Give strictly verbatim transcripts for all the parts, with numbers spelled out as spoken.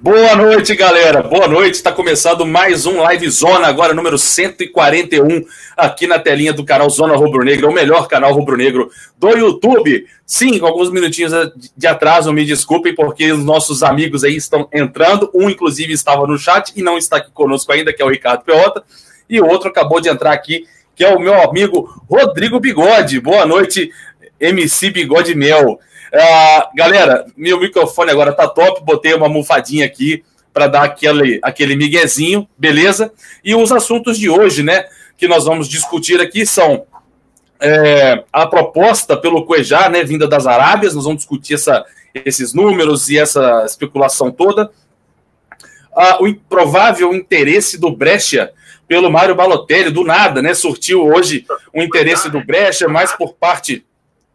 Boa noite, galera. Boa noite. Está começando mais um Live Zona, agora número cento e quarenta e um, aqui na telinha do canal Zona Rubro Negra, o melhor canal rubro-negro do YouTube. Sim, com alguns minutinhos de atraso, me desculpem, porque os nossos amigos aí estão entrando. Um, inclusive, estava no chat e não está aqui conosco ainda, que é o Ricardo Peota. E o outro acabou de entrar aqui, que é o meu amigo Rodrigo Bigode. Boa noite, M C Bigode Mel. Uh, galera, meu microfone agora tá top, botei uma almofadinha aqui para dar aquele, aquele miguezinho, beleza? E os assuntos de hoje, né, que nós vamos discutir aqui são é, a proposta pelo Cuejá, né, vinda das Arábias. Nós vamos discutir essa, esses números e essa especulação toda. Uh, o improvável interesse do Brescia pelo Mário Balotelli, do nada, né, surtiu hoje o interesse do Brescia, mais por parte...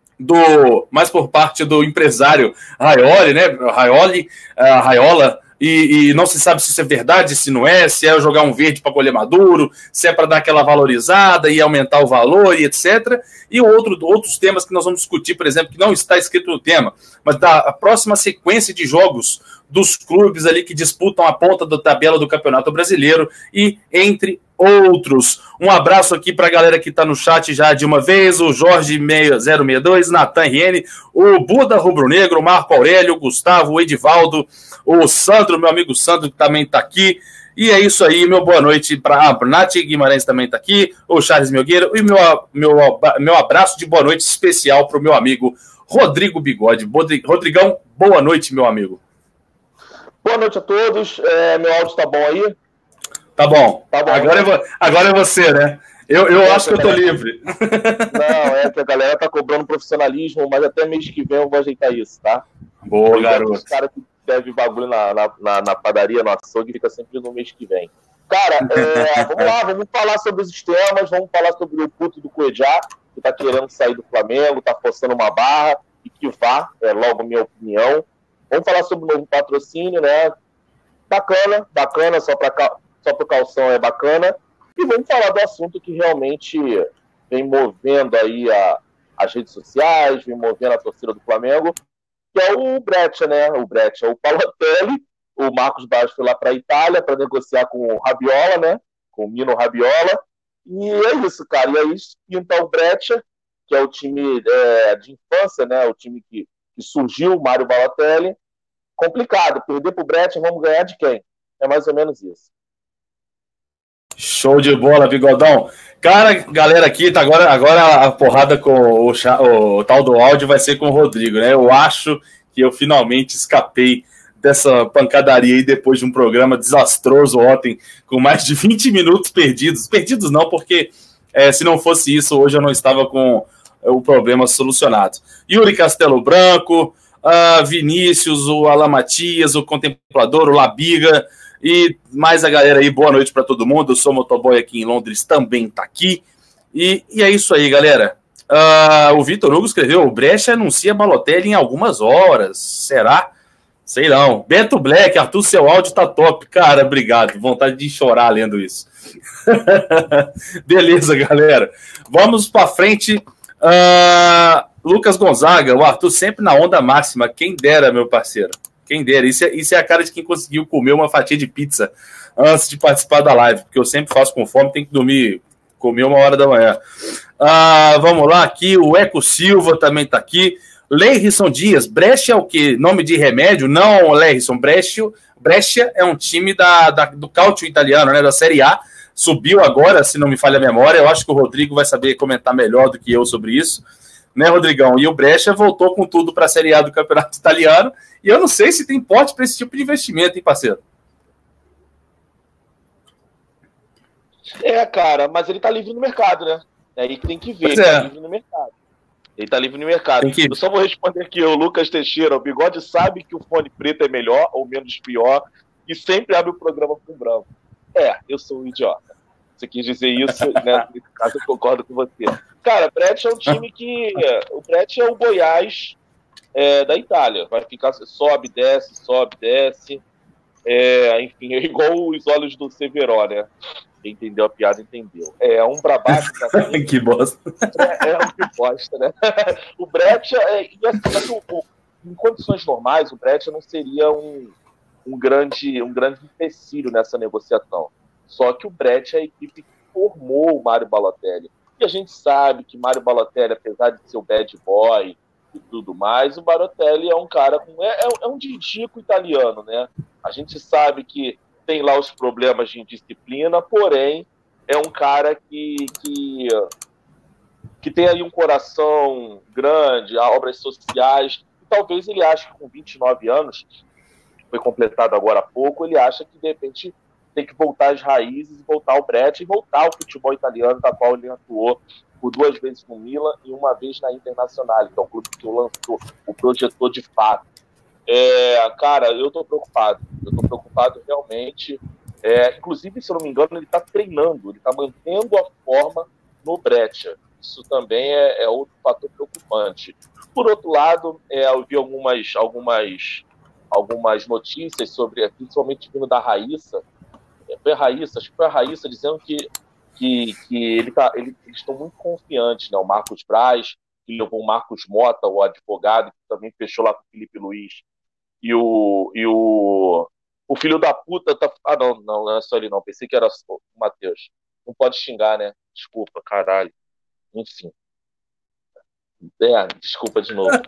Do, mais por parte do empresário Raioli, né? Raioli, uh, Raiola, e, e não se sabe se isso é verdade, se não é, se é jogar um verde para colher maduro, se é para dar aquela valorizada e aumentar o valor e etcétera. E outro, outros temas que nós vamos discutir, por exemplo, que não está escrito no tema, mas da próxima sequência de jogos dos clubes ali que disputam a ponta da tabela do Campeonato Brasileiro e entre outros. Um abraço aqui para a galera que está no chat já de uma vez, o Jorge zero sessenta e dois, Natan R N, o Buda Rubro Negro, o Marco Aurélio, o Gustavo, o Edivaldo, o Sandro, meu amigo Sandro, que também está aqui. E é isso aí, meu boa noite para a Nath Guimarães, também está aqui, o Charles Melgueira, e meu, meu, meu abraço de boa noite especial para o meu amigo Rodrigo Bigode. Rodrigão, boa noite, meu amigo. Boa noite a todos, é, meu áudio está bom aí? Tá bom, tá bom. Agora, é, agora é você, né? Eu, eu é acho que eu tô galera... livre. Não, é que a galera tá cobrando profissionalismo, mas até mês que vem eu vou ajeitar isso, tá? Boa, eu garoto. Os caras que devem bagulho na, na, na, na padaria, no açougue, fica sempre no mês que vem. Cara, é, vamos lá, vamos falar sobre os temas, vamos falar sobre o puto do Cuejá, que tá querendo sair do Flamengo, tá forçando uma barra, e que vá, é logo minha opinião. Vamos falar sobre o novo patrocínio, né? Bacana, bacana, só para só pro calção é bacana. E vamos falar do assunto que realmente vem movendo aí a, as redes sociais, vem movendo a torcida do Flamengo, que é o Brescia, né? O Brescia, o Balotelli, o Marcos Braz foi lá para a Itália para negociar com o Rabbiola, né? Com o Mino Rabbiola. E é isso, cara. E aí pinta o Brescia, que é o time é, de infância, né? O time que, que surgiu, o Mário Balotelli. Complicado. Perder pro Brescia, vamos ganhar de quem? É mais ou menos isso. Show de bola, Bigodão. Cara, galera aqui, tá agora, agora a porrada com o, o, o tal do áudio vai ser com o Rodrigo, né? Eu acho que eu finalmente escapei dessa pancadaria aí depois de um programa desastroso ontem, com mais de vinte minutos perdidos. Perdidos não, porque é, se não fosse isso, hoje eu não estava com o problema solucionado. Yuri Castelo Branco, uh, Vinícius, o Alan Matias, o Contemplador, o Labiga... E mais a galera aí, boa noite para todo mundo. Eu sou motoboy aqui em Londres, também tá aqui. E, e é isso aí, galera. Uh, o Vitor Hugo escreveu: o Brescia anuncia Balotelli em algumas horas. Será? Sei não. Beto Black, Arthur, seu áudio tá top. Cara, obrigado. Vontade de chorar lendo isso. Beleza, galera. Vamos para frente. Uh, Lucas Gonzaga, o Arthur sempre na onda máxima. Quem dera, meu parceiro. Quem dera, isso é, isso é a cara de quem conseguiu comer uma fatia de pizza antes de participar da live, porque eu sempre faço com fome, tenho que dormir, comer uma hora da manhã. Ah, vamos lá, aqui, o Eco Silva também está aqui. Leirson Dias, Brescia é o quê? Nome de remédio? Não, Leirson, Brescia, Brescia é um time da, da, do Calcio italiano, né, da Série A, subiu agora, se não me falha a memória. Eu acho que o Rodrigo vai saber comentar melhor do que eu sobre isso. Né, Rodrigão? E o Brescia voltou com tudo para a Série A do Campeonato Italiano, e eu não sei se tem porte para esse tipo de investimento, hein, parceiro? É, cara, mas ele tá livre no mercado, né? É aí que tem que ver, pois ele é. tá livre no mercado. Ele tá livre no mercado. Que... Eu só vou responder aqui, o Lucas Teixeira, o Bigode sabe que o fone preto é melhor ou menos pior, e sempre abre o programa com branco. É, eu sou um idiota. Você quis dizer isso, né? Nesse caso eu concordo com você. Cara, o Brescia é um time que... O Brescia é o Goiás é, da Itália. Vai ficar... Sobe, desce, sobe, desce. É, enfim, é igual os olhos do Severo, né? Quem entendeu a piada, entendeu. É um pra baixo, pra cima. Que bosta. É, é um que bosta, né? O Brescia... É, e assim, mas o, o, em condições normais, o Brescia não seria um... um grande, um grande empecilho nessa negociação. Só que o Brett é a equipe que formou o Mário Balotelli. E a gente sabe que Mário Balotelli, apesar de ser o bad boy e tudo mais, o Balotelli é um cara com... É, é um didico italiano, né? A gente sabe que tem lá os problemas de indisciplina, porém, é um cara que, que, que tem aí um coração grande, obras sociais, e talvez ele ache que com vinte e nove anos, foi completado agora há pouco, ele acha que, de repente, tem que voltar às raízes, voltar ao Brett e voltar ao futebol italiano, da qual ele atuou por duas vezes no Milan e uma vez na Internacional, que é o clube que o lançou, o projetou de fato. É, cara, eu tô preocupado, eu tô preocupado realmente, é, inclusive, se eu não me engano, ele tá treinando, ele tá mantendo a forma no Breccia, isso também é, é outro fator preocupante. Por outro lado, é, eu vi algumas, algumas, algumas notícias sobre, principalmente vindo da Raíssa, foi a Raíssa, acho que foi a Raíssa dizendo que, que, que ele tá, ele, eles estão muito confiantes, né? O Marcos Braz, que levou o Marcos Mota, o advogado, que também fechou lá com o Felipe Luiz, e o, e o, o filho da puta tá... Ah, não, não, não é só ele não, pensei que era o Matheus. Não pode xingar, né? Desculpa, caralho. Enfim. É, desculpa de novo.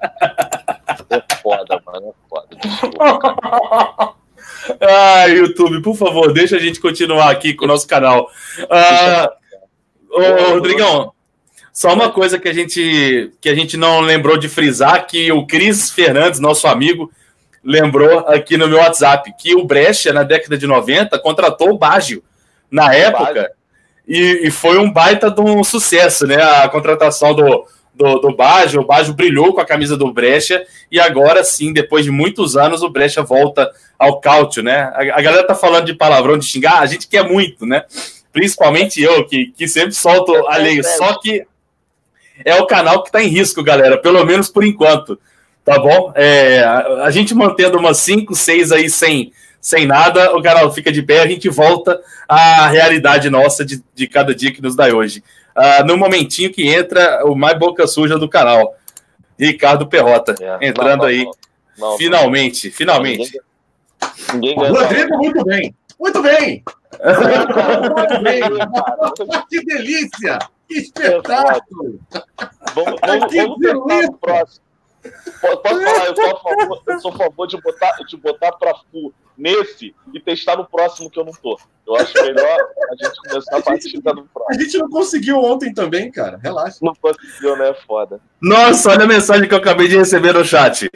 É foda, mano, é foda. Desculpa, cara. Ah, YouTube, por favor, deixa a gente continuar aqui com o nosso canal. Ah, ô, Rodrigão, só uma coisa que a gente que a gente não lembrou de frisar, que o Cris Fernandes, nosso amigo, lembrou aqui no meu WhatsApp, que o Breccia, na década de noventa, contratou o Baggio na época, e, e foi um baita de um sucesso, né? A contratação do, do, do Baggio, o Baggio brilhou com a camisa do Breccia, e agora sim, depois de muitos anos, o Breccia volta ao Calcio, né? A, a galera tá falando de palavrão, de xingar, a gente quer muito, né? Principalmente eu, que, que sempre solto alheio, só que é o canal que tá em risco, galera, pelo menos por enquanto. Tá bom? É, a, a gente mantendo umas cinco, seis aí sem, sem nada, o canal fica de pé, a gente volta à realidade nossa de, de cada dia que nos dá hoje. Uh, no momentinho que entra o mais boca suja do canal, Ricardo Perrota, é, entrando não, não, aí, não, não, finalmente, não. finalmente. Ninguém, ninguém Rodrigo, muito bem, muito bem! Muito bem, cara. Que delícia! Que espetáculo! Vamos, vamos, vamos tentar no próximo. Posso falar, eu sou a favor, eu sou a favor de botar, de botar pra full nesse e testar no próximo que eu não tô. Eu acho melhor a gente começar a, a partida no próximo. A gente não conseguiu ontem também, cara. Relaxa. Não conseguiu, né? Foda. Nossa, olha a mensagem que eu acabei de receber no chat.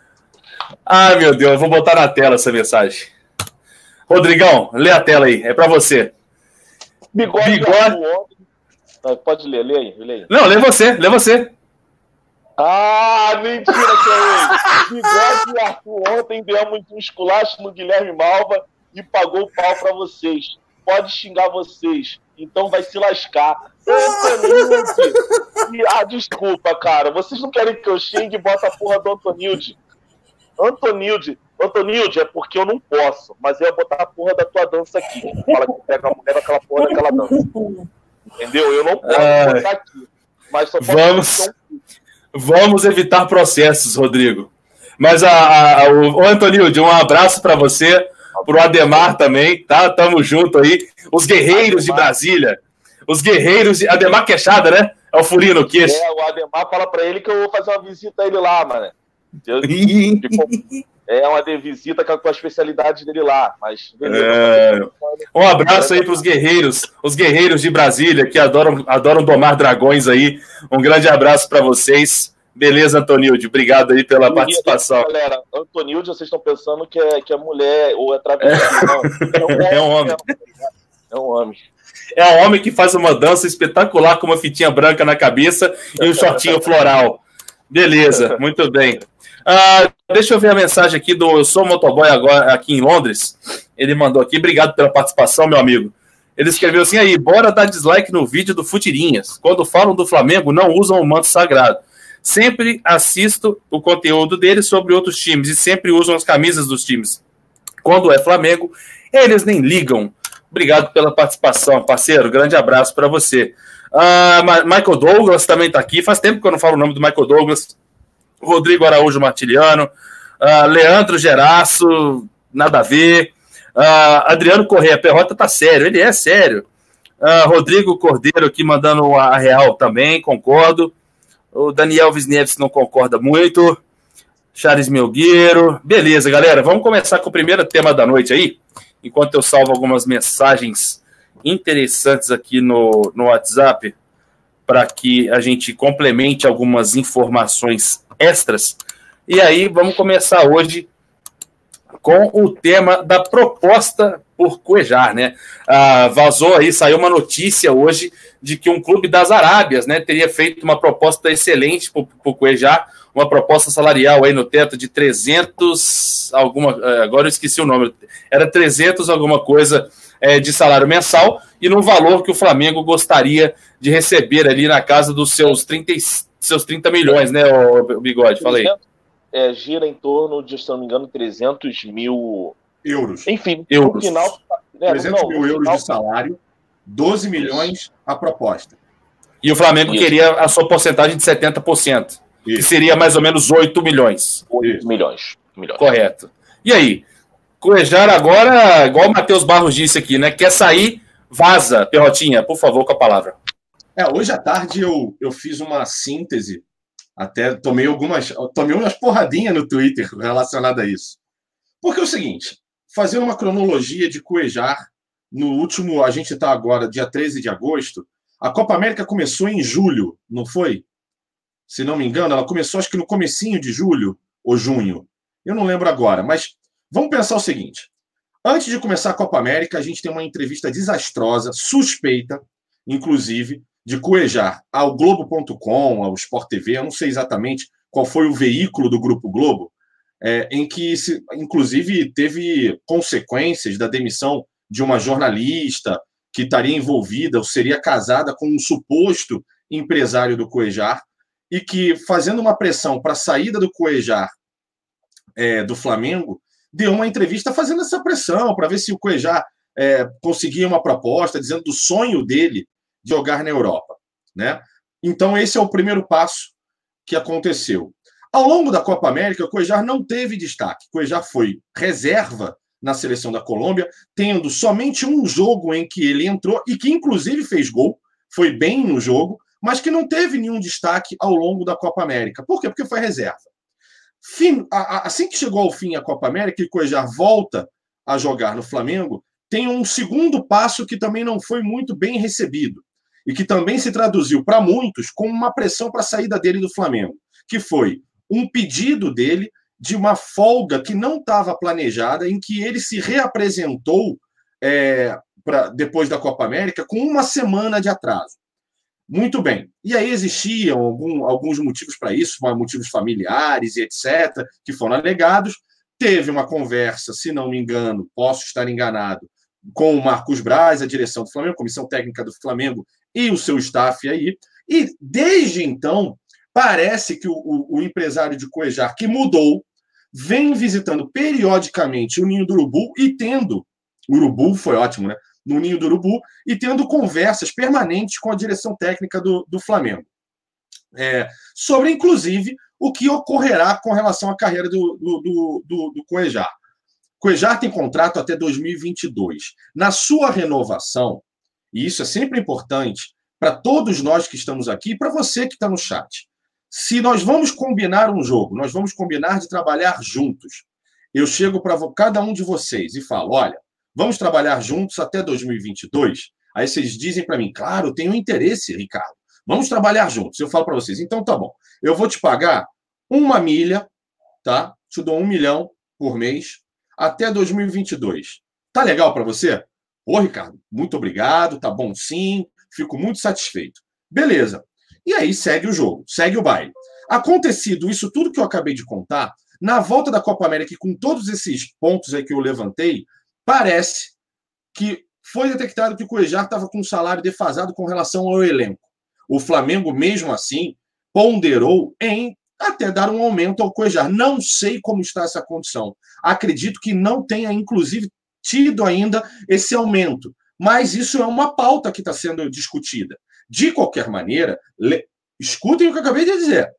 Ai, meu Deus, eu vou botar na tela essa mensagem. Rodrigão, lê a tela aí, é pra você. Bigode. Bigode... Não, pode ler, lê aí, lê aí. Não, lê você, lê você. Ah, mentira que é ele. Bigode e Arthur ontem demos um esculacho no Guilherme Malva e pagou o pau pra vocês. Pode xingar vocês, então vai se lascar. Antonilde. Ah, desculpa, cara. Vocês não querem que eu xingue e bota a porra do Antonilde. Antonilde. Antonilde, é porque eu não posso, mas eu ia botar a porra da tua dança aqui. Fala que pega a mulher daquela porra daquela dança. Entendeu? Eu não posso ah, botar aqui. Mas só vamos... Vamos evitar processos, Rodrigo. Mas a, a, a, o Antonilde, um abraço para você, pro Ademar também, tá? Tamo junto aí. Os guerreiros Ademar. de Brasília. Os guerreiros de... Ademar Queixada, né? É o furinho no queixo. É, o Ademar fala para ele que eu vou fazer uma visita a ele lá, mano. Eu, tipo, é uma de visita com a especialidade dele lá. Mas beleza, é... Um abraço aí pros guerreiros, os guerreiros de Brasília, que adoram, adoram domar dragões aí. Um grande abraço para vocês. Beleza, Antonilde? Obrigado aí pela participação. Galera, Antonilde, vocês estão pensando que é, que é mulher ou é travesti, é. não. É um homem. É um homem. É um homem que faz uma dança espetacular com uma fitinha branca na cabeça e um shortinho floral. Beleza, muito bem. Ah, deixa eu ver a mensagem aqui do Eu Sou Motoboy agora aqui em Londres. Ele mandou aqui, obrigado pela participação, meu amigo. Ele escreveu assim aí, bora dar dislike no vídeo do Futirinhas. Quando falam do Flamengo, não usam o manto sagrado. Sempre assisto o conteúdo deles sobre outros times e sempre usam as camisas dos times. Quando é Flamengo, eles nem ligam. Obrigado pela participação, parceiro. Grande abraço para você. Ah, Michael Douglas também está aqui. Faz tempo que eu não falo o nome do Michael Douglas. Rodrigo Araújo Martiliano. Ah, Leandro Geraço. nada a ver. Uh, Adriano Corrêa, Perrota tá sério, ele é sério. Uh, Rodrigo Cordeiro aqui mandando a real também, concordo. O Daniel Wisniewski não concorda muito. Charles Melgueiro. Beleza, galera, vamos começar com o primeiro tema da noite aí, enquanto eu salvo algumas mensagens interessantes aqui no, no WhatsApp, para que a gente complemente algumas informações extras. E aí, vamos começar hoje com o tema da proposta por Cuéllar, né? Ah, vazou aí, saiu uma notícia hoje de que um clube das Arábias, né, teria feito uma proposta excelente para o Cuéllar, uma proposta salarial aí no teto de trezentos, alguma, agora eu esqueci o nome, era trezentos alguma coisa é, de salário mensal, e num valor que o Flamengo gostaria de receber ali na casa dos seus trinta, seus trinta milhões, né, o Bigode? Fala aí. É, gira em torno de, se não me engano, trezentos mil euros. Enfim, euros. no final... É, trezentos mil euros final... de salário, doze milhões a proposta. E o Flamengo Isso. queria a sua porcentagem de setenta por cento, Isso. que seria mais ou menos oito milhões. oito milhões. milhões. Correto. E aí? Cuéllar agora, igual o Matheus Barros disse aqui, né? Quer sair, vaza. Perrotinha, por favor, com a palavra. É, hoje à tarde eu, eu fiz uma síntese, até tomei algumas, tomei umas porradinhas no Twitter relacionadas a isso. Porque é o seguinte, fazendo uma cronologia de Cuéllar, no último, a gente está agora, dia treze de agosto, a Copa América começou em julho, não foi? Se não me engano, ela começou acho que no comecinho de julho ou junho. Eu não lembro agora, mas vamos pensar o seguinte. Antes de começar a Copa América, a gente tem uma entrevista desastrosa, suspeita, inclusive, de Cuéllar ao Globo ponto com, ao Sport T V, eu não sei exatamente qual foi o veículo do Grupo Globo, é, em que, se, inclusive, teve consequências da demissão de uma jornalista que estaria envolvida ou seria casada com um suposto empresário do Cuéllar e que, fazendo uma pressão para a saída do Cuéllar é, do Flamengo, deu uma entrevista fazendo essa pressão para ver se o Cuéllar é, conseguia uma proposta, dizendo do sonho dele de jogar na Europa, né? Então, esse é o primeiro passo que aconteceu. Ao longo da Copa América, o Cuéllar não teve destaque. O Cuéllar foi reserva na seleção da Colômbia, tendo somente um jogo em que ele entrou e que, inclusive, fez gol, foi bem no jogo, mas que não teve nenhum destaque ao longo da Copa América. Por quê? Porque foi reserva. Fim, assim que chegou ao fim a Copa América e o Cuéllar volta a jogar no Flamengo, tem um segundo passo que também não foi muito bem recebido e que também se traduziu para muitos como uma pressão para a saída dele do Flamengo, que foi um pedido dele de uma folga que não estava planejada, em que ele se reapresentou é, pra, depois da Copa América com uma semana de atraso. Muito bem. E aí existiam algum, alguns motivos para isso, motivos familiares e etcétera, que foram alegados. Teve uma conversa, se não me engano, posso estar enganado, com o Marcos Braz, a direção do Flamengo, a comissão técnica do Flamengo e o seu staff aí. E, desde então, parece que o, o, o empresário de Cuéllar, que mudou, vem visitando periodicamente o Ninho do Urubu e tendo... O Urubu foi ótimo, né? No Ninho do Urubu e tendo conversas permanentes com a direção técnica do, do Flamengo. É, sobre, inclusive, o que ocorrerá com relação à carreira do, do, do, do, do Cuéllar. Cuéllar tem contrato até dois mil e vinte e dois. Na sua renovação, e isso é sempre importante para todos nós que estamos aqui e para você que está no chat, se nós vamos combinar um jogo, nós vamos combinar de trabalhar juntos, eu chego para cada um de vocês e falo, olha, vamos trabalhar juntos até dois mil e vinte e dois? Aí vocês dizem para mim, claro, tenho interesse, Ricardo. Vamos trabalhar juntos. Eu falo para vocês, então tá bom. Eu vou te pagar uma milha, tá? Te dou um milhão por mês até dois mil e vinte e dois. Tá legal para você? Ô, Ricardo, muito obrigado, tá bom sim, fico muito satisfeito. Beleza. E aí segue o jogo, segue o baile. Acontecido isso tudo que eu acabei de contar, na volta da Copa América, e com todos esses pontos aí que eu levantei, parece que foi detectado que o Cuéllar estava com um salário defasado com relação ao elenco. O Flamengo, mesmo assim, ponderou em até dar um aumento ao Cuéllar. Não sei como está essa condição. Acredito que não tenha, inclusive, tido ainda esse aumento. Mas isso é uma pauta que está sendo discutida. De qualquer maneira, le... escutem o que eu acabei de dizer.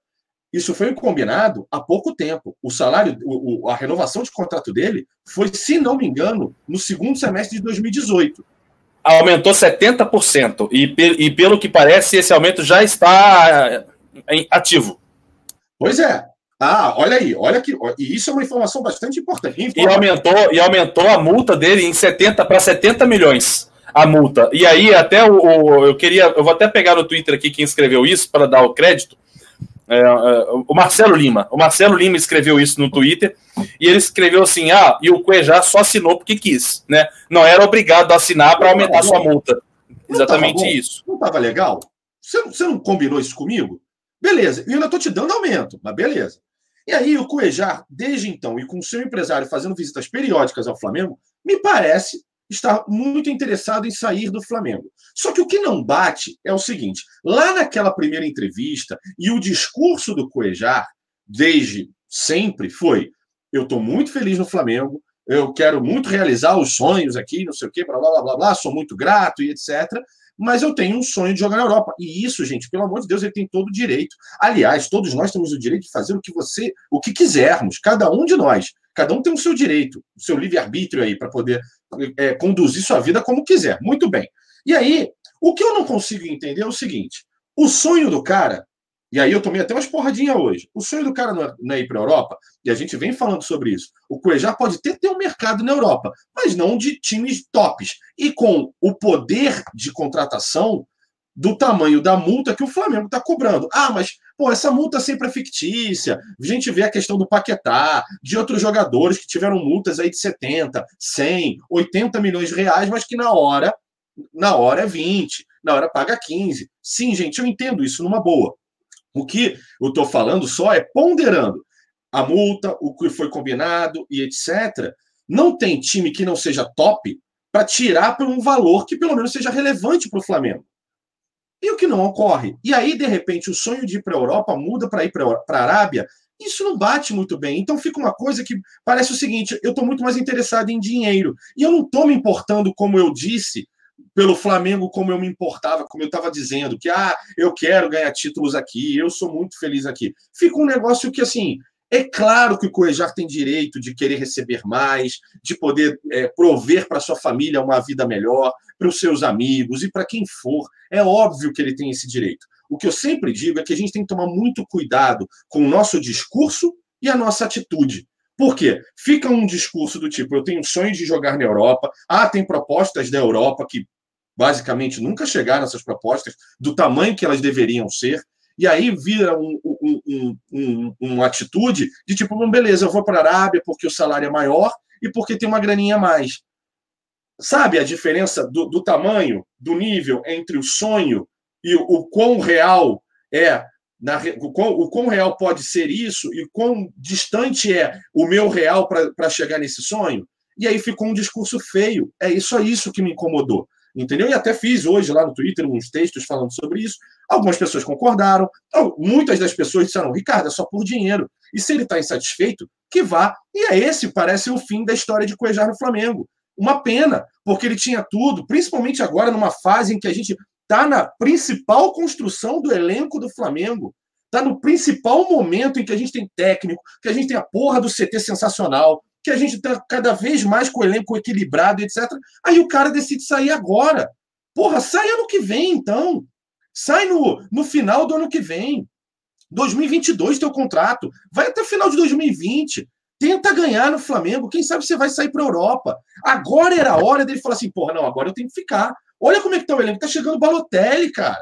Isso foi combinado há pouco tempo. O salário, o, o, a renovação de contrato dele foi, se não me engano, no segundo semestre de dois mil e dezoito. Aumentou setenta por cento. E, e pelo que parece, esse aumento já está ativo. Pois é. Ah, olha aí, olha que. E isso é uma informação bastante importante. E aumentou, e aumentou a multa dele em setenta para setenta milhões. A multa. E aí, até o, o. Eu queria. Eu vou até pegar no Twitter aqui quem escreveu isso para dar o crédito. É, é, o Marcelo Lima. O Marcelo Lima escreveu isso no Twitter. E ele escreveu assim: ah, e o Cuejá só assinou porque quis, né? Não era obrigado a assinar para aumentar sua multa. Exatamente isso. Não estava legal? Você, você não combinou isso comigo? Beleza, eu ainda estou te dando aumento, mas beleza. E aí o Cuejá, desde então, e com o seu empresário fazendo visitas periódicas ao Flamengo, me parece estar muito interessado em sair do Flamengo. Só que o que não bate é o seguinte, lá naquela primeira entrevista, e o discurso do Cuejá, desde sempre, foi: eu estou muito feliz no Flamengo, eu quero muito realizar os sonhos aqui, não sei o quê, blá, blá, blá, blá, sou muito grato e etcétera, mas eu tenho um sonho de jogar na Europa. E isso, gente, pelo amor de Deus, ele tem todo o direito. Aliás, todos nós temos o direito de fazer o que você, o que quisermos, cada um de nós. Cada um tem o seu direito, o seu livre-arbítrio aí, para poder é, conduzir sua vida como quiser. Muito bem. E aí, o que eu não consigo entender é o seguinte: o sonho do cara, e aí eu tomei até umas porradinhas hoje, o sonho do cara não é ir para a Europa, e a gente vem falando sobre isso. O Cuejá pode até ter um mercado na Europa, mas não de times tops. E com o poder de contratação do tamanho da multa que o Flamengo está cobrando. Ah, mas pô, essa multa sempre é fictícia. A gente vê a questão do Paquetá, de outros jogadores que tiveram multas aí de setenta, cem, oitenta milhões de reais, mas que na hora, na hora é vinte, na hora paga quinze. Sim, gente, eu entendo isso numa boa. O que eu estou falando só é ponderando a multa, o que foi combinado e etcétera. Não tem time que não seja top para tirar por um valor que pelo menos seja relevante para o Flamengo. E o que não ocorre? E aí, de repente, o sonho de ir para a Europa muda para ir para a Arábia. Isso não bate muito bem. Então fica uma coisa que parece o seguinte: eu estou muito mais interessado em dinheiro. E eu não estou me importando, como eu disse, pelo Flamengo, como eu me importava, como eu estava dizendo, que ah, eu quero ganhar títulos aqui, eu sou muito feliz aqui. Fica um negócio que, assim, é claro que o Cuejá tem direito de querer receber mais, de poder é, prover para sua família uma vida melhor, para os seus amigos e para quem for. É óbvio que ele tem esse direito. O que eu sempre digo é que a gente tem que tomar muito cuidado com o nosso discurso e a nossa atitude. Por quê? Fica um discurso do tipo: eu tenho sonho de jogar na Europa, ah, tem propostas da Europa que basicamente nunca chegaram essas propostas do tamanho que elas deveriam ser, e aí vira um, um, um, um, uma atitude de tipo: bom, beleza, eu vou para a Arábia porque o salário é maior e porque tem uma graninha a mais. Sabe a diferença do, do tamanho, do nível entre o sonho e o, o quão real é, na, o, quão, o quão real pode ser isso e quão distante é o meu real para chegar nesse sonho? E aí ficou um discurso feio. É só isso que me incomodou. Entendeu? E até fiz hoje lá no Twitter uns textos falando sobre isso. Algumas pessoas concordaram. Muitas das pessoas disseram: Ricardo, é só por dinheiro. E se ele está insatisfeito, que vá. E é esse, parece o fim da história de Cuejá no Flamengo. Uma pena, porque ele tinha tudo, principalmente agora numa fase em que a gente está na principal construção do elenco do Flamengo. Está no principal momento em que a gente tem técnico, que a gente tem a porra do C T sensacional, que a gente está cada vez mais com o elenco equilibrado, etcétera. Aí o cara decide sair agora. Porra, sai ano que vem, então. Sai no, no final do ano que vem. dois mil e vinte e dois, teu contrato. Vai até o final de dois mil e vinte. Tenta ganhar no Flamengo. Quem sabe você vai sair para a Europa. Agora era a hora dele falar assim: porra, não, agora eu tenho que ficar. Olha como é que tá o elenco. Tá chegando o Balotelli, cara.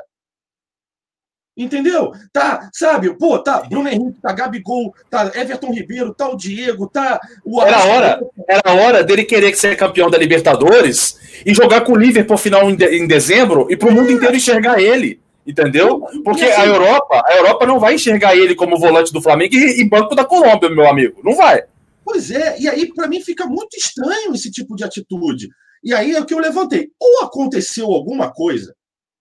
Entendeu? Tá, sabe? Pô, tá Bruno Henrique, tá Gabigol, tá Everton Ribeiro, tá o Diego, tá o... Era hora, era hora dele querer ser campeão da Libertadores e jogar com o Liverpool final em, de, em dezembro e pro mundo inteiro enxergar ele. Entendeu? Porque a Europa, a Europa não vai enxergar ele como volante do Flamengo e, e banco da Colômbia, meu amigo. Não vai. Pois é, e aí para mim fica muito estranho esse tipo de atitude. E aí é o que eu levantei. Ou aconteceu alguma coisa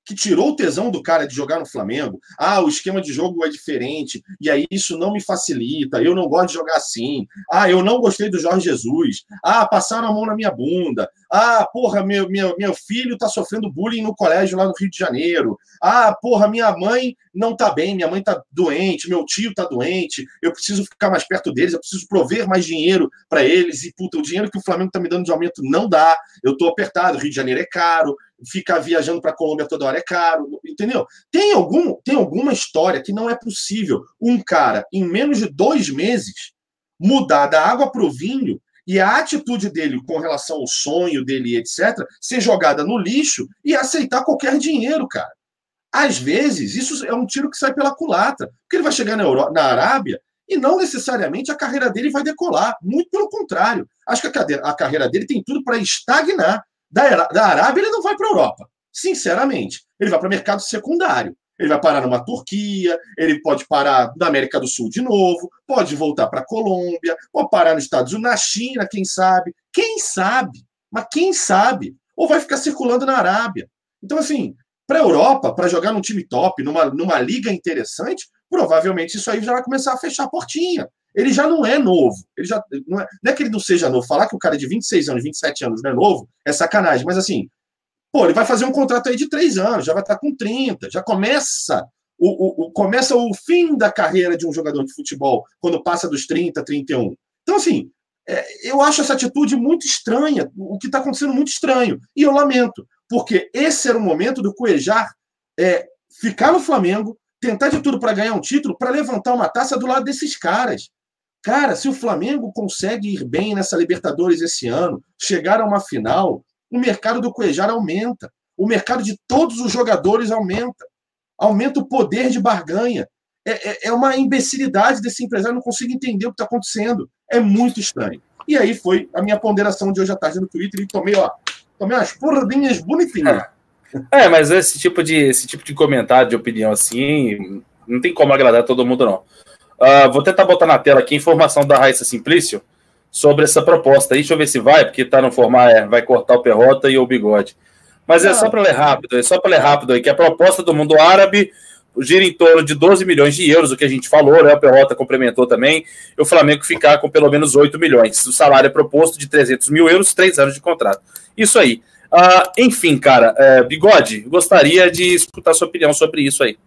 que tirou o tesão do cara de jogar no Flamengo. Ah, o esquema de jogo é diferente, e aí isso não me facilita, eu não gosto de jogar assim. Ah, eu não gostei do Jorge Jesus. Ah, passaram a mão na minha bunda. Ah, porra, meu, meu, meu filho tá sofrendo bullying no colégio lá no Rio de Janeiro. Ah, porra, minha mãe não tá bem, minha mãe tá doente, meu tio tá doente, eu preciso ficar mais perto deles, eu preciso prover mais dinheiro para eles, e puta, o dinheiro que o Flamengo tá me dando de aumento não dá, eu tô apertado, o Rio de Janeiro é caro, ficar viajando para a Colômbia toda hora é caro, entendeu? Tem, algum, tem alguma história que não é possível um cara, em menos de dois meses, mudar da água para o vinho e a atitude dele com relação ao sonho dele, etcétera, ser jogada no lixo e aceitar qualquer dinheiro, cara. Às vezes, isso é um tiro que sai pela culatra, porque ele vai chegar na, Euro... na Arábia e não necessariamente a carreira dele vai decolar, muito pelo contrário. Acho que a, cadeira... a carreira dele tem tudo para estagnar. Da, da Arábia, ele não vai para a Europa, sinceramente. Ele vai para o mercado secundário. Ele vai parar numa Turquia, ele pode parar na América do Sul de novo, pode voltar para a Colômbia, pode parar nos Estados Unidos, na China, quem sabe. Quem sabe? Mas quem sabe? Ou vai ficar circulando na Arábia. Então, assim, para a Europa, para jogar num time top, numa, numa liga interessante, provavelmente isso aí já vai começar a fechar a portinha. Ele já não é novo. Ele já, não, é, não é que ele não seja novo. Falar que o cara de vinte e seis anos, vinte e sete anos não é novo é sacanagem. Mas assim, pô, ele vai fazer um contrato aí de três anos, já vai estar com trinta, já começa o, o, o, começa o fim da carreira de um jogador de futebol quando passa dos trinta, trinta e um. Então, assim, é, eu acho essa atitude muito estranha, o que está acontecendo muito estranho. E eu lamento, porque esse era o momento do Cuéllar é, ficar no Flamengo, tentar de tudo para ganhar um título, para levantar uma taça do lado desses caras. Cara, se o Flamengo consegue ir bem nessa Libertadores esse ano, chegar a uma final, o mercado do Cuéllar aumenta. O mercado de todos os jogadores aumenta. Aumenta o poder de barganha. É, é, é uma imbecilidade desse empresário, não consigo entender o que está acontecendo. É muito estranho. E aí foi a minha ponderação de hoje à tarde no Twitter e tomei, ó, tomei umas porradinhas bonitinhas. É, mas esse tipo, de, esse tipo de comentário, de opinião assim, não tem como agradar todo mundo, não. Uh, vou tentar botar na tela aqui a informação da Raíssa Simplício sobre essa proposta aí. Deixa eu ver se vai, porque tá no formato, é, vai cortar o Perrota e o Bigode. Mas é só para ler rápido, é só para ler rápido aí, que a proposta do mundo árabe gira em torno de doze milhões de euros, o que a gente falou, né? O Perrota complementou também, e o Flamengo ficar com pelo menos oito milhões. O salário é proposto de trezentos mil euros, três anos de contrato. Isso aí. Uh, enfim, cara, uh, Bigode, gostaria de escutar sua opinião sobre isso aí.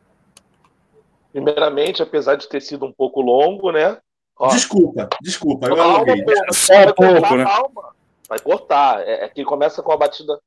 Primeiramente, apesar de ter sido um pouco longo, né? Ó, desculpa, desculpa, eu calma, aluguei. Pô, só um pouco, cortar, né? Calma. Vai cortar. É, é que começa com a batida.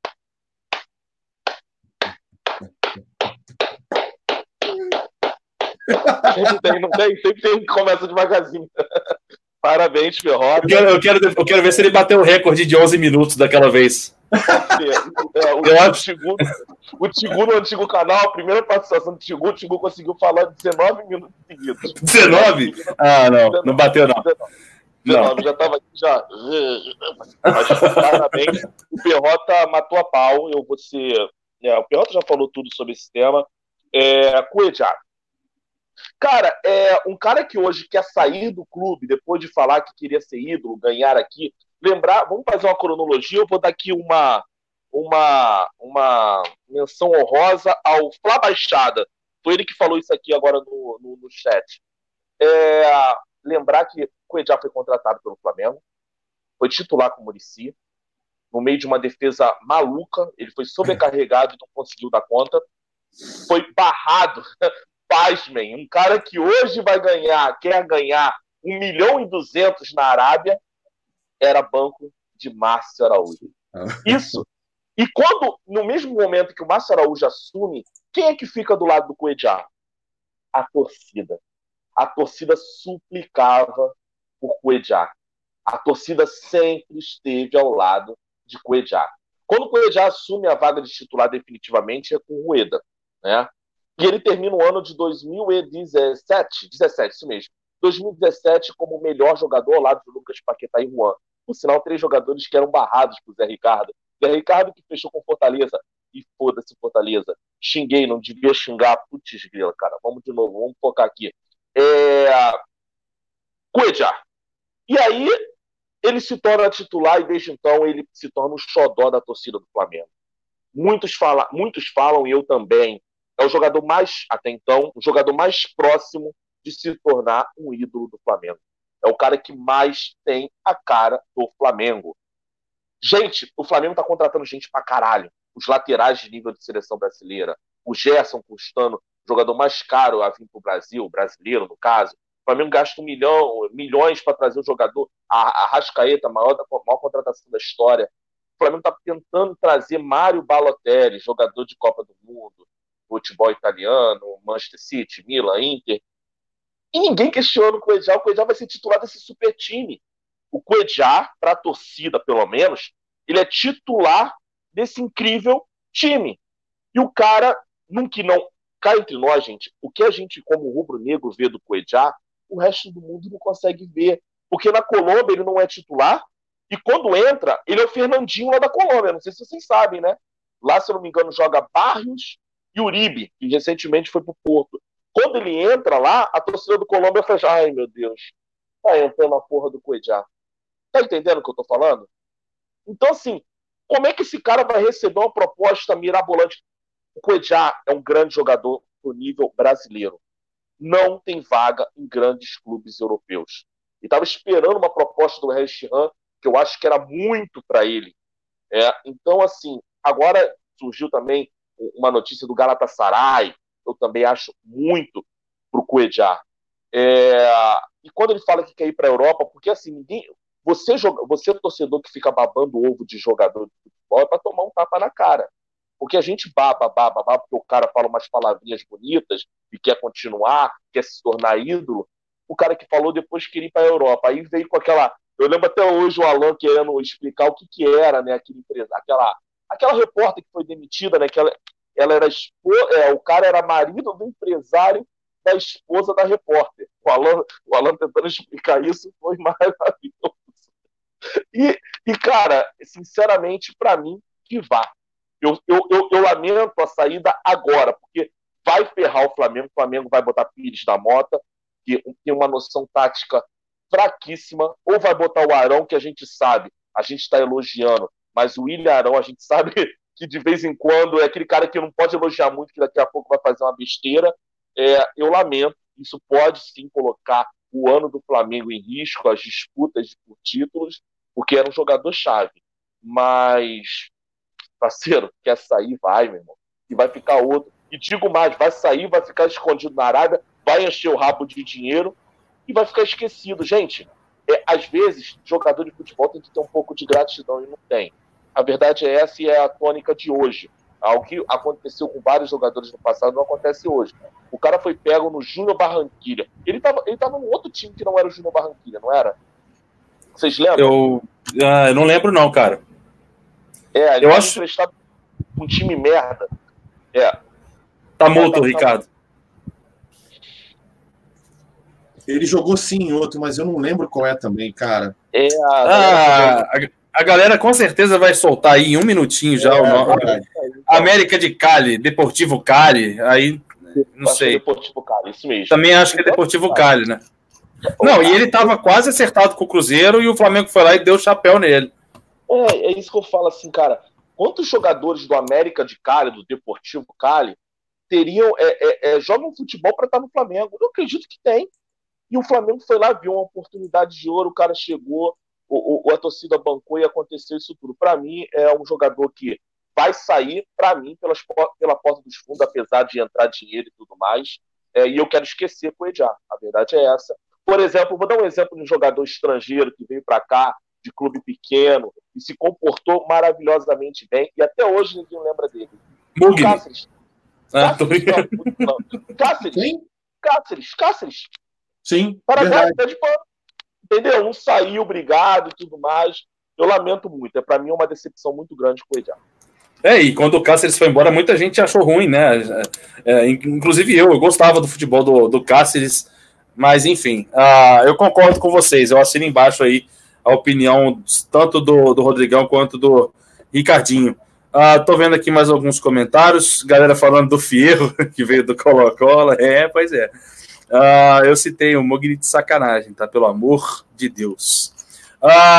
Sempre tem, não tem? Sempre tem um que começa devagarzinho. Parabéns, Perrota. Eu quero, eu, quero, eu quero ver se ele bateu o recorde de onze minutos daquela vez. É, o, eu acho... Tigu, o Tigu no antigo canal, a primeira participação do Tigu, o Tigu conseguiu falar dezenove minutos seguidos. dezenove? Ah, não, dezenove, não bateu, não. dezenove, não. Já estava aqui, já. Mas, parabéns. O Perrota matou a pau. Eu vou ser. É, o Perrota já falou tudo sobre esse tema. É, Cuéllar. Cara, é um cara que hoje quer sair do clube depois de falar que queria ser ídolo, ganhar aqui. Lembrar, vamos fazer uma cronologia. Eu vou dar aqui uma, uma, uma menção honrosa ao Flá Baixada. Foi ele que falou isso aqui agora no, no, no chat. É, lembrar que o Cuéllar foi contratado pelo Flamengo, foi titular com o Muricy, no meio de uma defesa maluca. Ele foi sobrecarregado e não conseguiu dar conta. Foi barrado. Pasmem, um cara que hoje vai ganhar, quer ganhar um milhão e duzentos na Arábia, era banco de Márcio Araújo. Isso. E quando, no mesmo momento que o Márcio Araújo assume, quem é que fica do lado do Cuéllar? A torcida. A torcida suplicava por Cuéllar. A torcida sempre esteve ao lado de Cuéllar. Quando o Cuéllar assume a vaga de titular definitivamente é com o Rueda, né? E ele termina o ano de dois mil e dezessete, dezessete, isso mesmo, dois mil e dezessete como o melhor jogador ao lado de Lucas Paquetá e Juan. Por sinal, três jogadores que eram barrados por Zé Ricardo. Zé Ricardo que fechou com Fortaleza. E foda-se Fortaleza. Xinguei, não devia xingar. Putz, grila, cara. Vamos de novo, vamos focar aqui. É... Cuéllar. E aí, ele se torna titular e desde então ele se torna o xodó da torcida do Flamengo. muitos, fala, muitos falam, e eu também, é o jogador mais, até então, o jogador mais próximo de se tornar um ídolo do Flamengo. É o cara que mais tem a cara do Flamengo. Gente, o Flamengo tá contratando gente pra caralho. Os laterais de nível de seleção brasileira. O Gerson custando, o jogador mais caro a vir pro Brasil, brasileiro no caso. O Flamengo gasta um milhão, milhões para trazer o jogador. A Arrascaeta, a maior, a maior contratação da história. O Flamengo tá tentando trazer Mário Balotelli, jogador de Copa do Mundo, futebol italiano, Manchester City, Milan, Inter. E ninguém questiona o Cuejá. O Cuejá vai ser titular desse super time. O Cuejá, para a torcida, pelo menos, ele é titular desse incrível time. E o cara, num que não... Cá entre nós, gente, o que a gente, como rubro-negro, vê do Cuejá, o resto do mundo não consegue ver. Porque na Colômbia ele não é titular, e quando entra, ele é o Fernandinho lá da Colômbia. Não sei se vocês sabem, né? Lá, se eu não me engano, joga Barrios e Uribe, que recentemente foi pro Porto. Quando ele entra lá, a torcida do Colômbia faz, ai meu Deus, tá entrando a porra do Cuejá. Tá entendendo o que eu tô falando? Então, assim, como é que esse cara vai receber uma proposta mirabolante? O Cuejá é um grande jogador pro nível brasileiro. Não tem vaga em grandes clubes europeus. E tava esperando uma proposta do West Ham, que eu acho que era muito para ele. É, então, assim, agora surgiu também uma notícia do Galatasaray, eu também acho muito pro Cuejá. É, e quando ele fala que quer ir para a Europa, porque assim, ninguém, você, joga, você torcedor que fica babando o ovo de jogador de futebol é para tomar um tapa na cara. Porque a gente baba, baba, baba, porque o cara fala umas palavrinhas bonitas e quer continuar, quer se tornar ídolo. O cara que falou depois que queria ir para a Europa. Aí veio com aquela... Eu lembro até hoje o Alan querendo explicar o que, que era, né, aquele empresa, aquela, aquela repórter que foi demitida, né, que ela, ela era esposa, é, o cara era marido do empresário da esposa da repórter. O Alan, o Alan tentando explicar isso foi maravilhoso. E, e cara, sinceramente, para mim, que vá. Eu, eu, eu, eu lamento a saída agora, porque vai ferrar o Flamengo, o Flamengo vai botar Pires da Mota, que tem uma noção tática fraquíssima, ou vai botar o Arão, que a gente sabe, a gente está elogiando, mas o William Arão, a gente sabe que de vez em quando é aquele cara que não pode elogiar muito, que daqui a pouco vai fazer uma besteira. É, eu lamento, isso pode sim colocar o ano do Flamengo em risco, as disputas por títulos, porque era um jogador-chave. Mas, parceiro, quer sair, vai, meu irmão, e vai ficar outro. E digo mais, vai sair, vai ficar escondido na Arábia, vai encher o rabo de dinheiro e vai ficar esquecido. Gente, é, às vezes, jogador de futebol tem que ter um pouco de gratidão e não tem. A verdade é essa e é a tônica de hoje. Algo que aconteceu com vários jogadores no passado não acontece hoje. O cara foi pego no Júnior Barranquilla. Ele estava ele tava num outro time que não era o Júnior Barranquilla, não era? Vocês lembram? Eu, ah, eu não lembro não, cara. É, ele eu foi acho... emprestado um time merda. É. Tá morto, tá, Ricardo. Tá... Ele jogou sim em outro, mas eu não lembro qual é também, cara. É, a, ah, a, a galera com certeza vai soltar aí em um minutinho já é, o nome. É América de Cali, Deportivo Cali, aí não acho sei. Que é Deportivo Cali, isso mesmo. Também acho que é Deportivo Cali, né? Não, e ele tava quase acertado com o Cruzeiro e o Flamengo foi lá e deu chapéu nele. É, é isso que eu falo assim, cara. Quantos jogadores do América de Cali, do Deportivo Cali, teriam é, é, é, jogam futebol para estar no Flamengo? Eu acredito que tem. E o Flamengo foi lá, viu uma oportunidade de ouro, o cara chegou, o, o, a torcida bancou e aconteceu isso tudo. Para mim, é um jogador que vai sair, para mim, pelas, pela porta dos fundos, apesar de entrar dinheiro e tudo mais. É, e eu quero esquecer com o Cuejá. A verdade é essa. Por exemplo, vou dar um exemplo de um jogador estrangeiro que veio para cá, de clube pequeno, e se comportou maravilhosamente bem, e até hoje ninguém lembra dele. Mugni. Cáceres. Ah, Cáceres, não, não. Cáceres. Sim. Cáceres. Cáceres. Sim, para verdade. Cá, de pano. Entendeu? Um saiu, obrigado e tudo mais. Eu lamento muito. É para mim uma decepção muito grande com o Cuejá. É, e quando o Cáceres foi embora, muita gente achou ruim, né? É, inclusive eu, eu gostava do futebol do, do Cáceres, mas enfim, uh, eu concordo com vocês. Eu assino embaixo aí a opinião tanto do, do Rodrigão quanto do Ricardinho. Uh, tô vendo aqui mais alguns comentários, galera falando do Fierro, que veio do Colo-Colo. É, pois é. Uh, eu citei o Mogni de sacanagem, tá? Pelo amor de Deus. Uh,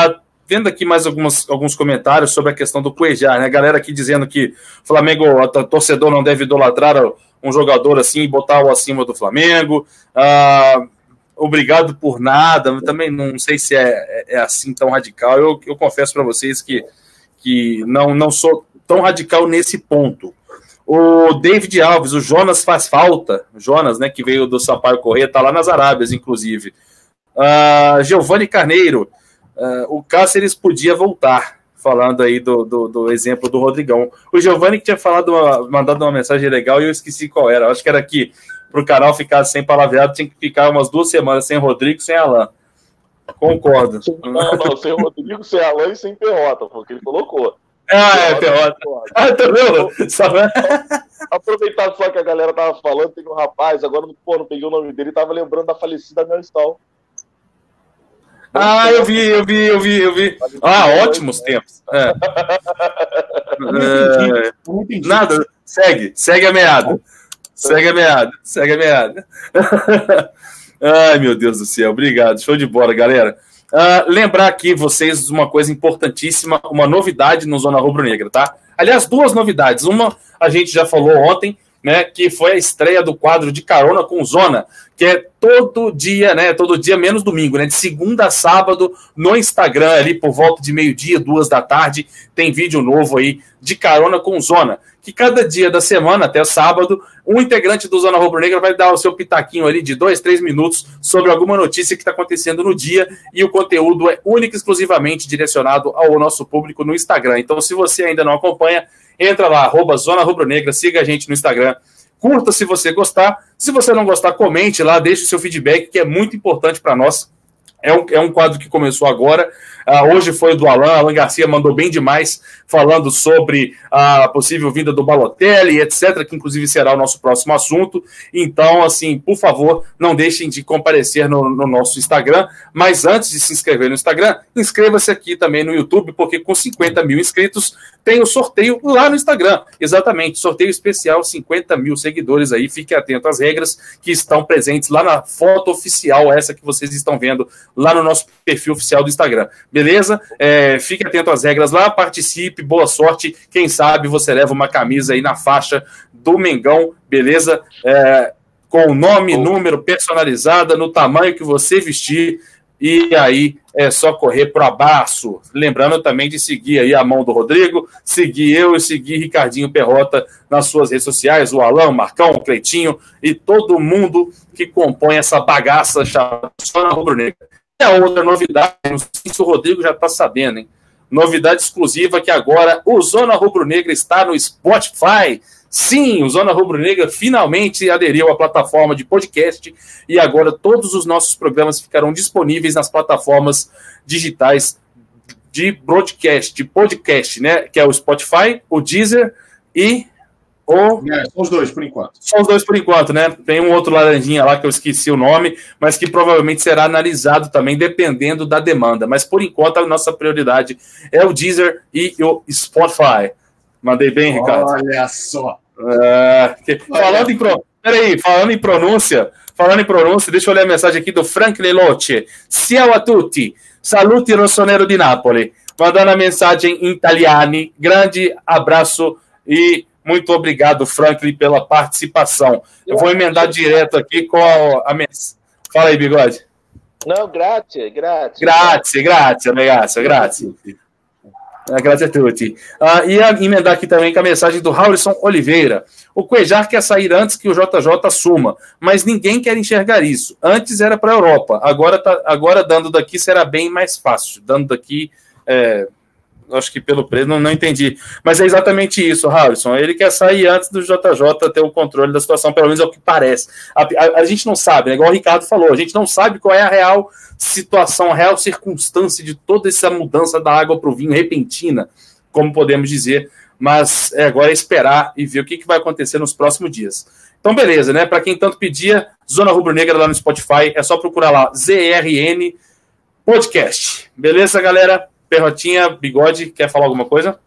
vendo aqui mais algumas, alguns comentários sobre a questão do Cuejá, né? A galera aqui dizendo que o Flamengo, o torcedor não deve idolatrar um jogador assim e botar-o acima do Flamengo. Ah, obrigado por nada. Também não sei se é, é assim tão radical. Eu, eu confesso para vocês que, que não, não sou tão radical nesse ponto. O David Alves, o Jonas faz falta. O Jonas, né, que veio do Sampaio Corrêa, está lá nas Arábias, inclusive. Uh, Giovanni Carneiro, uh, o Cáceres podia voltar, falando aí do, do, do exemplo do Rodrigão. O Giovanni que tinha falado uma, mandado uma mensagem legal e eu esqueci qual era. Acho que era que para o canal ficar sem palavreado tinha que ficar umas duas semanas sem Rodrigo, sem Alain. Concordo. Não, não, sem Rodrigo, sem Alain e sem Perrota, porque ele colocou. Ah, é, Perrota. Ah, tá vendo? Aproveitado só que a galera tava falando, tem um rapaz, agora pô, não peguei o nome dele, tava lembrando da falecida Mel Stahl. Ah, eu vi, eu vi, eu vi, eu vi. Ah, ótimos tempos. É. É... Nada, segue, segue a meada. Segue a meada, segue a meada. Ai, meu Deus do céu, obrigado. Show de bola, galera. Uh, lembrar aqui vocês uma coisa importantíssima, uma novidade no Zona Rubro Negra, tá? Aliás, duas novidades. Uma, a gente já falou ontem, né, que foi a estreia do quadro de Carona com Zona, que é todo dia, né, todo dia menos domingo, né, de segunda a sábado no Instagram, ali por volta de meio-dia, duas da tarde, tem vídeo novo aí de Carona com Zona, que cada dia da semana, até sábado, um integrante do Zona Rubro Negra vai dar o seu pitaquinho ali de dois, três minutos sobre alguma notícia que está acontecendo no dia, e o conteúdo é único e exclusivamente direcionado ao nosso público no Instagram. Então, se você ainda não acompanha, entra lá, arroba Zona Rubro Negra, siga a gente no Instagram, curta se você gostar, se você não gostar, comente lá, deixe o seu feedback, que é muito importante para nós. É um, é um quadro que começou agora, uh, hoje foi o do Alan, Alan Garcia mandou bem demais, falando sobre a possível vinda do Balotelli, etcétera, que inclusive será o nosso próximo assunto. Então, assim, por favor, não deixem de comparecer no, no nosso Instagram, mas antes de se inscrever no Instagram, inscreva-se aqui também no YouTube, porque com cinquenta mil inscritos tem o sorteio lá no Instagram, exatamente, sorteio especial, cinquenta mil seguidores aí, fique atento às regras que estão presentes lá na foto oficial, essa que vocês estão vendo lá no nosso perfil oficial do Instagram, beleza? É, fique atento às regras lá, participe, boa sorte, quem sabe você leva uma camisa aí na faixa do Mengão, beleza? É, com nome, número, personalizada, no tamanho que você vestir, e aí é só correr pro abraço. Lembrando também de seguir aí a mão do Rodrigo, seguir eu e seguir Ricardinho Perrota nas suas redes sociais, o Alan, o Marcão, o Cleitinho e todo mundo que compõe essa bagaça chamada Zona Rubro Negra. E a outra novidade, não sei se o Rodrigo já está sabendo, hein? Novidade exclusiva que agora o Zona Rubro Negra está no Spotify. Sim, o Zona Rubro Negra finalmente aderiu à plataforma de podcast e agora todos os nossos programas ficarão disponíveis nas plataformas digitais de broadcast, de podcast, né? Que é o Spotify, o Deezer e o... É, são os dois, por enquanto. São os dois por enquanto, né? Tem um outro laranjinha lá que eu esqueci o nome, mas que provavelmente será analisado também, dependendo da demanda. Mas, por enquanto, a nossa prioridade é o Deezer e o Spotify. Mandei bem, Ricardo? Olha só. É, que, falando, em pro, peraí, falando em pronúncia, falando em pronúncia, deixa eu ler a mensagem aqui do Frank Leloce. Ciao a tutti, saluti rossonero di Napoli. Mandando a mensagem em italiano. Grande abraço e muito obrigado, Franklin, pela participação. Eu vou emendar direto aqui com a, a mensagem. Fala aí, Bigode. Não, grazie, grazie. Grazie, grazie, ragazzi, grazie. Grazie a tutti. Uh, e a emendar aqui também com a mensagem do Raulison Oliveira. O Cuejar quer sair antes que o J J assuma, mas ninguém quer enxergar isso. Antes era para a Europa, agora, tá, agora dando daqui será bem mais fácil. Dando daqui, é, acho que pelo preço, não, não entendi. Mas é exatamente isso, Raulison. Ele quer sair antes do J J ter o controle da situação, pelo menos é o que parece. A, a, a gente não sabe, né? Igual o Ricardo falou, a gente não sabe qual é a real situação, a real circunstância de toda essa mudança da água para o vinho repentina, como podemos dizer, mas é, agora é esperar e ver o que, que vai acontecer nos próximos dias. Então, beleza, né? Para quem tanto pedia, Zona Rubro Negra lá no Spotify, é só procurar lá, Z R N Podcast. Beleza, galera? Perrotinha, Bigode, quer falar alguma coisa?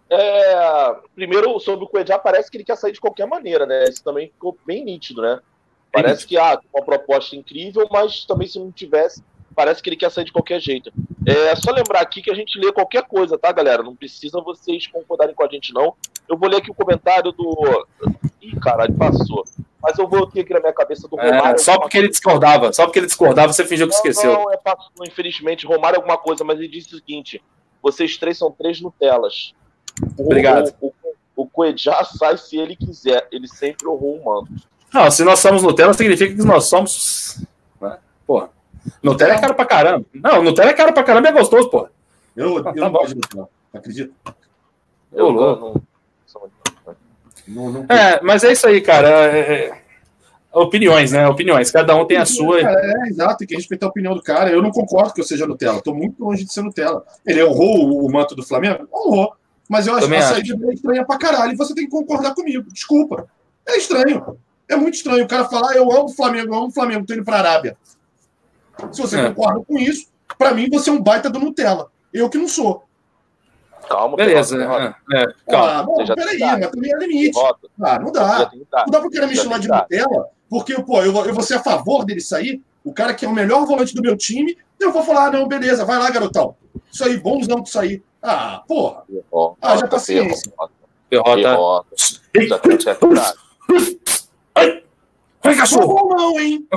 É, primeiro, sobre o Cuejá, parece que ele quer sair de qualquer maneira, né? Isso também ficou bem nítido, né? Parece que há ah, uma proposta incrível, mas também se não tivesse, parece que ele quer sair de qualquer jeito. É só lembrar aqui que a gente lê qualquer coisa, tá, galera? Não precisa vocês concordarem com a gente, não. Eu vou ler aqui o comentário do... Ih, caralho, passou. Mas eu vou ter aqui na minha cabeça do Romário. É, só porque ele discordava. Só porque ele discordava, você fingiu que não, esqueceu. Não, é passou, infelizmente. Romário é alguma coisa, mas ele disse o seguinte: vocês três são três Nutelas. Obrigado. O, o, o, o Cuejá sai se ele quiser. Ele sempre honrou o manto. Não, se nós somos Nutella, significa que nós somos... Porra. Nutella é caro pra caramba. Não, Nutella é caro pra caramba e é gostoso, porra. Eu, eu Ah, tá não bom. gosto de Nutella, acredita? Eu Ô, não, louco. não, Não, não É, mas é isso aí, cara. É, é, opiniões, né? Opiniões. Cada um tem a sua. Cara, é, exato, tem que respeitar a opinião do cara. Eu não concordo que eu seja Nutella. Estou muito longe de ser Nutella. Ele honrou o, o manto do Flamengo? Honrou. Mas eu acho Também a acho. saída dele é estranha pra caralho. E você tem que concordar comigo. Desculpa. É estranho. É muito estranho. O cara falar, ah, eu amo o Flamengo, eu amo o Flamengo, tô indo pra Arábia. Se você É. concorda com isso, pra mim você é um baita do Nutella. Eu que não sou. Calma, Beleza. derrota, É, é, calma. Ah, bom, Você já peraí, tem mas também é limite. derrota. Ah, não Você já dá. tem que dar. Não dá pro cara me Já chamar tem de que dar. Nutella, porque, pô, eu, vou- eu vou ser a favor dele sair, o cara que é o melhor volante do meu time, eu vou falar, ah, não, beleza, vai lá, garotão. Isso aí, bonzão disso aí. Ah, porra. Derrota, Ah, já paciência. derrota, Derrota. derrota. Já tem certo idade. Ai, ai, Não cachorro! bom não, hein?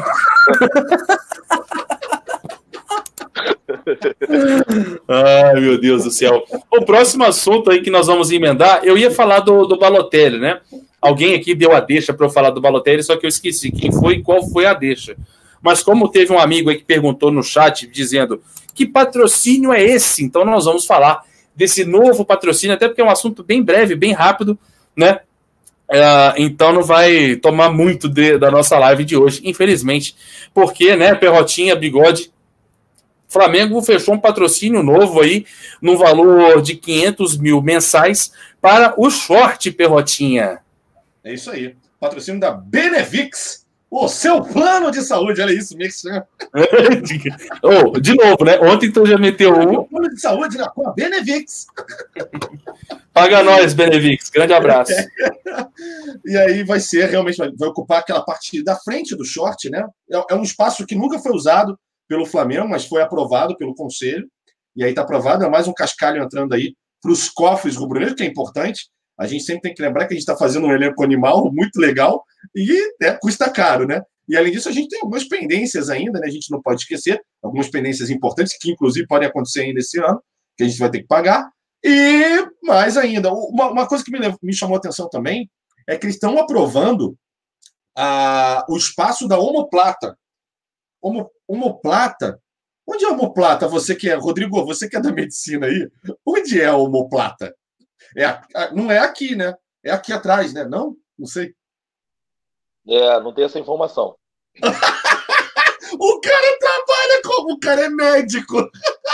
Ai, meu Deus do céu. O próximo assunto aí que nós vamos emendar, eu ia falar do, do Balotelli, né? Alguém aqui deu a deixa para eu falar do Balotelli, só que eu esqueci quem foi e qual foi a deixa. Mas como teve um amigo aí que perguntou no chat, dizendo que patrocínio é esse? Então nós vamos falar desse novo patrocínio, até porque é um assunto bem breve, bem rápido, né? É, então não vai tomar muito de, da nossa live de hoje, infelizmente. Porque, né, Perrotinha, Bigode, Flamengo fechou um patrocínio novo aí, no valor de quinhentos mil mensais, para o short, Perrotinha. É isso aí. Patrocínio da Benevix, o seu plano de saúde. Olha isso, Mexan. Oh, de novo, né? Ontem tu já meteu um. O plano de saúde na com a Benevix. Paga nós, Benevix. Grande abraço. E aí vai ser, realmente, vai, vai ocupar aquela parte da frente do short, né? É, é um espaço que nunca foi usado pelo Flamengo, mas foi aprovado pelo Conselho. E aí está aprovado, é mais um cascalho entrando aí para os cofres rubro-negros, que é importante. A gente sempre tem que lembrar que a gente está fazendo um elenco animal muito legal e né, custa caro, né? E além disso, a gente tem algumas pendências ainda, né? A gente não pode esquecer, algumas pendências importantes, que inclusive podem acontecer ainda esse ano, que a gente vai ter que pagar. E mais ainda, uma, uma coisa que me, me chamou a atenção também é que eles estão aprovando a, o espaço da omoplata. Homo, omoplata? Onde é a omoplata? Você que é, Rodrigo, você que é da medicina aí, onde é a omoplata? É a, a, não é aqui, né? É aqui atrás, né? Não? Não sei. É, não tem essa informação. O cara trabalha como? O cara é médico.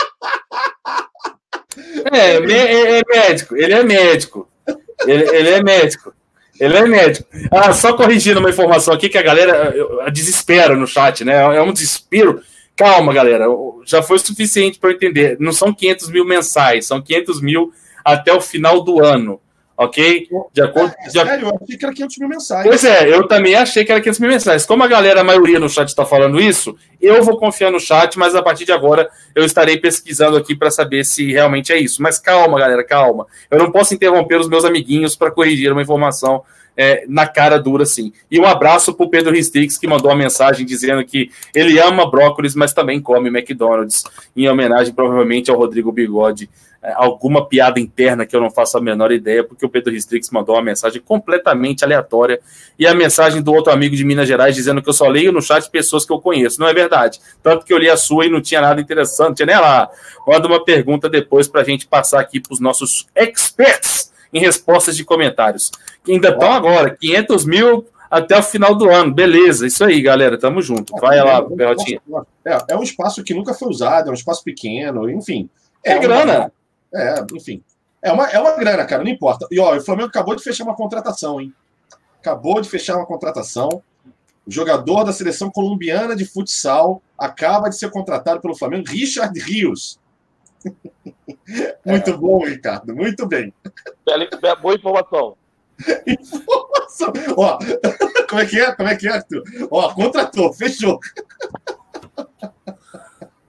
É, é, é médico. Ele é médico. Ele, ele é médico. Ele é médico. Ah, só corrigindo uma informação aqui que a galera a desespera no chat, né? É um desespero. Calma, galera. Já foi suficiente para eu entender. Não são quinhentos mil mensais, são quinhentos mil até o final do ano. Ok? De acordo. É, de... sério, eu achei que era quinhentos mil mensais. Pois é, eu também achei que era quinhentos mil mensais. Como a galera, a maioria no chat está falando isso, eu vou confiar no chat, mas a partir de agora eu estarei pesquisando aqui para saber se realmente é isso. Mas calma, galera, calma. Eu não posso interromper os meus amiguinhos para corrigir uma informação é, na cara dura, assim. E um abraço para o Pedro Ristrix, que mandou uma mensagem dizendo que ele ama brócolis, mas também come McDonald's, em homenagem provavelmente ao Rodrigo Bigode. Alguma piada interna que eu não faço a menor ideia, porque o Pedro Ristrix mandou uma mensagem completamente aleatória, e a mensagem do outro amigo de Minas Gerais dizendo que eu só leio no chat pessoas que eu conheço. Não é verdade. Tanto que eu li a sua e não tinha nada interessante, não tinha nem lá. Manda uma pergunta depois para a gente passar aqui para os nossos experts em respostas de comentários, que ainda estão agora, quinhentos mil até o final do ano. Beleza, isso aí, galera, tamo junto. Vai lá, Perrotinha. É, é um espaço que nunca foi usado, é um espaço pequeno, enfim. É, é grana. Uma... É, enfim. É uma, é uma grana, cara, não importa. E ó, o Flamengo acabou de fechar uma contratação, hein? Acabou de fechar uma contratação. O jogador da seleção colombiana de futsal acaba de ser contratado pelo Flamengo, Richard Rios. Muito é. bom, Ricardo, muito bem. Boa informação. Informação. Ó, como é que é? Como é que é, Arthur? Ó, contratou, fechou.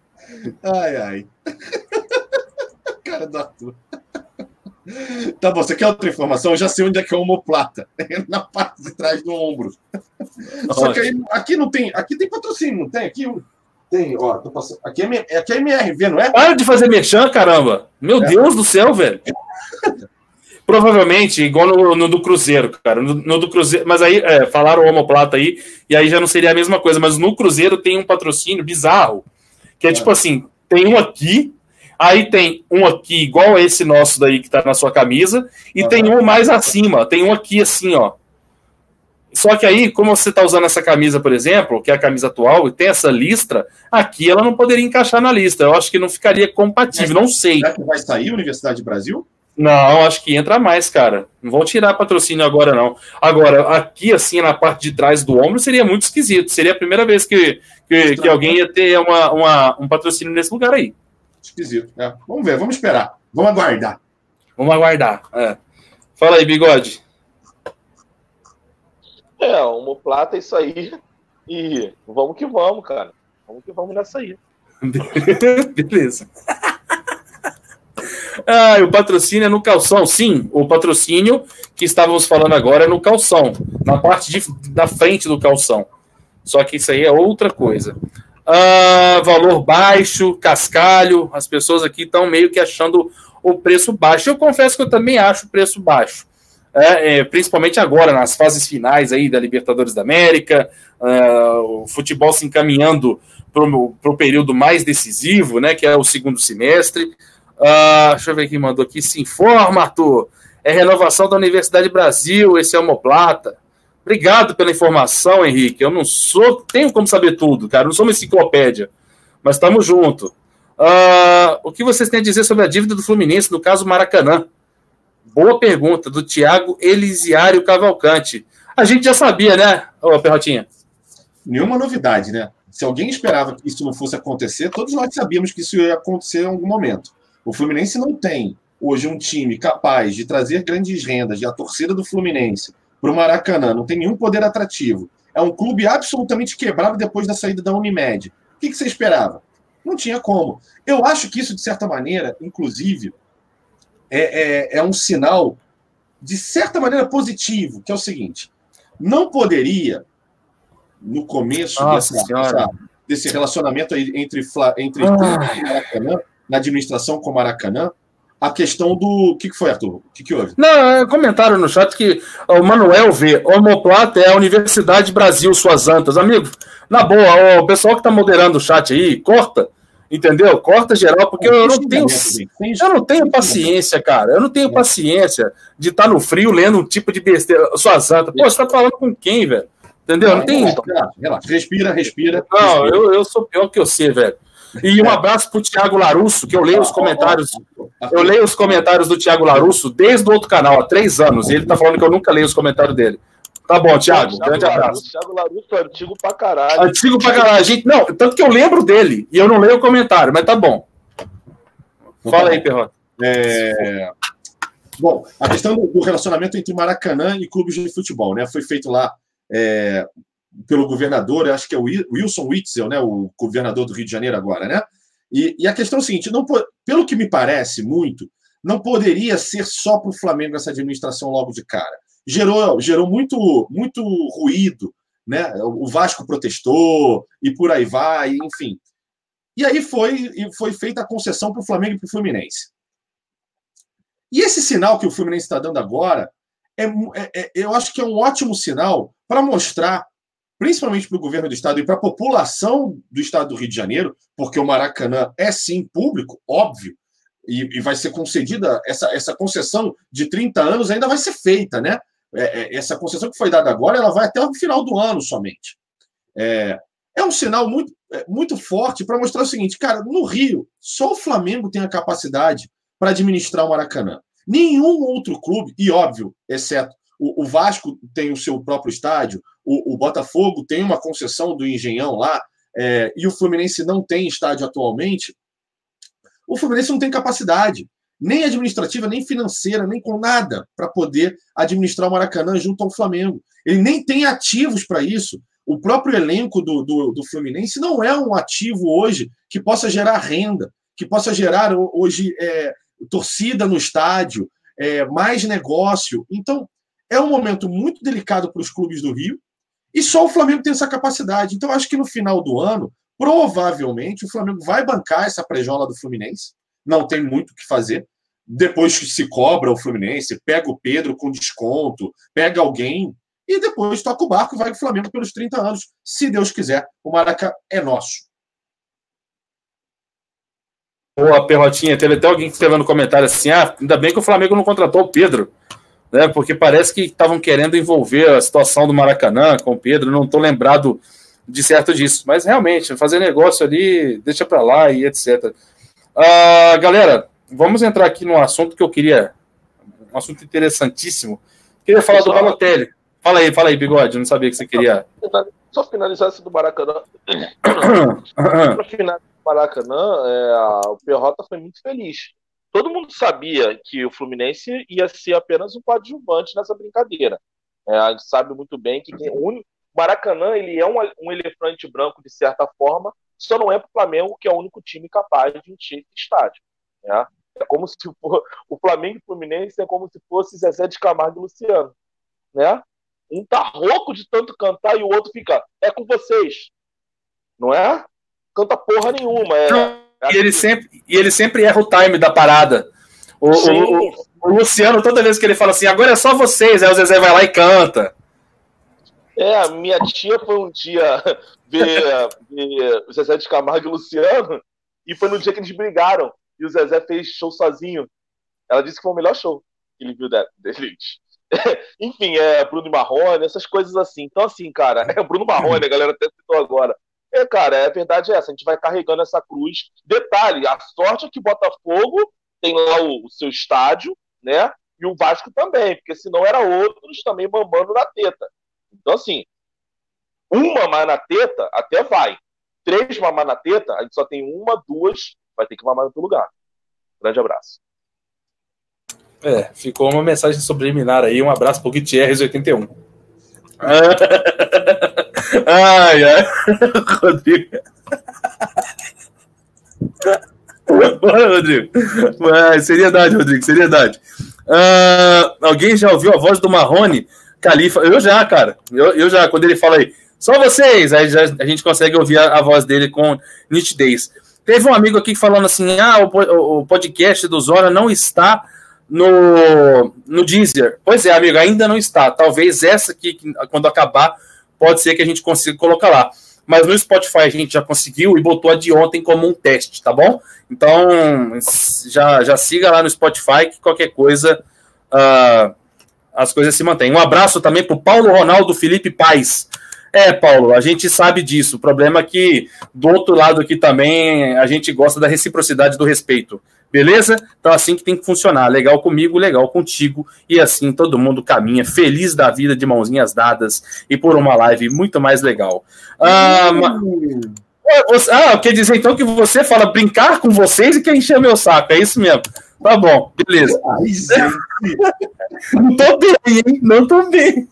Ai, ai. Cara do Arthur. Tá bom, você quer outra informação? Eu já sei onde é que é a omoplata. É na parte de trás do ombro. Só que aí, aqui não tem. Aqui tem patrocínio, não tem? Aqui tem, ó, tô passando. Aqui é, aqui é M R V, não é? Para de fazer merchan, caramba! Meu é. Deus do céu, velho! Provavelmente, igual no, no do Cruzeiro, cara. No, no do Cruzeiro, mas aí é, falaram omoplata aí, e aí já não seria a mesma coisa. Mas no Cruzeiro tem um patrocínio bizarro, que é, é. tipo assim: tem um aqui. Aí tem um aqui, igual a esse nosso daí que tá na sua camisa, e uhum. tem um mais acima, tem um aqui assim, ó. Só que aí, como você tá usando essa camisa, por exemplo, que é a camisa atual, e tem essa listra, aqui ela não poderia encaixar na lista. Eu acho que não ficaria compatível, não sei. Será que vai sair a Universidade de Brasil? Não, acho que entra mais, cara. Não vão tirar patrocínio agora, não. Agora, aqui, assim, na parte de trás do ombro, seria muito esquisito. Seria a primeira vez que, que, que alguém ia ter uma, uma, um patrocínio nesse lugar aí. Esquisito. É. Vamos ver, vamos esperar. Vamos aguardar. Vamos aguardar. É. Fala aí, Bigode. É, omoplata é isso aí. E vamos que vamos, cara. Vamos que vamos nessa aí. Beleza. Ah, o patrocínio é no calção. Sim, o patrocínio que estávamos falando agora é no calção. Na parte de, da frente do calção. Só que isso aí é outra coisa. Ah, valor baixo, cascalho, as pessoas aqui estão meio que achando o preço baixo. Eu confesso que eu também acho o preço baixo, é, é, principalmente agora, nas fases finais aí da Libertadores da América, uh, o futebol se encaminhando para o período mais decisivo, né, que é o segundo semestre. Uh, deixa eu ver quem mandou aqui. Se informa, Arthur. É renovação da Universidade Brasil, esse é omoplata. Obrigado pela informação, Henrique. Eu não sou, tenho como saber tudo, cara. Eu não sou uma enciclopédia, mas estamos juntos. Uh, o que vocês têm a dizer sobre a dívida do Fluminense, no caso Maracanã? Boa pergunta, do Thiago Elisiário Cavalcante. A gente já sabia, né, ô Perrotinha? Nenhuma novidade, né? Se alguém esperava que isso não fosse acontecer, todos nós sabíamos que isso ia acontecer em algum momento. O Fluminense não tem hoje um time capaz de trazer grandes rendas, e a torcida do Fluminense para o Maracanã, não tem nenhum poder atrativo. É um clube absolutamente quebrado depois da saída da Unimed. O que, que você esperava? Não tinha como. Eu acho que isso, de certa maneira, inclusive, é, é, é um sinal, de certa maneira, positivo, que é o seguinte: não poderia, no começo dessa, dessa, desse relacionamento entre, entre ah. e Maracanã, na administração com o Maracanã, a questão do... O que foi, Arthur? O que, que houve? Não, é comentaram no chat que o Manuel vê, omoplata é a Universidade Brasil, suas antas. Amigo, na boa, o pessoal que tá moderando o chat aí, corta, entendeu? Corta geral, porque eu não tenho... Eu não tenho paciência, cara. Eu não tenho paciência de estar no frio lendo um tipo de besteira, suas antas. Pô, você tá falando com quem, velho? Entendeu? Não tem... Relaxa, relaxa. Respira, respira. Não, eu, eu sou pior que você, velho. E um abraço pro Thiago Larusso, que eu leio os comentários. Eu leio os comentários do Thiago Larusso desde o outro canal, há três anos. E ele tá falando que eu nunca leio os comentários dele. Tá bom, Thiago. Thiago grande Larusso, abraço. Thiago Larusso é antigo pra caralho. Antigo pra caralho. Gente, não, tanto que eu lembro dele e eu não leio o comentário, mas tá bom. Fala aí, Perrota. É... Bom, a questão do relacionamento entre Maracanã e clubes de futebol, né? Foi feito lá é, pelo governador, acho que é o Wilson Witzel, né? O governador do Rio de Janeiro agora, né? E, e a questão é a seguinte: não, pelo que me parece muito, não poderia ser só para o Flamengo essa administração logo de cara. Gerou, gerou muito, muito ruído, né? O Vasco protestou e por aí vai, enfim. E aí foi, foi feita a concessão para o Flamengo e para o Fluminense. E esse sinal que o Fluminense está dando agora, é, é, eu acho que é um ótimo sinal para mostrar, principalmente para o governo do Estado e para a população do Estado do Rio de Janeiro, porque o Maracanã é sim público, óbvio, e, e vai ser concedida, essa, essa concessão de trinta anos ainda vai ser feita, né? É, é, essa concessão que foi dada agora, ela vai até o final do ano somente. É, é um sinal muito, muito forte para mostrar o seguinte, cara, no Rio, só o Flamengo tem a capacidade para administrar o Maracanã. Nenhum outro clube, e óbvio, exceto o, o Vasco tem o seu próprio estádio, o, o Botafogo tem uma concessão do Engenhão lá, é, e o Fluminense não tem estádio atualmente, o Fluminense não tem capacidade, nem administrativa, nem financeira, nem com nada, para poder administrar o Maracanã junto ao Flamengo. Ele nem tem ativos para isso. O próprio elenco do, do, do Fluminense não é um ativo hoje que possa gerar renda, que possa gerar hoje é, torcida no estádio, é, mais negócio. Então, é um momento muito delicado para os clubes do Rio e só o Flamengo tem essa capacidade. Então, acho que no final do ano, provavelmente, o Flamengo vai bancar essa prejola do Fluminense. Não tem muito o que fazer. Depois que se cobra o Fluminense, pega o Pedro com desconto, pega alguém e depois toca o barco e vai para o Flamengo pelos trinta anos. Se Deus quiser, o Maraca é nosso. Boa, Perrotinha. Teve até alguém que escreveu no comentário assim, ah, ainda bem que o Flamengo não contratou o Pedro, né? Porque parece que estavam querendo envolver a situação do Maracanã com o Pedro. Não estou lembrado de certo disso. Mas realmente, fazer negócio ali, deixa para lá e etcétera. Ah, galera, vamos entrar aqui num assunto que eu queria... Um assunto interessantíssimo. Queria falar Pessoal, do Balotelli. Fala aí, fala aí, Bigode. Eu não sabia que você queria... Só finalizar esse do Maracanã. Para finalizar o Maracanã, é, o Perrota foi muito feliz. Todo mundo sabia que o Fluminense ia ser apenas um coadjuvante nessa brincadeira. É, a gente sabe muito bem que o Maracanã ele é um, um elefante branco, de certa forma, só não é para o Flamengo, que é o único time capaz de encher esse estádio. Né? É como se for, o Flamengo e o Fluminense é como se fosse Zezé de Camargo e Luciano. Né? Um tá rouco de tanto cantar e o outro fica, é com vocês. Não é? Canta porra nenhuma. É, é e, ele sempre, e ele sempre erra o time da parada. O, o, o, o Luciano, toda vez que ele fala assim, agora é só vocês, aí o Zezé vai lá e canta. É, minha tia foi um dia ver, ver o Zezé de Camargo e o Luciano e foi no dia que eles brigaram e o Zezé fez show sozinho. Ela disse que foi o melhor show que ele viu deles. Enfim, é Bruno Marrone, essas coisas assim. Então, assim, cara, é Bruno Marrone, a galera até citou agora. É, cara, a verdade é essa, a gente vai carregando essa cruz. Detalhe, a sorte é que Botafogo tem lá o, o seu estádio, né? E o Vasco também, porque senão era outros também mamando na teta. Então, assim, um mamar na teta até vai. Três mamar na teta, a gente só tem uma, duas, vai ter que mamar em outro lugar. Grande abraço. É, ficou uma mensagem subliminar aí. Um abraço pro Gutierrez oitenta e um. Ai, ai. Rodrigo. Bora, Rodrigo. Mas, seriedade, Rodrigo, seriedade. Uh, alguém já ouviu a voz do Marrone Califa? Eu já, cara. Eu, eu já, quando ele fala aí, só vocês, aí já, a gente consegue ouvir a, a voz dele com nitidez. Teve um amigo aqui falando assim, ah, o, o podcast do Zona não está no, no Deezer. Pois é, amigo, ainda não está. Talvez essa aqui, quando acabar, pode ser que a gente consiga colocar lá. Mas no Spotify a gente já conseguiu e botou a de ontem como um teste, tá bom? Então, já, já siga lá no Spotify que qualquer coisa, uh, as coisas se mantêm. Um abraço também pro Paulo Ronaldo Felipe Paes. É, Paulo, a gente sabe disso. O problema é que do outro lado aqui também a gente gosta da reciprocidade do respeito. Beleza? Então assim que tem que funcionar. Legal comigo, legal contigo. E assim todo mundo caminha feliz da vida, de mãozinhas dadas e por uma live muito mais legal. Ah, hum. você, ah quer dizer então que você fala brincar com vocês e quer encher meu saco. É isso mesmo. Tá bom, beleza. Ai, não tô bem, hein? Não tô bem.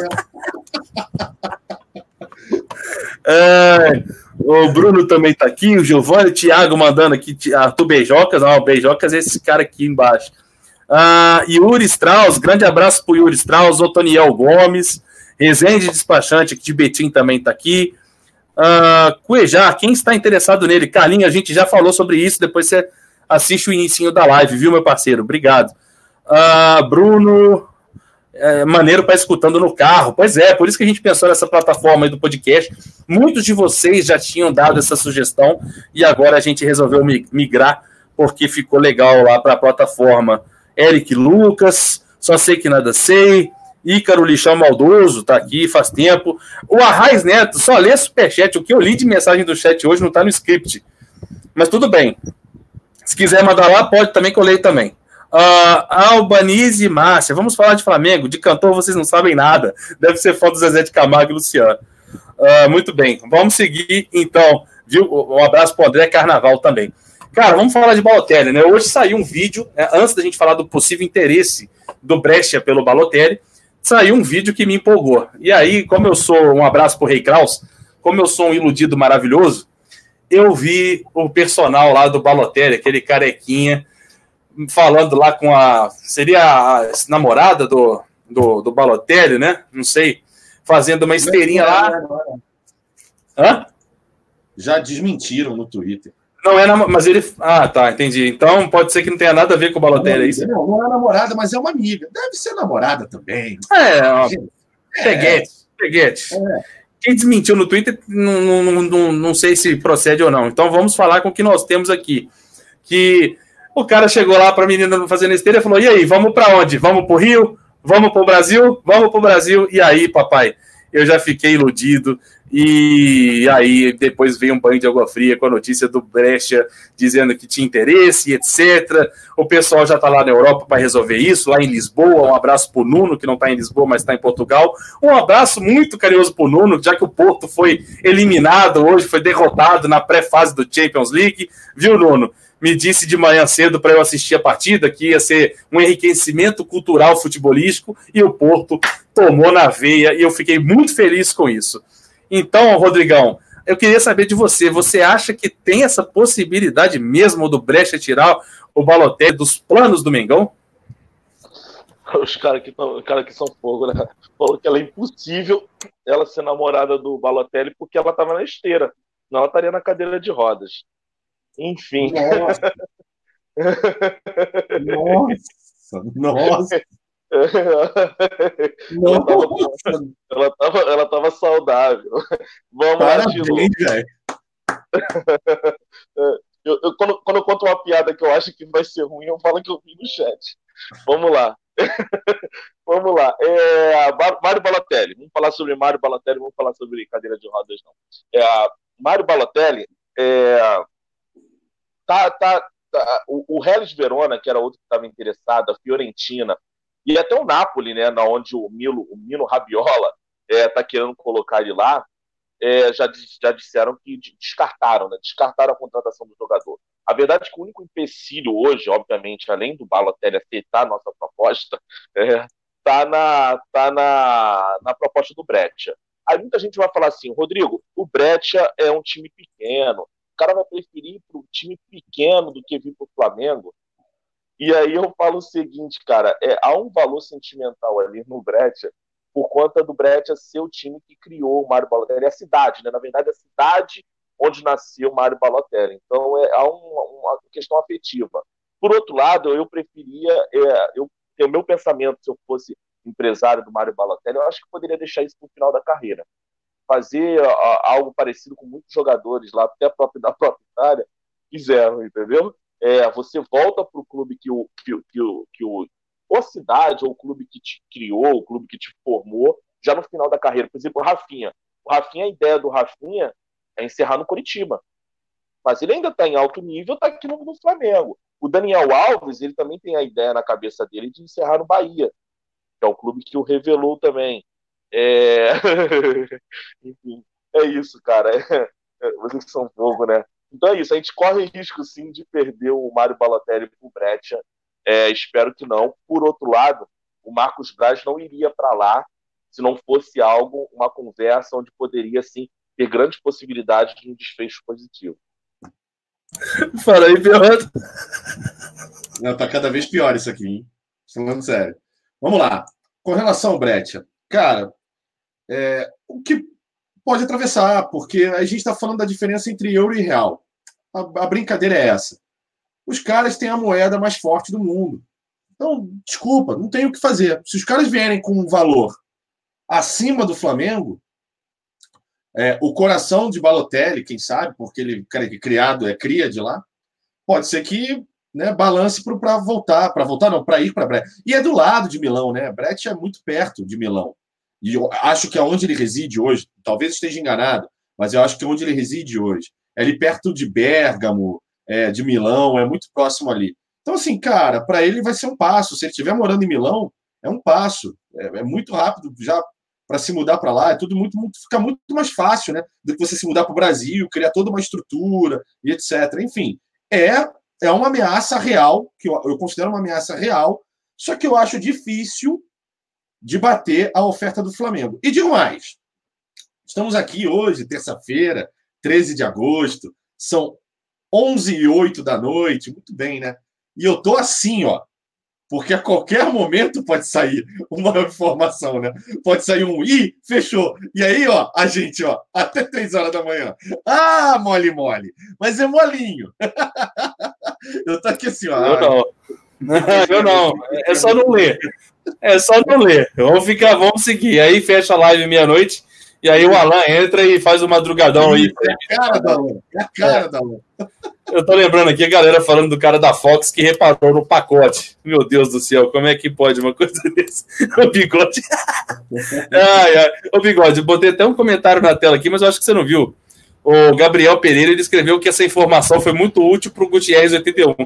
É. É, o Bruno também tá aqui, o Giovanni, o Thiago mandando aqui, Arthur Beijocas, ah, o Beijocas é esse cara aqui embaixo. Ah, Yuri Strauss, grande abraço pro Yuri Strauss, Otoniel Gomes, Rezende Despachante aqui de Betim também tá aqui. Ah, Cuejar, quem está interessado nele? Carlinhos, a gente já falou sobre isso, depois você assiste o inicinho da live, viu, meu parceiro? Obrigado. Ah, Bruno, é, maneiro para escutando no carro. Pois é, por isso que a gente pensou nessa plataforma aí do podcast. Muitos de vocês já tinham dado essa sugestão e agora a gente resolveu migrar porque ficou legal lá para a plataforma. Eric Lucas, Só Sei Que Nada Sei, Ícaro Lixão Maldoso, tá aqui faz tempo. O Arraiz Neto, só lê superchat. O que eu li de mensagem do chat hoje não tá no script. Mas tudo bem. Se quiser mandar lá, pode também, que eu leio também. Uh, Albanize e Márcia, vamos falar de Flamengo. De cantor vocês não sabem nada. Deve ser foto do Zezé de Camargo e Luciano. Uh, muito bem, vamos seguir então. Viu? Um abraço para o André Carnaval também. Cara, vamos falar de Balotelli, né? Hoje saiu um vídeo, né, antes da gente falar do possível interesse do Brescia pelo Balotelli, saiu um vídeo que me empolgou. E aí, como eu sou, um abraço pro Rei Kraus, como eu sou um iludido maravilhoso, eu vi o personal lá do Balotelli, aquele carequinha, falando lá com a... Seria a namorada do, do, do Balotelli, né? Não sei. Fazendo uma esteirinha lá. Hã? Já desmentiram no Twitter. Não é namorada, mas ele... Ah, tá, entendi. Então pode ser que não tenha nada a ver com o Balotelli, é isso? Não, não é namorada, mas é uma amiga. Deve ser namorada também. É, ó, peguete, peguete. É. Quem desmentiu no Twitter, não, não, não, não sei se procede ou não. Então vamos falar com o que nós temos aqui. Que o cara chegou lá para a menina fazendo esteira e falou, e aí, vamos para onde? Vamos para o Rio? Vamos para o Brasil? Vamos para o Brasil. E aí, papai, eu já fiquei iludido. E aí depois veio um banho de água fria com a notícia do Brescia dizendo que tinha interesse, etcétera. O pessoal já está lá na Europa para resolver isso, lá em Lisboa. Um abraço para o Nuno, que não está em Lisboa, mas está em Portugal. Um abraço muito carinhoso para o Nuno, já que o Porto foi eliminado hoje, foi derrotado na pré-fase do Champions League. Viu, Nuno? Me disse de manhã cedo para eu assistir a partida que ia ser um enriquecimento cultural futebolístico e o Porto tomou na veia e eu fiquei muito feliz com isso. Então, Rodrigão, eu queria saber de você. Você acha que tem essa possibilidade mesmo do Brescia tirar o Balotelli dos planos do Mengão? Os caras que, cara que são fogo, né? Falou que ela é impossível ela ser namorada do Balotelli porque ela estava na esteira. Não, ela estaria na cadeira de rodas. Enfim. Nossa! Nossa! Nossa! Ela estava ela tava saudável. Vamos Parabéns, lá, velho. eu, eu, quando, quando eu conto uma piada que eu acho que vai ser ruim, eu falo que eu vi no chat. Vamos lá. Vamos lá. É, Mário Balotelli. Vamos falar sobre Mário Balotelli, vamos falar sobre cadeira de rodas, não. É, Mário Balotelli é, tá, tá, tá, o, o Hellas Verona, que era outro que estava interessado, a Fiorentina, e até o Napoli, né, na onde o Milo, o Mino Rabbiola está é, querendo colocar ele lá, é, já, já disseram que descartaram, né, descartaram a contratação do jogador. A verdade é que o único empecilho hoje, obviamente, além do Balotelli aceitar a nossa proposta, é, tá, na, tá na, na proposta do Brescia. Aí muita gente vai falar assim, Rodrigo, o Brescia é um time pequeno, o cara vai preferir ir para um time pequeno do que vir para o Flamengo. E aí eu falo o seguinte, cara, é, há um valor sentimental ali no Brescia por conta do Brescia ser o time que criou o Mário Balotelli, a cidade, né? Na verdade, a cidade onde nasceu o Mário Balotelli. Então, é, há uma, uma questão afetiva. Por outro lado, eu preferia, é, eu, o meu pensamento, se eu fosse empresário do Mário Balotelli, eu acho que poderia deixar isso para o final da carreira. Fazer a, algo parecido com muitos jogadores lá, até a própria, da própria Itália, fizeram, entendeu? É, você volta para o clube que o, que, que, o, que o ou cidade, ou o clube que te criou, o clube que te formou, já no final da carreira. Por exemplo, o Rafinha. O Rafinha, a ideia do Rafinha é encerrar no Coritiba. Mas ele ainda está em alto nível, está aqui no, no Flamengo. O Daniel Alves, ele também tem a ideia na cabeça dele de encerrar no Bahia, que é o clube que o revelou também. É... Enfim, é isso, cara. É... Vocês são fogo, né? Então é isso, a gente corre risco sim de perder o Mário Balotelli para o Brescia. É, espero que não. Por outro lado, o Marcos Braz não iria para lá se não fosse algo, uma conversa onde poderia sim ter grande possibilidade de um desfecho positivo. Fala aí, pior. Não, tá cada vez pior isso aqui, hein? Falando sério. Vamos lá. Com relação ao Brescia, cara, é, o que pode atravessar, porque a gente está falando da diferença entre euro e real. A, a brincadeira é essa. Os caras têm a moeda mais forte do mundo. Então, desculpa, não tem o que fazer. Se os caras vierem com um valor acima do Flamengo, é, o coração de Balotelli, quem sabe, porque ele é criado, é cria de lá, pode ser que, né, balance para voltar, para voltar não, para ir para Brescia. E é do lado de Milão, né? Brescia é muito perto de Milão. E eu acho que é onde ele reside hoje, talvez esteja enganado, mas eu acho que é onde ele reside hoje. É ali perto de Bérgamo, é, de Milão, é muito próximo ali. Então, assim, cara, para ele vai ser um passo. Se ele estiver morando em Milão, é um passo. É, é muito rápido já para se mudar para lá. É tudo muito, muito, fica muito mais fácil, né? Do que você se mudar para o Brasil, criar toda uma estrutura e etcétera. Enfim, é, é uma ameaça real, que eu, eu considero uma ameaça real, só que eu acho difícil de bater a oferta do Flamengo. E digo mais, estamos aqui hoje, terça-feira, treze de agosto, são onze e oito da noite, muito bem, né? E eu tô assim, ó, porque a qualquer momento pode sair uma informação, né? Pode sair um "ih, fechou". E aí, ó, a gente, ó, até três horas da manhã. Ah, mole, mole. Mas é molinho. Eu tô aqui assim, ó. Eu não. Eu não. É só não ler. É só não ler. Vamos ficar, vamos seguir. Aí fecha a live meia-noite. E aí o Alan entra e faz o madrugadão aí. É a cara da Alan. É a cara da Alan. Eu tô lembrando aqui a galera falando do cara da Fox que reparou no pacote. Meu Deus do céu, como é que pode uma coisa desse? O Bigode. Ai, ai. Ô, Bigode, eu botei até um comentário na tela aqui, mas eu acho que você não viu. O Gabriel Pereira, ele escreveu que essa informação foi muito útil pro Gutierrez oitenta e um.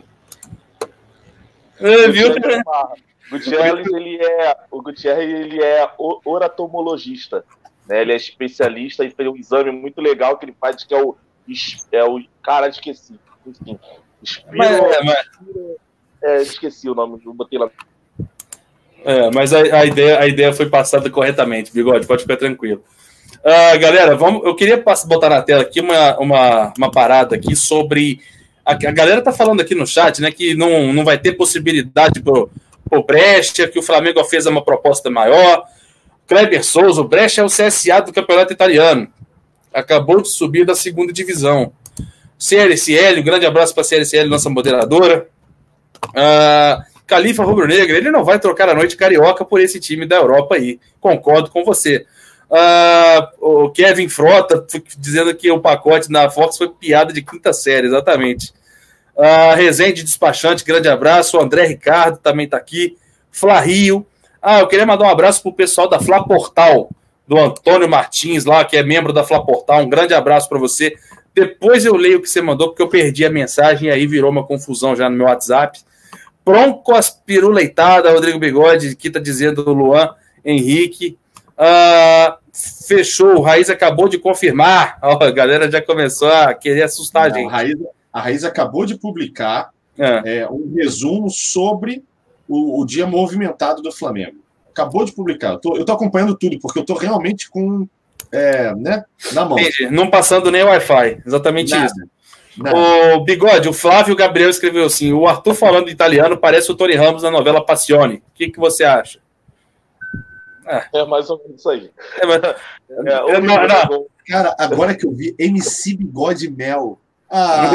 É, viu? Gutierrez, ele é, o Gutierrez, ele é oratomologista, né? Ele é especialista e fez um exame muito legal que ele faz, que é o, é o cara, esqueci, enfim, Espiro, mas, é, mas... É, esqueci o nome, não botei lá. É, mas a, a, ideia, a ideia foi passada corretamente, Bigode, pode ficar tranquilo. Uh, galera, vamos, eu queria passar, botar na tela aqui uma, uma, uma parada aqui sobre... A, a galera tá falando aqui no chat, né, que não, não vai ter possibilidade pro, pro Brescia, que o Flamengo fez uma proposta maior. Kleber Souza, o Brescia é o C S A do Campeonato Italiano. Acabou de subir da segunda divisão. C L C L, um grande abraço para a C L C L, nossa moderadora. Uh, Califa Rubro-Negra, ele não vai trocar a noite carioca por esse time da Europa aí. Concordo com você. Uh, o Kevin Frota dizendo que o pacote na Fox foi piada de quinta série, exatamente. Uh, Rezende Despachante, grande abraço. O André Ricardo também está aqui. Flá Rio. Ah, eu queria mandar um abraço pro pessoal da Flá Portal, do Antônio Martins lá, que é membro da Flá Portal. Um grande abraço para você. Depois eu leio o que você mandou, porque eu perdi a mensagem e aí virou uma confusão já no meu WhatsApp. Broncos Piruleitada, Rodrigo Bigode, que está dizendo o Luan Henrique. Uh, fechou, o Raiz acabou de confirmar. Oh, a galera já começou a querer assustar Não, a gente. A Raiz, a Raiz acabou de publicar é. É, um resumo sobre o, o dia movimentado do Flamengo. Acabou de publicar. Eu tô, eu tô acompanhando tudo, porque eu tô realmente com... É, né, na mão. Entendi. Não passando nem Wi-Fi. Exatamente Nada. isso. Nada. O Bigode, o Flávio Gabriel escreveu assim: o Arthur falando italiano parece o Tony Ramos na novela Passione. O que, que você acha? É, é mais ou menos isso aí. É, mas... é, é, não, não. Cara, agora que eu vi M C Bigode Mel. Ah!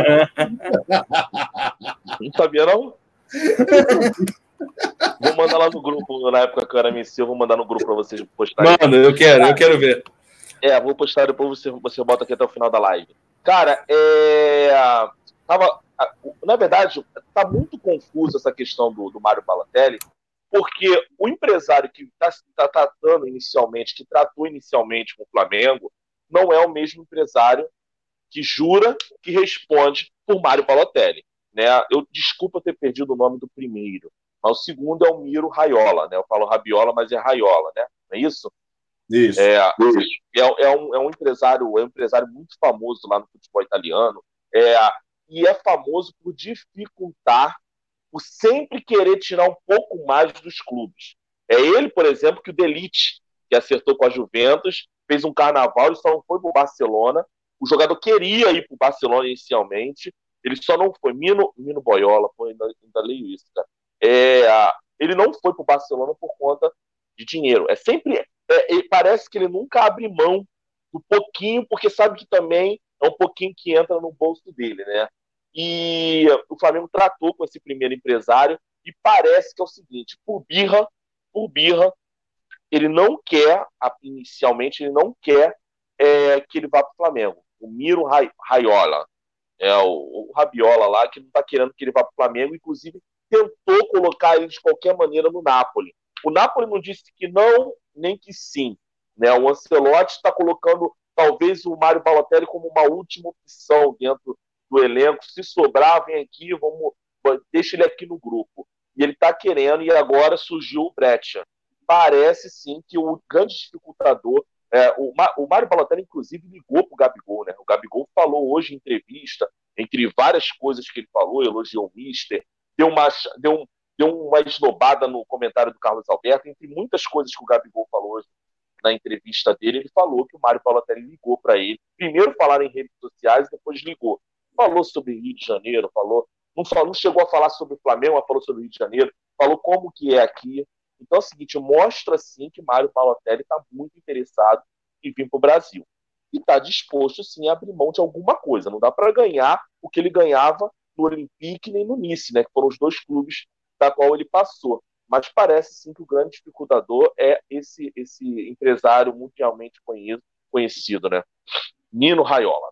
Não sabia, não? Vou mandar lá no grupo, na época que eu era M C, eu vou mandar no grupo para vocês postarem. Manda, eu quero, eu quero ver. É, vou postar depois, você, você bota aqui até o final da live. Cara, é... Tava... na verdade, tá muito confuso essa questão do, do Mário Balotelli, porque o empresário que está tá tratando inicialmente, que tratou inicialmente com o Flamengo, não é o mesmo empresário que jura que responde por Mário Balotelli. Né? Eu desculpa ter perdido o nome do primeiro, mas o segundo é o Miro Raiola, né? Eu falo Rabiola, mas é Raiola, né? Não é isso? Isso. É, é, é, um, é um empresário, é um empresário muito famoso lá no futebol italiano, é, e é famoso por dificultar, por sempre querer tirar um pouco mais dos clubes. É ele, por exemplo, que o Delite, que acertou com a Juventus, fez um carnaval e só não foi para o Barcelona. O jogador queria ir para o Barcelona inicialmente, ele só não foi. Mino, Mino Boiola, pô, ainda, ainda leio isso, cara. É, ele não foi para o Barcelona por conta de dinheiro. É sempre... É, parece que ele nunca abre mão do pouquinho, porque sabe que também é um pouquinho que entra no bolso dele, né? E o Flamengo tratou com esse primeiro empresário e parece que é o seguinte, por birra, por birra, ele não quer, inicialmente, ele não quer é, que ele vá para o Flamengo. O Miro Raiola, é, o, o Rabiola lá, que não está querendo que ele vá para o Flamengo, inclusive tentou colocar ele de qualquer maneira no Napoli. O Napoli não disse que não, nem que sim. Né? O Ancelotti está colocando talvez o Mário Balotelli como uma última opção dentro do elenco. Se sobrar, vem aqui, vamos, deixa ele aqui no grupo. E ele está querendo, e agora surgiu o Breccia. Parece sim que o grande dificultador, é, o, o Mário Balotelli inclusive ligou para o Gabigol. Né? O Gabigol falou hoje em entrevista, entre várias coisas que ele falou, elogiou o Mister, deu uma, deu um deu uma esnobada no comentário do Carlos Alberto, entre muitas coisas que o Gabigol falou hoje na entrevista dele, ele falou que o Mário Balotelli ligou para ele, primeiro falaram em redes sociais, depois ligou. Falou sobre Rio de Janeiro, falou, não, falou, não chegou a falar sobre o Flamengo, mas falou sobre o Rio de Janeiro, falou como que é aqui. Então é o seguinte, mostra sim que Mário Balotelli está muito interessado em vir para o Brasil. E está disposto sim a abrir mão de alguma coisa. Não dá para ganhar o que ele ganhava no Olympique nem no Nice, né, que foram os dois clubes da qual ele passou. Mas parece sim que o grande dificultador é esse, esse empresário mundialmente conhecido, né? Nino Raiola.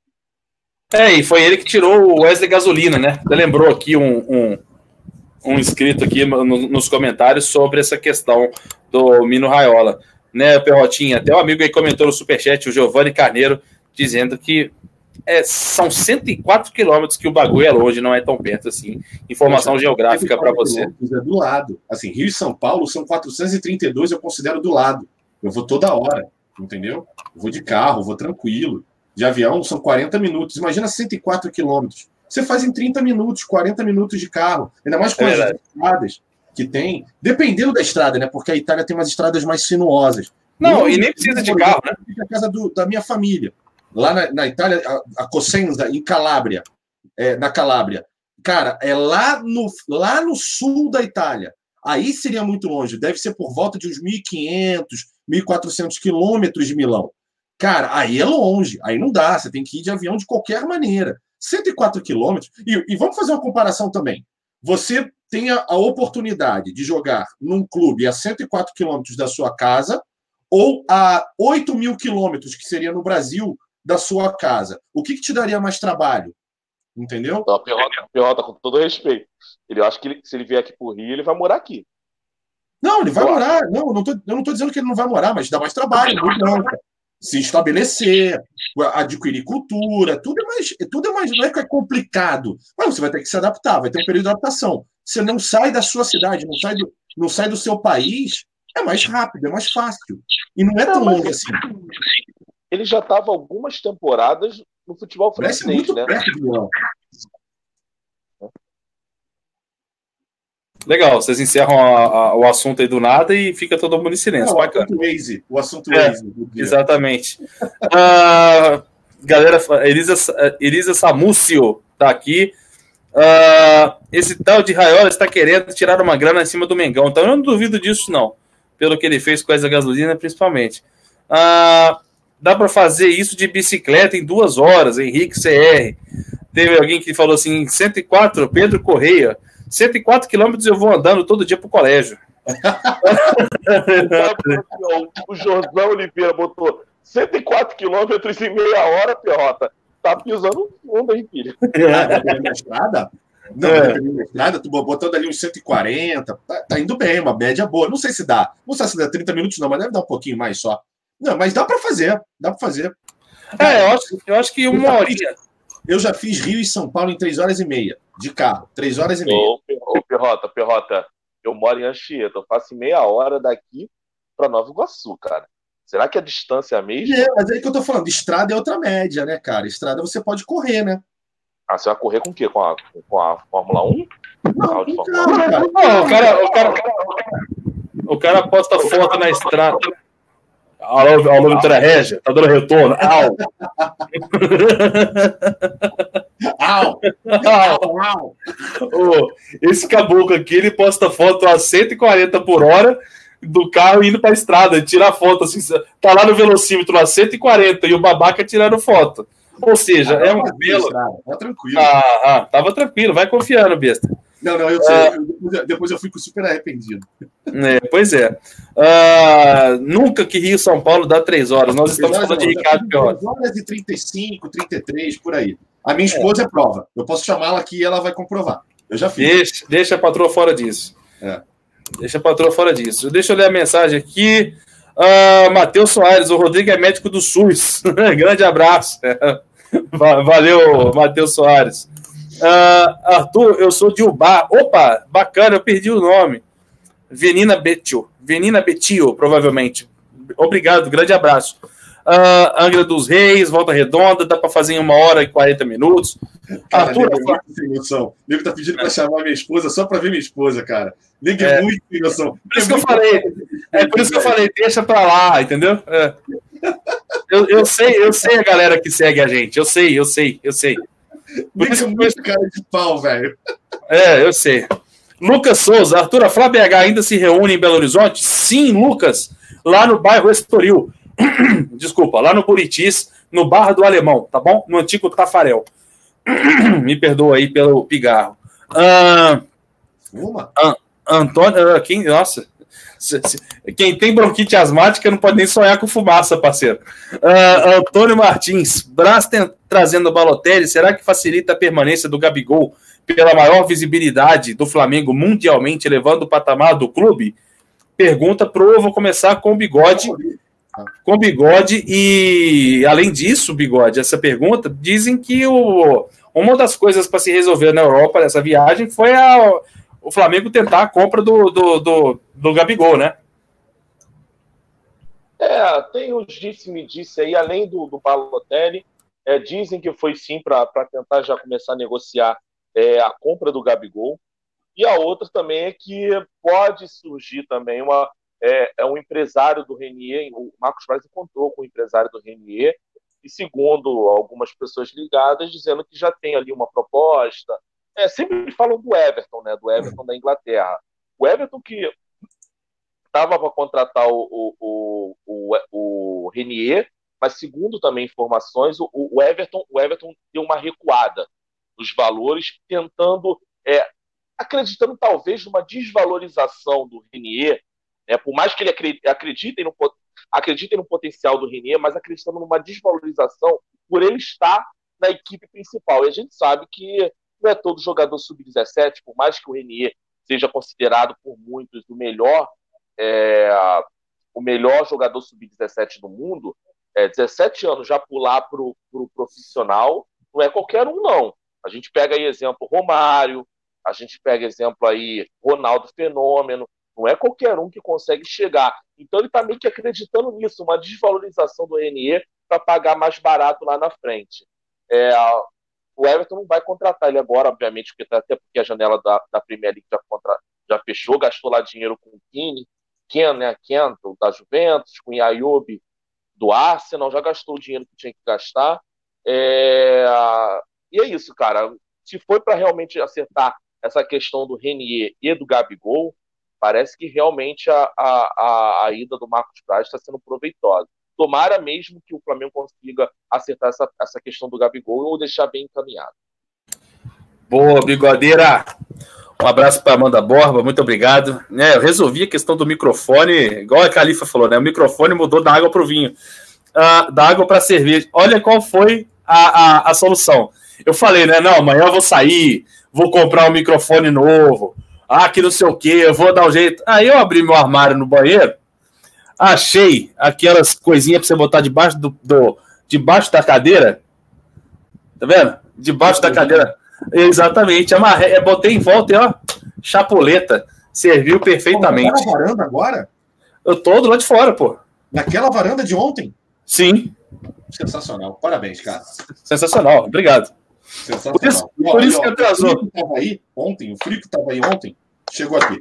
É, e foi ele que tirou o Wesley Gasolina, né? Você lembrou aqui um, um, um inscrito aqui no, nos comentários sobre essa questão do Nino Raiola, né, Perrotinha? Até um amigo aí comentou no superchat, o Giovanni Carneiro, dizendo que é, são cento e quatro quilômetros, que o bagulho é longe, não é tão perto assim. Informação Poxa, geográfica para você. É do lado. Assim, Rio e São Paulo são quatrocentos e trinta e dois, eu considero do lado. Eu vou toda hora, entendeu? Eu vou de carro, vou tranquilo. De avião são quarenta minutos. Imagina cento e quatro quilômetros. Você faz em trinta minutos, quarenta minutos de carro. Ainda mais com é as estradas que tem. Dependendo da estrada, né? Porque a Itália tem umas estradas mais sinuosas. Não, e nem precisa de carro, né? A casa do, da minha família. Lá na, na Itália, a, a Cosenza, em Calábria, é, na Calábria. Cara, é lá no, lá no sul da Itália. Aí seria muito longe. Deve ser por volta de uns mil e quinhentos, mil e quatrocentos quilômetros de Milão. Cara, aí é longe. Aí não dá. Você tem que ir de avião de qualquer maneira. cento e quatro quilômetros. E, e vamos fazer uma comparação também. Você tem a, a oportunidade de jogar num clube a cento e quatro quilômetros da sua casa ou a oito mil quilômetros, que seria no Brasil, da sua casa. O que, que te daria mais trabalho? Entendeu? Não, Perrota, Perrota, com todo respeito. Ele acha que ele, se ele vier aqui pro Rio, ele vai morar aqui. Não, ele vai claro. morar. Não, eu não tô, eu não tô dizendo que ele não vai morar, mas dá mais trabalho. Não, se estabelecer, adquirir cultura, tudo é mais, tudo é mais, não é que é complicado. Mas você vai ter que se adaptar, vai ter um período de adaptação. Você não sai da sua cidade, não sai do, não sai do seu país, é mais rápido, é mais fácil. E não é tão longe assim. Ele já estava algumas temporadas no futebol francês, muito né? Perto de Milão. Legal, vocês encerram a, a, o assunto aí do nada e fica todo mundo em silêncio. Não, o assunto Waze. O assunto é, Waze. Exatamente. uh, galera, Elisa, Elisa Samúcio tá aqui. Uh, esse tal de Raiola está querendo tirar uma grana em cima do Mengão. Então eu não duvido disso, não. Pelo que ele fez com essa gasolina, principalmente. Uh, dá para fazer isso de bicicleta em duas horas, Henrique C R. Teve alguém que falou assim, cento e quatro, Pedro Correia. cento e quatro quilômetros eu vou andando todo dia pro colégio. O José Oliveira botou cento e quatro quilômetros em meia hora, Perrota. Tá pisando fundo aí, filho. Ah, dependendo da estrada? Não, é. dependendo da estrada, tu botando ali uns cento e quarenta, tá, tá indo bem, uma média boa. Não sei se dá. Não sei se dá trinta minutos, não, mas deve dar um pouquinho mais só. Não, mas dá pra fazer. Dá pra fazer. É, eu acho, eu acho que uma horinha. Eu já fiz Rio e São Paulo em três horas e meia, de carro. Três horas e meia. Ô, ô Perrota, Perrota, eu moro em Anchieta, eu faço meia hora daqui para Nova Iguaçu, cara. Será que a distância é a mesma? É, mas é aí que eu tô falando, estrada é outra média, né, cara? Estrada você pode correr, né? Ah, você vai correr com o quê? Com a, com a Fórmula um? Não, com cara, cara. Não, o cara, o cara, o cara posta foto na estrada. Alô, alô, Vitória Régia, tá dando retorno? Au! Au! Au! Au! Oh, esse caboclo aqui, ele posta foto a cento e quarenta por hora do carro indo pra estrada, tira a foto assim, tá lá no velocímetro a cento e quarenta e o babaca tirando foto. Ou seja, ah, é um belo. Tá tranquilo. Ah, ah, tava tranquilo, vai confiando, besta. Não, não, eu sei. Ah, eu, depois eu fico super arrependido. É, pois é. Ah, nunca que Rio São Paulo dá três horas. Nós estamos falando de Ricardo Pior. três horas e trinta e cinco, trinta e três, por aí. A minha esposa é, é prova. Eu posso chamá-la aqui e ela vai comprovar. Eu já fiz. Deixa, deixa a patroa fora disso. É. Deixa a patroa fora disso. Deixa eu ler a mensagem aqui. Uh, Matheus Soares, o Rodrigo é médico do SUS. Grande abraço. Valeu, Matheus Soares. Uh, Arthur, eu sou de Ubá. Opa, bacana, eu perdi o nome. Venina Betio. Venina Betio, provavelmente. Obrigado, grande abraço. uh, Angra dos Reis, Volta Redonda, dá para fazer em uma hora e quarenta minutos. Cara, Arthur, nego é muito sem noção. O nego tá pedindo para chamar minha esposa só para ver minha esposa, cara. Nego é muito sem noção. Por isso é que eu falei, é por isso que eu falei, deixa para lá, entendeu? É. Eu, eu sei, eu sei a galera que segue a gente, eu sei, eu sei, eu sei. Por isso é muito cara de pau, velho. É, eu sei. Lucas Souza, Arthur, a Fla B H ainda se reúne em Belo Horizonte? Sim, Lucas, lá no bairro Estoril. Desculpa, lá no Buritis, no Barra do Alemão, tá bom? No antigo Tafarel. Me perdoa aí pelo pigarro. Ah, Uma? An Antônio, quem, nossa, quem tem bronquite asmática não pode nem sonhar com fumaça, parceiro. Uh, Antônio Martins, Brás trazendo o Balotelli, será que facilita a permanência do Gabigol pela maior visibilidade do Flamengo mundialmente, elevando o patamar do clube? Pergunta pro, vou começar com o Bigode. Com o Bigode, e além disso, Bigode, essa pergunta, dizem que o, uma das coisas para se resolver na Europa nessa viagem foi a, o Flamengo tentar a compra do, do, do, do Gabigol, né? É, tem os disse-me disse aí, além do, do Balotelli, é, dizem que foi sim para tentar já começar a negociar é, a compra do Gabigol, e a outra também é que pode surgir também uma É, é um empresário do Renier, o Marcos Braz encontrou com o empresário do Renier, e segundo algumas pessoas ligadas, dizendo que já tem ali uma proposta. É, sempre falam do Everton, né? Do Everton da Inglaterra. O Everton que estava para contratar o, o, o, o, o Renier, mas segundo também informações, o, o, Everton, o Everton deu uma recuada nos valores, tentando, é, acreditando talvez numa desvalorização do Renier. É, por mais que ele acredite no, acredite no potencial do Renier, mas acreditando numa desvalorização por ele estar na equipe principal. E a gente sabe que não é todo jogador sub dezessete, por mais que o Renier seja considerado por muitos o melhor, é, o melhor jogador sub dezessete do mundo, é, dezessete anos já pular para o pro profissional, não é qualquer um, não. A gente pega aí exemplo Romário, a gente pega exemplo aí Ronaldo Fenômeno. Não é qualquer um que consegue chegar. Então ele está meio que acreditando nisso, uma desvalorização do Renier para pagar mais barato lá na frente. É, o Everton não vai contratar ele agora, obviamente, porque, até porque a janela da, da Premier League já, contra, já fechou, gastou lá dinheiro com o Kine, Ken, né, Ken, da Juventus, com o Yayobi do Arsenal, já gastou o dinheiro que tinha que gastar. É, e é isso, cara. Se foi para realmente acertar essa questão do Renier e do Gabigol, parece que realmente a, a, a, a ida do Marcos Braz está sendo proveitosa. Tomara mesmo que o Flamengo consiga acertar essa, essa questão do Gabigol ou deixar bem encaminhado. Boa, Bigodeira! Um abraço para Amanda Borba, muito obrigado. É, eu resolvi a questão do microfone, igual a Califa falou, né? O microfone mudou da água para o vinho, uh, da água para a cerveja. Olha qual foi a, a, a solução. Eu falei, né? Não, amanhã eu vou sair, vou comprar um microfone novo. Ah, que não sei o que, eu vou dar um jeito. Aí eu abri meu armário no banheiro, achei aquelas coisinhas para você botar debaixo, do, do, debaixo da cadeira. Tá vendo? Debaixo da cadeira. Exatamente. Amarrei, botei em volta e ó, chapuleta. Serviu perfeitamente. Pô, tá na varanda agora? Eu tô do lado de fora, pô. Naquela varanda de ontem? Sim. Sensacional. Parabéns, cara. Sensacional. Obrigado. Sensacional. Por isso, e, ó, por isso e, ó, que atrasou. O Frico tava aí ontem, o Frico tava aí ontem, chegou aqui.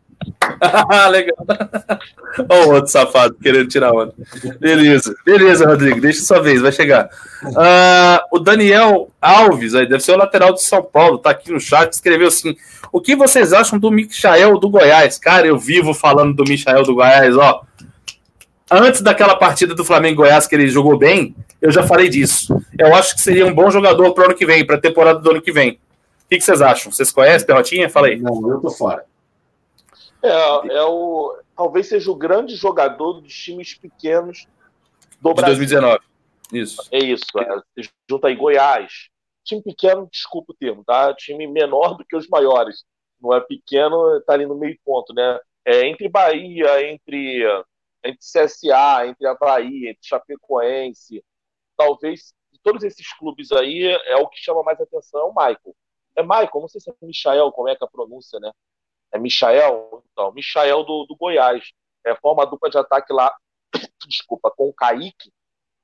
Legal. Olha o outro safado querendo tirar onda. Beleza, beleza, Rodrigo, deixa sua vez, vai chegar. Uh, o Daniel Alves, aí deve ser o lateral de São Paulo, tá aqui no chat, escreveu assim: o que vocês acham do Michael do Goiás? Cara, eu vivo falando do Michael do Goiás, ó. Antes daquela partida do Flamengo-Goiás que ele jogou bem, eu já falei disso. Eu acho que seria um bom jogador para o ano que vem, para a temporada do ano que vem. O que, que vocês acham? Vocês conhecem, Perrotinha? Fala aí. Não, eu tô fora. É, é o, talvez seja o grande jogador dos times pequenos do de Brasil. dois mil e dezenove. Isso. É isso. É, junta aí Goiás. Time pequeno, desculpa o termo, tá? Time menor do que os maiores. Não é pequeno, tá ali no meio ponto, né? É, entre Bahia, entre, entre C S A, entre Avaí, entre Chapecoense, talvez de todos esses clubes aí, é o que chama mais atenção, é o Michael. É Michael, não sei se é Michael, como é que é a pronúncia, né? É Michael, então, Michael do, do Goiás. É, forma a dupla de ataque lá, desculpa, com o Kaique,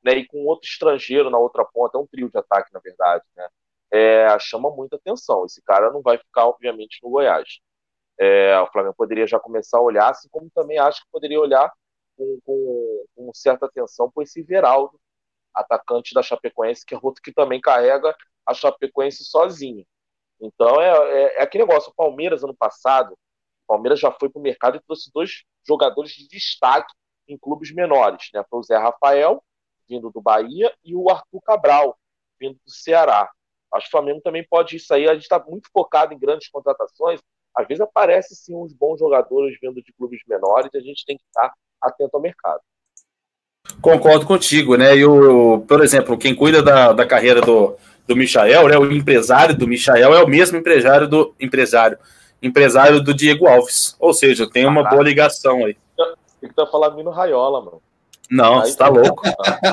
né, e com outro estrangeiro na outra ponta, é um trio de ataque, na verdade, né, é, chama muita atenção. Esse cara não vai ficar, obviamente, no Goiás. É, o Flamengo poderia já começar a olhar, assim como também acho que poderia olhar com, com, com certa atenção por esse Everaldo, atacante da Chapecoense, que é outro que também carrega a Chapecoense sozinho. Então, é, é, é aquele negócio. O Palmeiras, ano passado, o Palmeiras já foi para o mercado e trouxe dois jogadores de destaque em clubes menores, né? Foi o Zé Rafael, vindo do Bahia, e o Arthur Cabral, vindo do Ceará. Acho que o Flamengo também pode isso aí. A gente está muito focado em grandes contratações. Às vezes aparece, sim, uns bons jogadores vindo de clubes menores e a gente tem que estar atento ao mercado. Concordo contigo, né? E o, por exemplo, quem cuida da, da carreira do, do Michael, né? O empresário do Michael é o mesmo empresário do empresário, empresário do Diego Alves. Ou seja, tem uma boa ligação aí. Tem que estar falando Mino Raiola, mano. Não, você tá louco.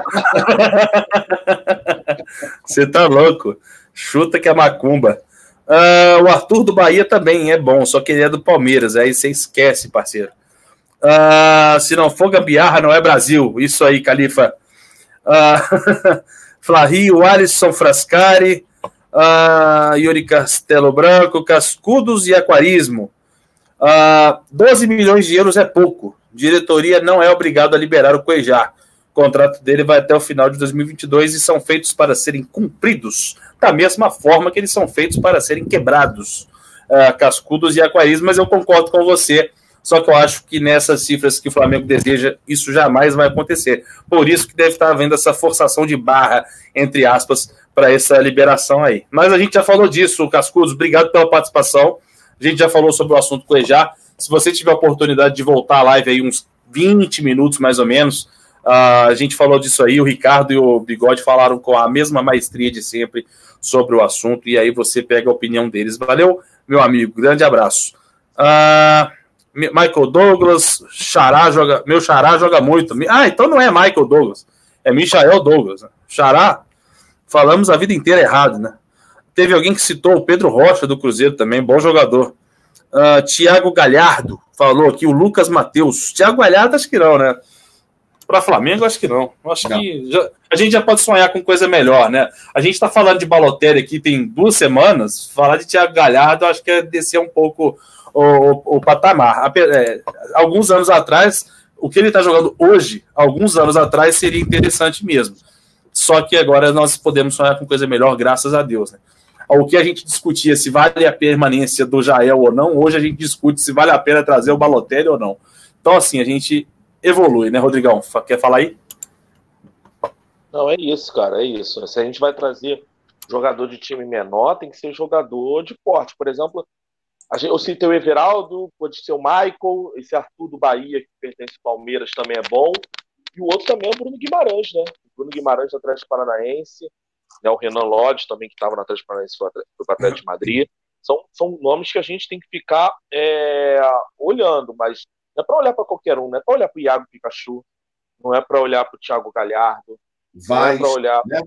Você tá louco. Chuta que é macumba. Uh, o Arthur do Bahia também é bom, só que ele é do Palmeiras. Aí você esquece, parceiro. Uh, se não for gambiarra, não é Brasil. Isso aí, Califa. Uh, Flario, Alisson Frascari, uh, Yuri Castelo Branco, Cascudos e Aquarismo. Uh, doze milhões de euros é pouco. Diretoria não é obrigado a liberar o Cuejá. O contrato dele vai até o final de dois mil e vinte e dois e são feitos para serem cumpridos da mesma forma que eles são feitos para serem quebrados. Uh, Cascudos e Aquarismo, mas eu concordo com você. Só que eu acho que nessas cifras que o Flamengo deseja, isso jamais vai acontecer. Por isso que deve estar havendo essa forçação de barra, entre aspas, para essa liberação aí. Mas a gente já falou disso, Cascudos. Obrigado pela participação. A gente já falou sobre o assunto Cuejá. Se você tiver a oportunidade de voltar à live aí uns vinte minutos, mais ou menos, uh, a gente falou disso aí. O Ricardo e o Bigode falaram com a mesma maestria de sempre sobre o assunto. E aí você pega a opinião deles. Valeu, meu amigo. Grande abraço. Uh... Michael Douglas, Xará joga, meu Xará joga muito. Ah, então não é Michael Douglas, é Michael Douglas. Xará, falamos a vida inteira errado, né? Teve alguém que citou o Pedro Rocha do Cruzeiro também, bom jogador. Uh, Thiago Galhardo falou aqui, o Lucas Matheus. Thiago Galhardo, acho que não, né? Para Flamengo, acho que não. Acho não. que já, a gente já pode sonhar com coisa melhor, né? A gente está falando de Balotelli aqui tem duas semanas. Falar de Thiago Galhardo, acho que é descer um pouco O, o, o patamar. É, alguns anos atrás, o que ele está jogando hoje, alguns anos atrás, seria interessante mesmo. Só que agora nós podemos sonhar com coisa melhor, graças a Deus. Né? O que a gente discutia se vale a permanência do Jael ou não, hoje a gente discute se vale a pena trazer o Balotelli ou não. Então, assim, a gente evolui, né, Rodrigão? Quer falar aí? Não, é isso, cara, é isso. Se a gente vai trazer jogador de time menor, tem que ser jogador de porte. Por exemplo, eu citei o Everaldo, pode ser o Michael, esse Arthur do Bahia, que pertence ao Palmeiras, também é bom. E o outro também é o Bruno Guimarães, né? O Bruno Guimarães do Atlético Paranaense, né? O Renan Lodge também, que estava no Atlético Paranaense, foi para o Atlético de Madrid. São, são nomes que a gente tem que ficar é, olhando, mas não é para olhar para qualquer um, não é para olhar para o Iago Pikachu, não é para olhar para o Thiago Galhardo, vai, não é para olhar né?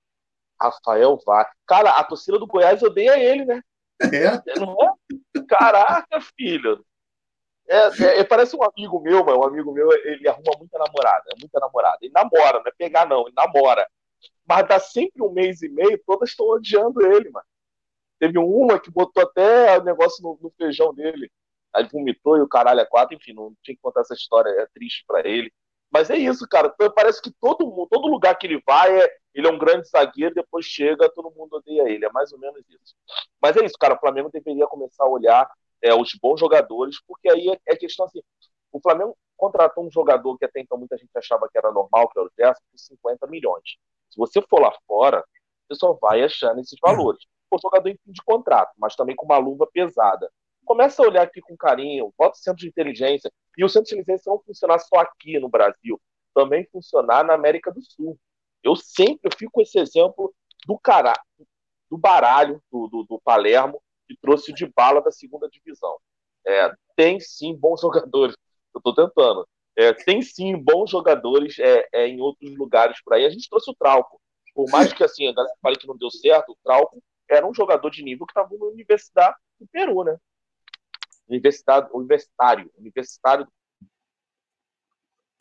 Rafael Vaz. Cara, a torcida do Goiás odeia ele, né? É. Não é? Caraca, filho. É, é, é, parece um amigo meu, mano. Um amigo meu, ele arruma muita namorada, muita namorada. Ele namora, não é pegar, não, ele namora. Mas dá sempre um mês e meio, todas estão odiando ele, mano. Teve uma que botou até o negócio no, no feijão dele. Aí vomitou e o caralho é quatro, enfim, não tinha que contar essa história, é triste pra ele. Mas é isso, cara. Parece que todo mundo, todo lugar que ele vai, é, ele é um grande zagueiro, depois chega, todo mundo odeia ele. É mais ou menos isso. Mas é isso, cara. O Flamengo deveria começar a olhar é, os bons jogadores, porque aí é, é questão assim. O Flamengo contratou um jogador que até então muita gente achava que era normal, que era o Gerson, por cinquenta milhões. Se você for lá fora, você só vai achando esses valores. O jogador em fim de contrato, mas também com uma luva pesada. Começa a olhar aqui com carinho, bota o centro de inteligência. E o centro de inteligência não funcionar só aqui no Brasil, também funcionar na América do Sul. Eu sempre eu fico com esse exemplo do cara, do baralho do, do, do Palermo, que trouxe o Dybala da segunda divisão. É, tem sim bons jogadores, eu estou tentando. É, tem sim bons jogadores é, é, em outros lugares por aí. A gente trouxe o Trauco. Por mais que assim, a galera fale que não deu certo, o Trauco era um jogador de nível que estava na Universidade do Peru, né? Universidade, universitário, universitário.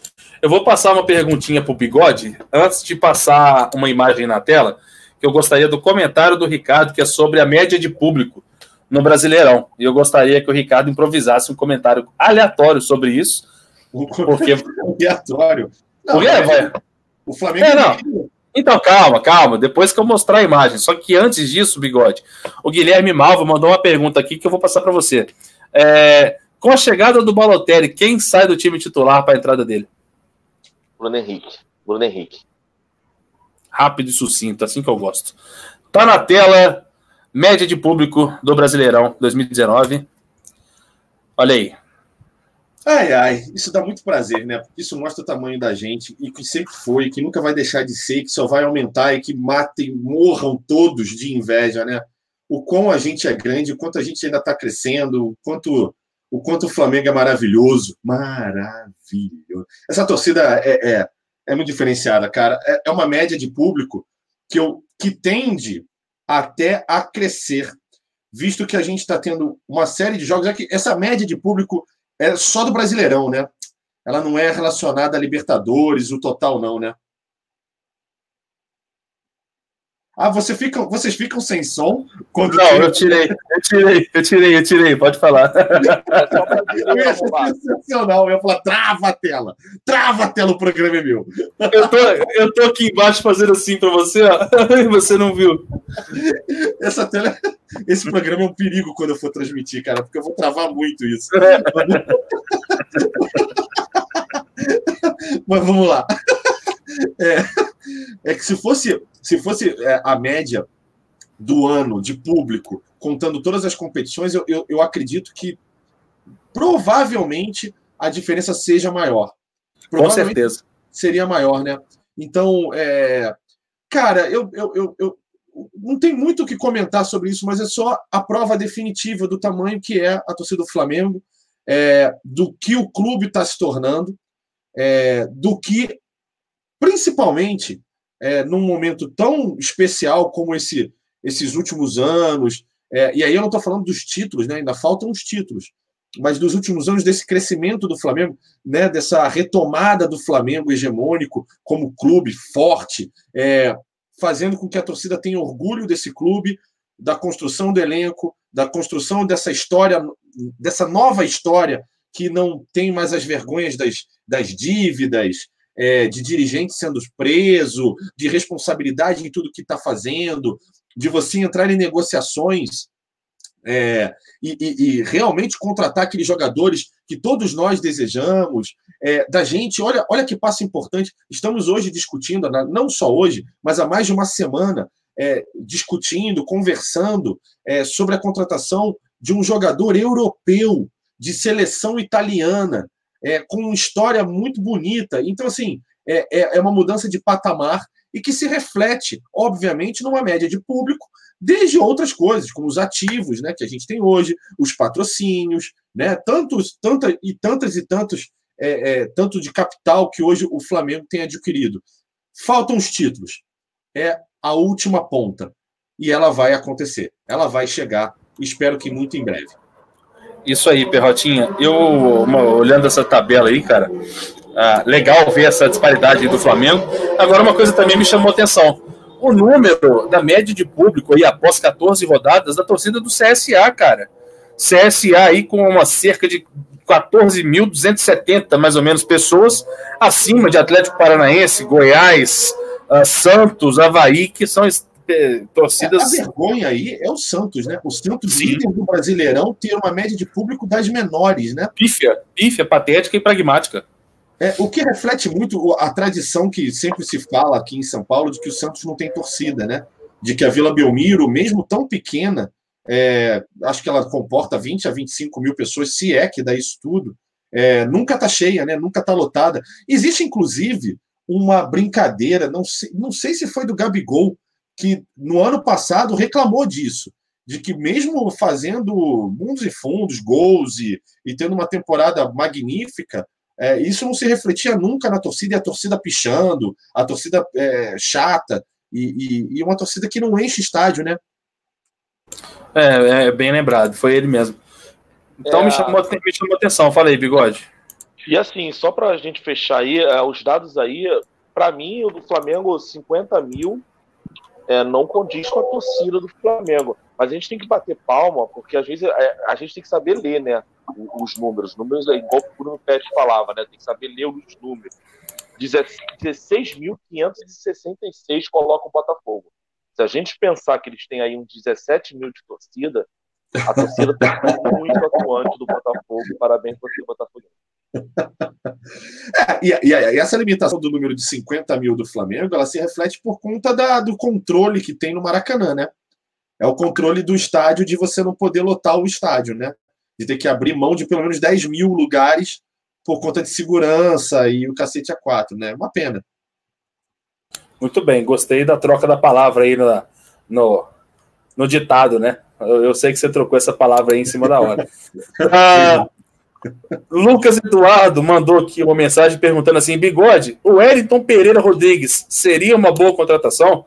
Eu vou passar uma perguntinha pro Bigode, antes de passar uma imagem na tela, que eu gostaria do comentário do Ricardo, que é sobre a média de público no Brasileirão. E eu gostaria que o Ricardo improvisasse um comentário aleatório sobre isso. Um porque... aleatório? Não, porque, é, vai... O Flamengo... É, não. Então, calma, calma. Depois que eu mostrar a imagem. Só que antes disso, Bigode, o Guilherme Malva mandou uma pergunta aqui que eu vou passar para você. É... Com a chegada do Balotelli, quem sai do time titular para a entrada dele? Bruno Henrique. Bruno Henrique. Rápido e sucinto, assim que eu gosto. Tá na tela, média de público do Brasileirão dois mil e dezenove. Olha aí. Ai, ai, isso dá muito prazer, né? Porque isso mostra o tamanho da gente e que sempre foi, que nunca vai deixar de ser, que só vai aumentar e que matem, morram todos de inveja, né? O quão a gente é grande, o quanto a gente ainda está crescendo, o quanto, o quanto o Flamengo é maravilhoso. Maravilhoso. Essa torcida é, é, é muito diferenciada, cara. É, é uma média de público que, eu, que tende até a crescer, visto que a gente está tendo uma série de jogos. É que essa média de público é só do Brasileirão, né? Ela não é relacionada a Libertadores, o total não, né? Ah, você fica, vocês ficam sem som? Quando não, eu tirei, eu tirei, eu tirei, eu tirei, pode falar. Eu ia ser sensacional, eu ia falar, trava a tela, trava a tela, o programa é meu. Eu tô, eu tô aqui embaixo fazendo assim pra você, ó, e você não viu. Essa tela, esse programa é um perigo quando eu for transmitir, cara, porque eu vou travar muito isso. Mas vamos lá. É, é que se fosse, se fosse é, a média do ano de público, contando todas as competições, eu, eu, eu acredito que provavelmente a diferença seja maior. Com certeza. Seria maior, né? Então, é, cara, eu, eu, eu, eu não tem muito o que comentar sobre isso, mas é só a prova definitiva do tamanho que é a torcida do Flamengo, é, do que o clube está se tornando, é, do que, principalmente, é, num momento tão especial como esse, esses últimos anos, é, e aí eu não estou falando dos títulos, né, ainda faltam os títulos, mas dos últimos anos, desse crescimento do Flamengo, né, dessa retomada do Flamengo hegemônico como clube forte, é, fazendo com que a torcida tenha orgulho desse clube, da construção do elenco, da construção dessa história, dessa nova história que não tem mais as vergonhas das, das dívidas, é, de dirigente sendo preso, de responsabilidade em tudo que está fazendo, de você entrar em negociações é, e, e, e realmente contratar aqueles jogadores que todos nós desejamos, é, da gente, olha, olha que passo importante, estamos hoje discutindo, não só hoje, mas há mais de uma semana, é, discutindo, conversando é, sobre a contratação de um jogador europeu, de seleção italiana, é, com uma história muito bonita. Então, assim, é, é uma mudança de patamar e que se reflete, obviamente, numa média de público, desde outras coisas, como os ativos, né, que a gente tem hoje, os patrocínios, né, tantos, tanta, e tantas e tantos, é, é, tanto de capital que hoje o Flamengo tem adquirido. Faltam os títulos. É a última ponta. E ela vai acontecer. Ela vai chegar, espero que muito em breve. Isso aí, Perrotinha. Eu, uma, olhando essa tabela aí, cara, ah, legal ver essa disparidade do Flamengo. Agora, uma coisa também me chamou a atenção. O número da média de público aí após quatorze rodadas da torcida do C S A, cara. C S A aí com uma cerca de quatorze mil duzentos e setenta, mais ou menos, pessoas, acima de Atlético Paranaense, Goiás, uh, Santos, Avaí, que são eh, torcidas... A vergonha aí é o Santos, né? O Santos, líder do Brasileirão, ter uma média de público das menores, né? Pífia, pífia, patética e pragmática. É, o que reflete muito a tradição que sempre se fala aqui em São Paulo de que o Santos não tem torcida, né? De que a Vila Belmiro, mesmo tão pequena, é, acho que ela comporta vinte a vinte e cinco mil pessoas, se é que dá isso tudo, é, nunca está cheia, né? Nunca está lotada. Existe, inclusive, uma brincadeira, não sei, não sei se foi do Gabigol, que no ano passado reclamou disso, de que mesmo fazendo mundos e fundos, gols e, e tendo uma temporada magnífica, É, isso não se refletia nunca na torcida, e a torcida pichando, a torcida é, chata, e, e, e uma torcida que não enche estádio, né? É, é bem lembrado, foi ele mesmo. Então é, me, chamou, me chamou atenção, fala aí, Bigode. E assim, só para a gente fechar aí, é, os dados aí, para mim, o do Flamengo, cinquenta mil, é, não condiz com a torcida do Flamengo. Mas a gente tem que bater palma, porque às vezes é, a gente tem que saber ler, né, os números. Os números é igual o Bruno Pérez falava, né, tem que saber ler os números. dezesseis mil quinhentos e sessenta e seis coloca o Botafogo. Se a gente pensar que eles têm aí uns dezessete mil de torcida, a torcida está muito atuante do Botafogo. Parabéns para você, Botafogo. É, e, e, e essa limitação do número de cinquenta mil do Flamengo, ela se reflete por conta da, do controle que tem no Maracanã, né? É o controle do estádio de você não poder lotar o estádio, né? De ter que abrir mão de pelo menos dez mil lugares por conta de segurança e o cacete a quatro, né? Uma pena. Muito bem, gostei da troca da palavra aí no, no, no ditado, né? Eu, eu sei que você trocou essa palavra aí em cima da hora. Ah, Lucas Eduardo mandou aqui uma mensagem perguntando assim: Bigode, o Wellington Pereira Rodrigues seria uma boa contratação?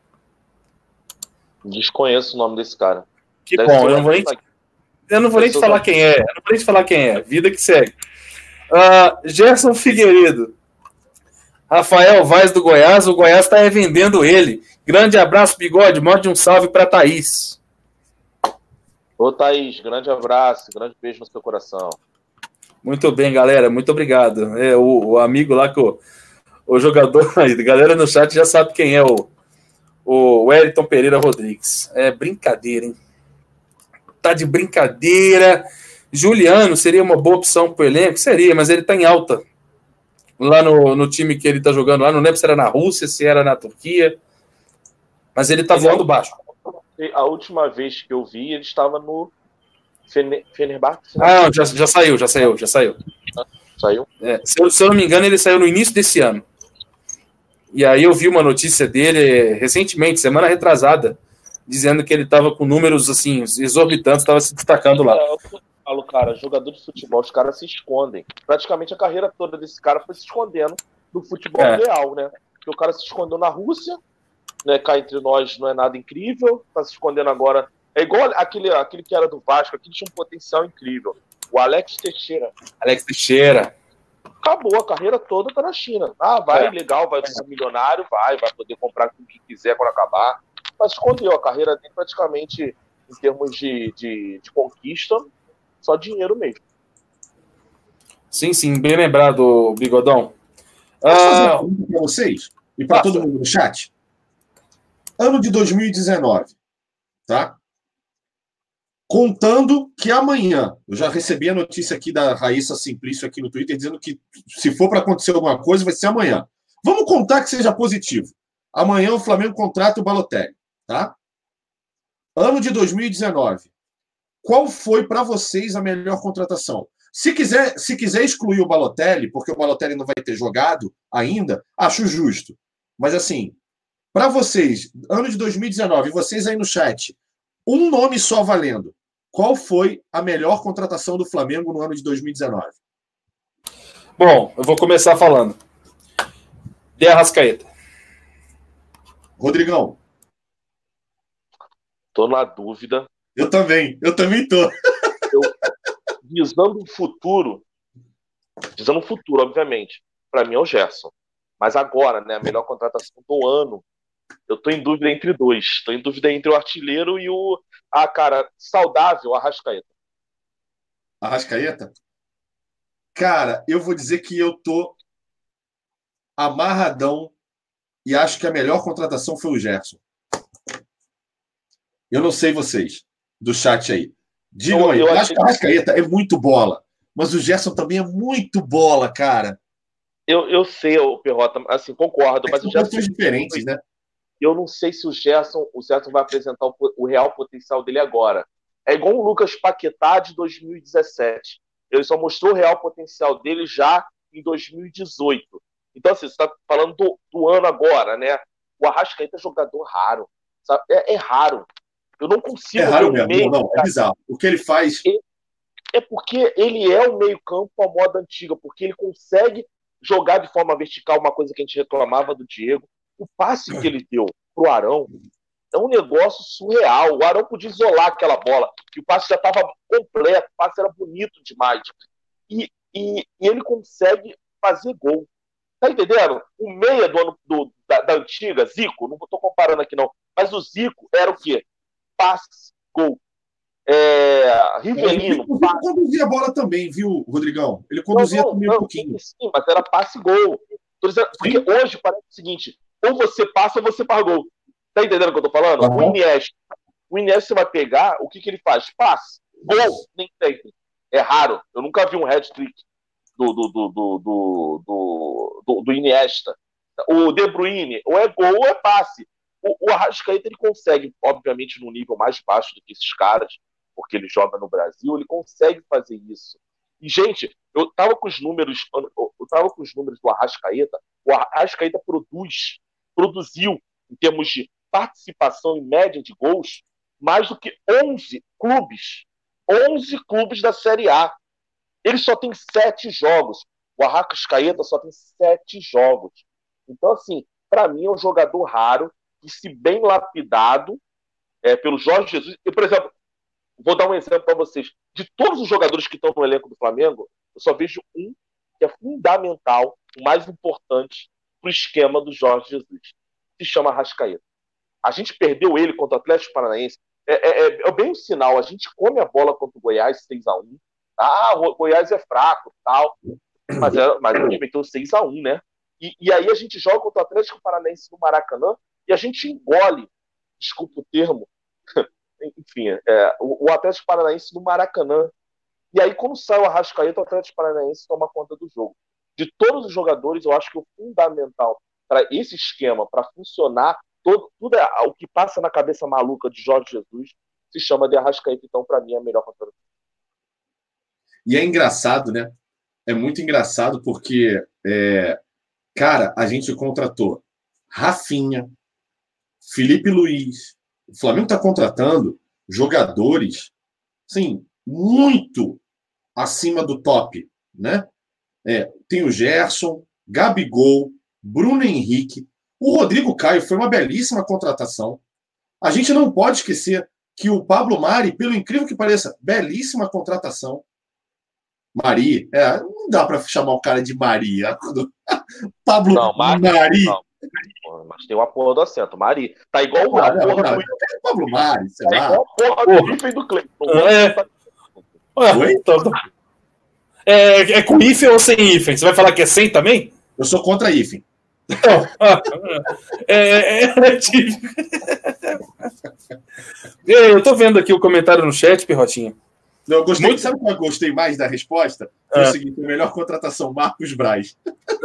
Desconheço o nome desse cara. Que Deve bom, eu não vou nem, eu não vou nem te falar quem é. Eu não vou nem te falar quem é. Vida que segue. Uh, Gerson Figueiredo. Rafael Vaz do Goiás. O Goiás está revendendo ele. Grande abraço, Bigode. Mande um salve para Thaís. Ô, Thaís, grande abraço. Grande beijo no seu coração. Muito bem, galera. Muito obrigado. É, o, o amigo lá, que o, o jogador aí, a galera no chat já sabe quem é o, o Wellington Pereira Rodrigues. É brincadeira, hein? Tá de brincadeira. Juliano seria uma boa opção pro elenco? Seria, mas ele tá em alta. Lá no, no time que ele tá jogando lá. Não lembro se era na Rússia, se era na Turquia. Mas ele tá ele voando é... baixo. A última vez que eu vi, ele estava no Fenerbahçe. Ah, já, já saiu, já saiu, já saiu. Saiu? É, se, eu, se eu não me engano, ele saiu no início desse ano. E aí eu vi uma notícia dele recentemente, semana retrasada, dizendo que ele estava com números assim exorbitantes, estava se destacando lá. É, eu falo, cara, jogador de futebol, os caras se escondem. Praticamente a carreira toda desse cara foi se escondendo no futebol é. real, né? Porque o cara se escondeu na Rússia, né? Cá entre nós não é nada incrível, tá se escondendo agora. É igual aquele, aquele que era do Vasco, aquele tinha um potencial incrível. O Alex Teixeira. Alex Teixeira. Acabou, a carreira toda tá na China. Ah, vai, é. legal, vai ser milionário, vai, vai poder comprar o que quiser quando acabar. Mas escondeu a carreira dele praticamente em termos de, de, de conquista, só dinheiro mesmo. Sim, sim, bem lembrado, Bigodão. Posso ah, fazer uma pergunta para vocês e para todo mundo no chat? Ano de dois mil e dezenove, tá? Contando que amanhã, eu já recebi a notícia aqui da Raíssa Simplício aqui no Twitter, dizendo que se for para acontecer alguma coisa, vai ser amanhã. Vamos contar que seja positivo. Amanhã o Flamengo contrata o Balotelli, tá? Ano de dois mil e dezenove. Qual foi para vocês a melhor contratação? Se quiser, se quiser excluir o Balotelli, porque o Balotelli não vai ter jogado ainda, acho justo. Mas assim, para vocês, ano de dois mil e dezenove, vocês aí no chat, um nome só valendo. Qual foi a melhor contratação do Flamengo no ano de dois mil e dezenove? Bom, eu vou começar falando. De Arrascaeta. Rodrigão. Tô na dúvida. Eu também, eu também tô. Eu, visando o futuro, visando o futuro, obviamente, para mim é o Gerson. Mas agora, né, a melhor contratação do ano, eu tô em dúvida entre dois. Tô em dúvida entre o artilheiro e o, ah, cara, saudável, Arrascaeta. Arrascaeta? Cara, eu vou dizer que eu tô amarradão e acho que a melhor contratação foi o Gerson. Eu não sei vocês, do chat aí. Digam aí. Eu, eu acho que a Arrascaeta é muito bola, mas o Gerson também é muito bola, cara. Eu, eu sei, o Perrota, assim, concordo, mas são o Gerson... São diferentes, né? Eu não sei se o Gerson, o Gerson vai apresentar o, o real potencial dele agora. É igual o Lucas Paquetá de dois mil e dezessete. Ele só mostrou o real potencial dele já em dois mil e dezoito. Então, assim, você está falando do, do ano agora, né? O Arrascaeta é jogador raro. Sabe? É, é raro. Eu não consigo... É raro mesmo, meio, não, é bizarro. O que ele faz... É, é porque ele é o meio-campo à moda antiga, porque ele consegue jogar de forma vertical, uma coisa que a gente reclamava do Diego. O passe que ele deu pro Arão é um negócio surreal. O Arão podia isolar aquela bola, que o passe já estava completo, o passe era bonito demais. E e, e ele consegue fazer gol. Tá entendendo? O meia do ano do, da, da antiga, Zico, não estou comparando aqui não, mas o Zico era o quê? Passe, gol. É, Rivelino. Ele passe. Conduzia a bola também, viu, Rodrigão? Ele conduzia não, não, também não, um pouquinho. Sim, mas era passe gol. Dizendo, porque sim. Hoje parece o seguinte: ou você passa ou você faz gol. Tá entendendo o que eu tô falando? Uhum. O Iniesta. O Iniesta você vai pegar, o que, que ele faz? Passe. Gol, nem sempre. É raro. Eu nunca vi um hat-trick do, do, do, do, do, do, do Iniesta. O De Bruyne, ou é gol ou é passe. O, o Arrascaeta, ele consegue, obviamente, num nível mais baixo do que esses caras, porque ele joga no Brasil, ele consegue fazer isso. E, gente, eu tava com os números, eu tava com os números do Arrascaeta. O Arrascaeta produz, produziu, em termos de participação em média de gols, mais do que onze clubes. onze clubes da Série A. Ele só tem sete jogos. O Arrascaeta só tem sete jogos. Então, assim, para mim é um jogador raro, que se bem lapidado é, pelo Jorge Jesus. Eu, por exemplo, vou dar um exemplo para vocês. De todos os jogadores que estão no elenco do Flamengo, eu só vejo um que é fundamental, o mais importante para o esquema do Jorge Jesus. Se chama Arrascaeta. A gente perdeu ele contra o Atlético Paranaense. É, é, é bem um sinal. A gente come a bola contra o Goiás seis a um. Ah, o Goiás é fraco, tal. Mas, é, mas a gente meteu seis a um, né? E, e aí a gente joga contra o Atlético Paranaense no Maracanã e a gente engole, desculpa o termo, enfim, é, o, o Atlético Paranaense no Maracanã. E aí, quando sai o Arrascaeta, o Atlético Paranaense toma conta do jogo. De todos os jogadores, eu acho que o fundamental para esse esquema, para funcionar, todo, tudo é, o que passa na cabeça maluca de Jorge Jesus se chama de Arrascaeta. Então, para mim, é a melhor contratação. E é engraçado, né? É muito engraçado porque, é, cara, a gente contratou Rafinha, Felipe Luiz. O Flamengo está contratando jogadores, assim, muito acima do top, né? É, tem o Gerson, Gabigol, Bruno Henrique. O Rodrigo Caio foi uma belíssima contratação. A gente não pode esquecer que o Pablo Mari, pelo incrível que pareça, belíssima contratação. Mari, é, não dá para chamar o cara de Maria. Pablo não, Mari. Mari. Não. Mas tem uma porra do acento, Mari. Tá igual o ah, porra não, não, do é Pablo Mari, sei tá lá. igual a porra do Ife e do Cleiton. É. Oi? É, é com hífen ou sem hífen? Você vai falar que é sem também? Eu sou contra hífen. Então, é, é, é típico. Eu tô vendo aqui o comentário no chat, Pirrotinha. Não, eu gostei, Muito... Sabe qual eu gostei mais da resposta? Foi ah. o seguinte: a melhor contratação, Marcos Braz.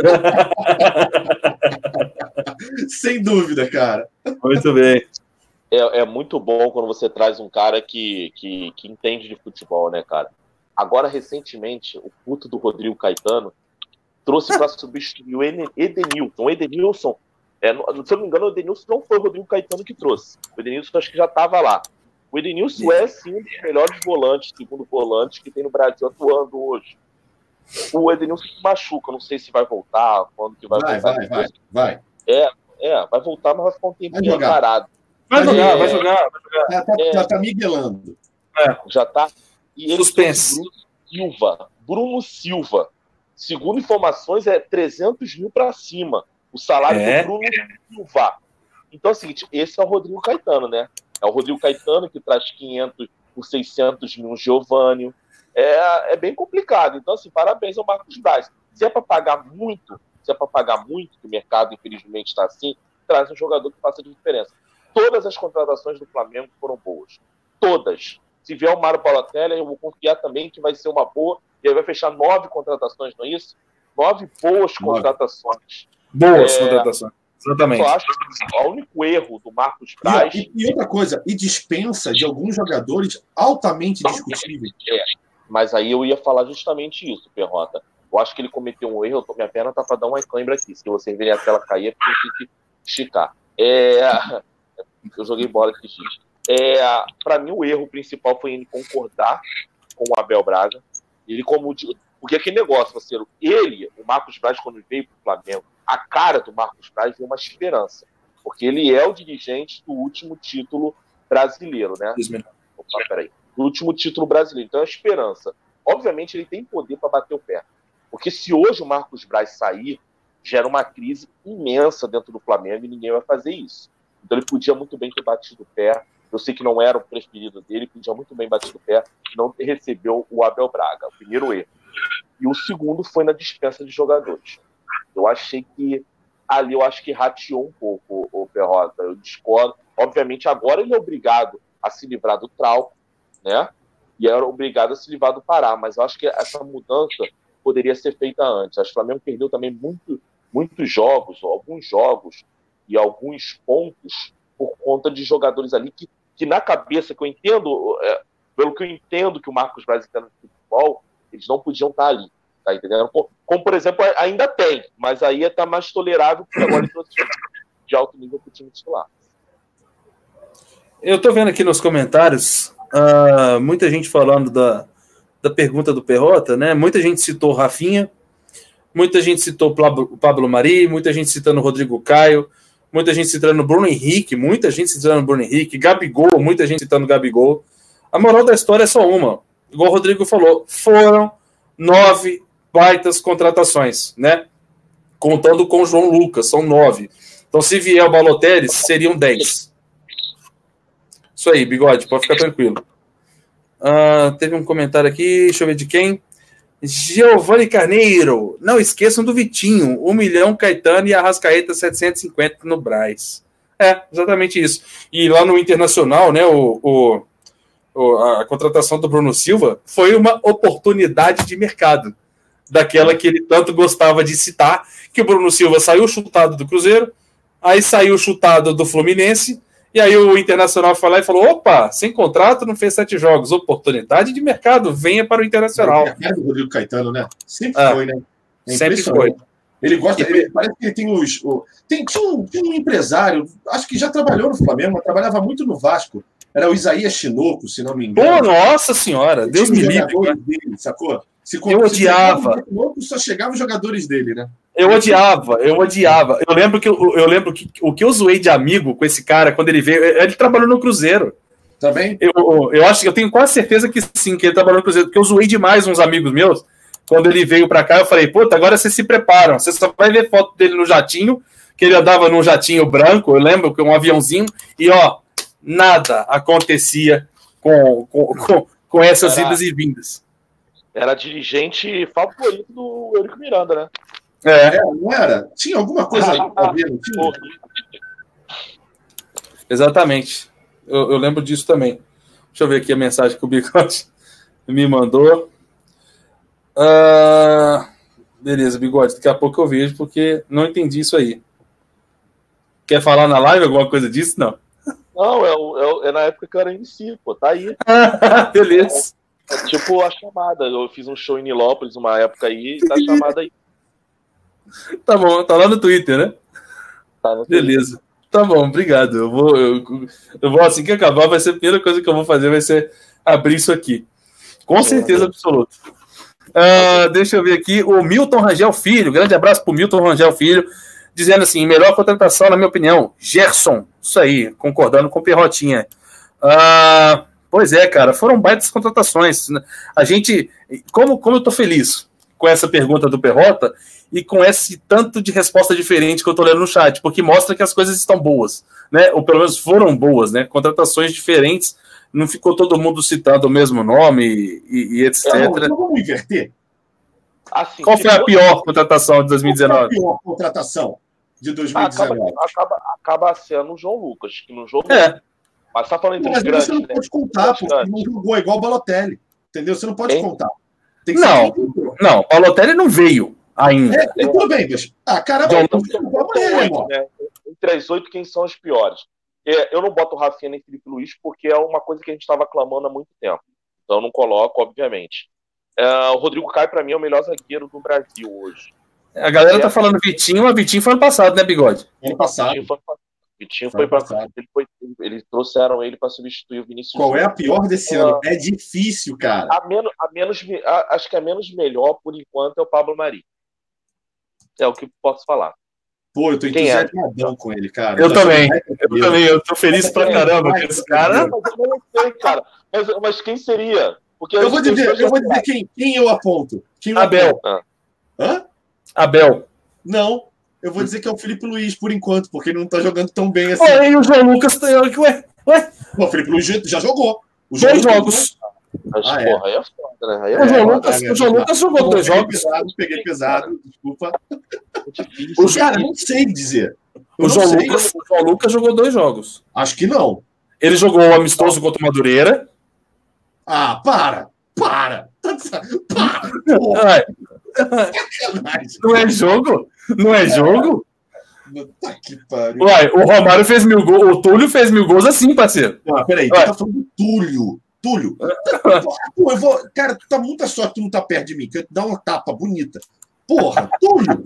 Sem dúvida, cara. Muito bem. É, é muito bom quando você traz um cara que, que, que entende de futebol, né, cara? Agora, recentemente, o puto do Rodrigo Caetano trouxe para substituir o Edenilson. O Edenilson, é, se eu não me engano, o Edenilson não foi o Rodrigo Caetano que trouxe. O Edenilson acho que já estava lá. O Edenilson é, sim, um dos melhores volantes, segundo volantes, que tem no Brasil atuando hoje. O Edenilson se machuca, não sei se vai voltar, quando que vai, vai voltar. Vai, vai, vai. É, é, vai voltar, mas vai ficar um tempinho parado. Vai jogar, é, vai jogar, vai jogar. Já tá, é, já tá miguelando. É. Já tá. E ele Suspense. Bruno Silva. Bruno Silva. Segundo informações, é trezentos mil para cima. O salário é. do Bruno Silva. Então é o seguinte, esse é o Rodrigo Caetano, né? É o Rodrigo Caetano que traz quinhentos por seiscentos mil Giovânio. É, é bem complicado. Então, assim, parabéns ao Marcos Braz. Se é para pagar muito, se é para pagar muito, que o mercado, infelizmente, está assim, traz um jogador que faça diferença. Todas as contratações do Flamengo foram boas. Todas. Se vier o Mário Balotelli, eu vou confiar também que vai ser uma boa. E aí vai fechar nove contratações, não é isso? Nove boas nove. contratações. Boas é... contratações. Exatamente. Eu acho que o único erro do Marcos Braz... E, e outra coisa, e dispensa de alguns jogadores altamente discutíveis. É, mas aí eu ia falar justamente isso, Perrota. Eu acho que ele cometeu um erro, minha perna tá para dar uma cãibra aqui. Se vocês verem a tela cair, é porque eu tenho que esticar. É... Eu joguei bola aqui, gente. É... Para mim, o erro principal foi ele concordar com o Abel Braga. Ele como... Porque aquele negócio, parceiro, ele, o Marcos Braz, quando veio pro Flamengo, a cara do Marcos Braz deu uma esperança. Porque ele é o dirigente do último título brasileiro, né? Opa, peraí. Do último título brasileiro. Então é esperança. Obviamente ele tem poder para bater o pé. Porque se hoje o Marcos Braz sair, gera uma crise imensa dentro do Flamengo e ninguém vai fazer isso. Então ele podia muito bem ter batido o pé. Eu sei que não era o preferido dele, podia muito bem bater o pé, não recebeu o Abel Braga, o primeiro erro. E o segundo foi na dispensa de jogadores. Eu achei que ali eu acho que rateou um pouco o, o Perrota. Eu discordo. Obviamente agora ele é obrigado a se livrar do Trauco, né? E era obrigado a se livrar do Pará, mas eu acho que essa mudança poderia ser feita antes. Acho que o Flamengo perdeu também muito, muitos jogos, alguns jogos e alguns pontos por conta de jogadores ali que, que na cabeça, que eu entendo, é, pelo que eu entendo que o Marcos Braz entende no futebol, eles não podiam estar ali, tá entendendo? Como, como, por exemplo, ainda tem, mas aí está mais tolerável, porque agora ele trouxe de alto nível para o time titular. Eu tô vendo aqui nos comentários uh, muita gente falando da, da pergunta do Perrota, né? Muita gente citou Rafinha, muita gente citou o Pablo Mari, muita gente citando o Rodrigo Caio, muita gente citando o Bruno Henrique, muita gente citando o Bruno Henrique, Gabigol, muita gente citando o Gabigol. A moral da história é só uma. Igual o Rodrigo falou, foram nove baitas contratações, né? Contando com o João Lucas, são nove. Então, se vier o Balotelli, seriam dez. Isso aí, Bigode, pode ficar tranquilo. Uh, teve um comentário aqui, deixa eu ver de quem. Giovanni Carneiro, não esqueçam do Vitinho, um milhão Caetano e Arrascaeta setecentos e cinquenta no Braz. É, exatamente isso. E lá no Internacional, né, o, o, o, a contratação do Bruno Silva foi uma oportunidade de mercado, daquela que ele tanto gostava de citar, que o Bruno Silva saiu chutado do Cruzeiro, aí saiu chutado do Fluminense, e aí o Internacional foi lá e falou, opa, sem contrato, não fez sete jogos, oportunidade de mercado, venha para o Internacional. É o Rodrigo Caetano, né? Sempre ah, foi, né? É sempre foi. Ele gosta, ele, parece que ele tem os... O, tem, tinha, um, tinha um empresário, acho que já trabalhou no Flamengo, mas trabalhava muito no Vasco, era o Isaías Chinoco, se não me engano. Pô, nossa senhora, Deus me livre. Dele, sacou? Se, eu odiava. Chinoco, só chegavam os jogadores dele, né? Eu odiava, eu odiava. Eu lembro que eu, eu lembro que o que eu zoei de amigo com esse cara quando ele veio, ele trabalhou no Cruzeiro. Também? Eu, eu acho que eu tenho quase certeza que sim, que ele trabalhou no Cruzeiro, porque eu zoei demais uns amigos meus. Quando ele veio pra cá, eu falei, puta, agora vocês se preparam. Você só vai ver foto dele no jatinho, que ele andava num jatinho branco, eu lembro, que um aviãozinho, e ó, nada acontecia com, com, com, com essas era, idas e vindas. Era dirigente favorito do Eurico Miranda, né? É. é, não era? Tinha alguma coisa aí pra ver, não tinha? Exatamente. Eu, eu lembro disso também. Deixa eu ver aqui a mensagem que o Bigode me mandou. Uh, beleza, Bigode, daqui a pouco eu vejo, porque não entendi isso aí. Quer falar na live alguma coisa disso? Não. Não, é, o, é, é na época que eu era M C, pô, tá aí. Beleza. É, é tipo a chamada. Eu fiz um show em Nilópolis uma época aí, tá chamada aí. Tá bom, tá lá no Twitter, né? Tá no Beleza. Twitter. Tá bom, obrigado. Eu vou, eu, eu vou, assim que acabar, vai ser a primeira coisa que eu vou fazer, vai ser abrir isso aqui. Com certeza absoluta. Uh, deixa eu ver aqui, o Milton Rangel Filho, grande abraço pro Milton Rangel Filho, dizendo assim, melhor contratação, na minha opinião, Gerson. Isso aí, concordando com o Perrotinha. Uh, pois é, cara, foram baitas contratações. A gente, como, como eu tô feliz com essa pergunta do Perrota, e com esse tanto de resposta diferente que eu tô lendo no chat, porque mostra que as coisas estão boas, né? Ou pelo menos foram boas, né? Contratações diferentes, não ficou todo mundo citando o mesmo nome e, e etcétera. Então vamos inverter? Assim, qual foi a pior contratação de dois mil e dezenove? Qual foi a pior contratação de dois mil e dezenove? Acaba, acaba, acaba sendo o João Lucas, que não jogou. É. Mas tá falando entre Mas os grandes, você não né? pode contar, porque não jogou igual o Balotelli. Entendeu? Você não pode Hein? contar. Tem que Não, ser não, o Balotelli não veio ainda. É, tudo bem, mas. Ah, caramba, John então, Então, vamos então, nele, oito, irmão. né? Entre as oito, quem são os piores? É, eu não boto o Rafinha nem Felipe Luiz porque é uma coisa que a gente estava clamando há muito tempo. Então eu não coloco, obviamente. É, o Rodrigo Caio, para mim, é o melhor zagueiro do Brasil hoje. A galera tá falando Vitinho, mas Vitinho foi ano passado, né, Bigode? Ano passado. Vitinho foi, Vitinho Foi foi ano para passado. ele foi, eles trouxeram ele para substituir o Vinícius. Qual é a pior desse Ah. ano? É difícil, cara. A menos, a menos, a, acho que a menos melhor, por enquanto, é o Pablo Mari. É o que posso falar. Pô, eu tô Quem é? entusiasmadão com ele, cara. Eu Tá também, achando eu também, eu tô feliz pra caramba com esse cara. Mas eu não sei, cara. Mas, mas quem seria? Porque Eu vou as dizer, pessoas eu vou já- dizer quem, quem eu aponto. Quem eu Abel. aponto. Abel. Não, eu vou dizer que é o Felipe Luiz, por enquanto, porque ele não tá jogando tão bem assim. Ué, e o João Lucas, ué, ué? O Felipe Luiz já jogou. O dois jogos. Mas, ah, porra, é. aí é foda, né? Aí é o João foda, Lucas, né? o João Lucas jogou eu dois peguei jogos. Pesado, peguei pesado, desculpa. É difícil. O cara, não sei dizer. Eu O não João, sei. Lucas, o João Lucas jogou dois jogos. Acho que não. Ele jogou o amistoso contra o Madureira. Ah, para! Para! Para! Ué, não é jogo? Não é jogo? Tá que pariu. Ué, o Romário fez mil gols, o Túlio fez mil gols assim, parceiro. Ah, peraí, tu tá falando do Túlio. Túlio. Pô, eu vou... Cara, tu tá muita sorte que tu não tá perto de mim, que eu te dar uma tapa bonita. Porra, Túlio!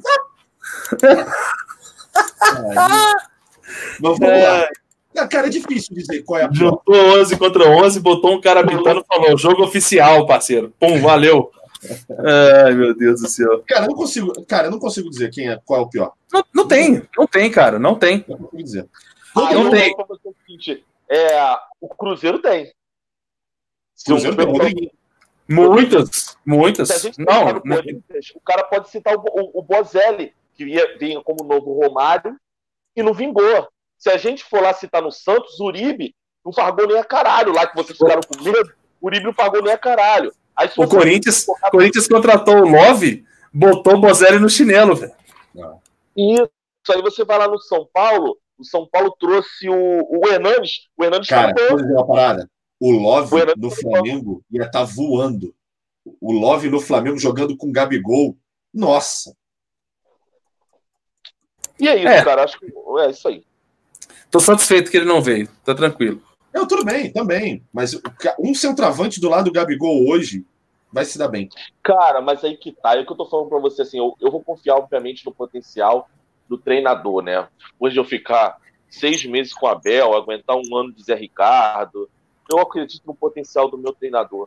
Ai, mas vamos lá. Cara, é difícil dizer qual é a pior. Juntou onze contra onze, botou um cara habitando e falou: jogo oficial, parceiro. Pum, valeu. Ai, meu Deus do céu. Cara, eu não consigo, cara, eu não consigo dizer quem é, qual é o pior. Não, não tem, não tem, cara, não tem. Não consigo dizer. Ah, não eu tem. vou fazer o seguinte, é, o Cruzeiro tem. Se Cruzeiro um- tem Rodriguinho. Muitas, muitas. Se a gente Não, pensar no Corinthians, o cara pode citar o, o, o Bozelli, que ia, vinha como novo Romário, e não vingou. Se a gente for lá citar no Santos, o Uribe não fargou nem a caralho, lá que vocês ficaram com medo, o Uribe não fargou nem a caralho. Aí, se o você- Corinthians, Corinthians contratou o Love, botou o Bozelli no chinelo, velho. Isso, aí você vai lá no São Paulo, o São Paulo trouxe o, o Hernandes, o Hernandes Cara, tá vou bom. dizer uma parada. O Love Bueno, no Flamengo ia estar voando. O Love no Flamengo jogando com Gabigol. Nossa. E é isso, É. cara, acho que é isso aí. Tô satisfeito que ele não veio, tá tranquilo. Eu, tudo bem, também. Mas o ca- um centroavante do lado do Gabigol hoje vai se dar bem. Cara, mas aí que tá, é o que eu tô falando pra você, assim, eu, eu vou confiar, obviamente, no potencial do treinador, né? Hoje eu ficar seis meses com o Abel, aguentar um ano de Zé Ricardo, eu acredito no potencial do meu treinador,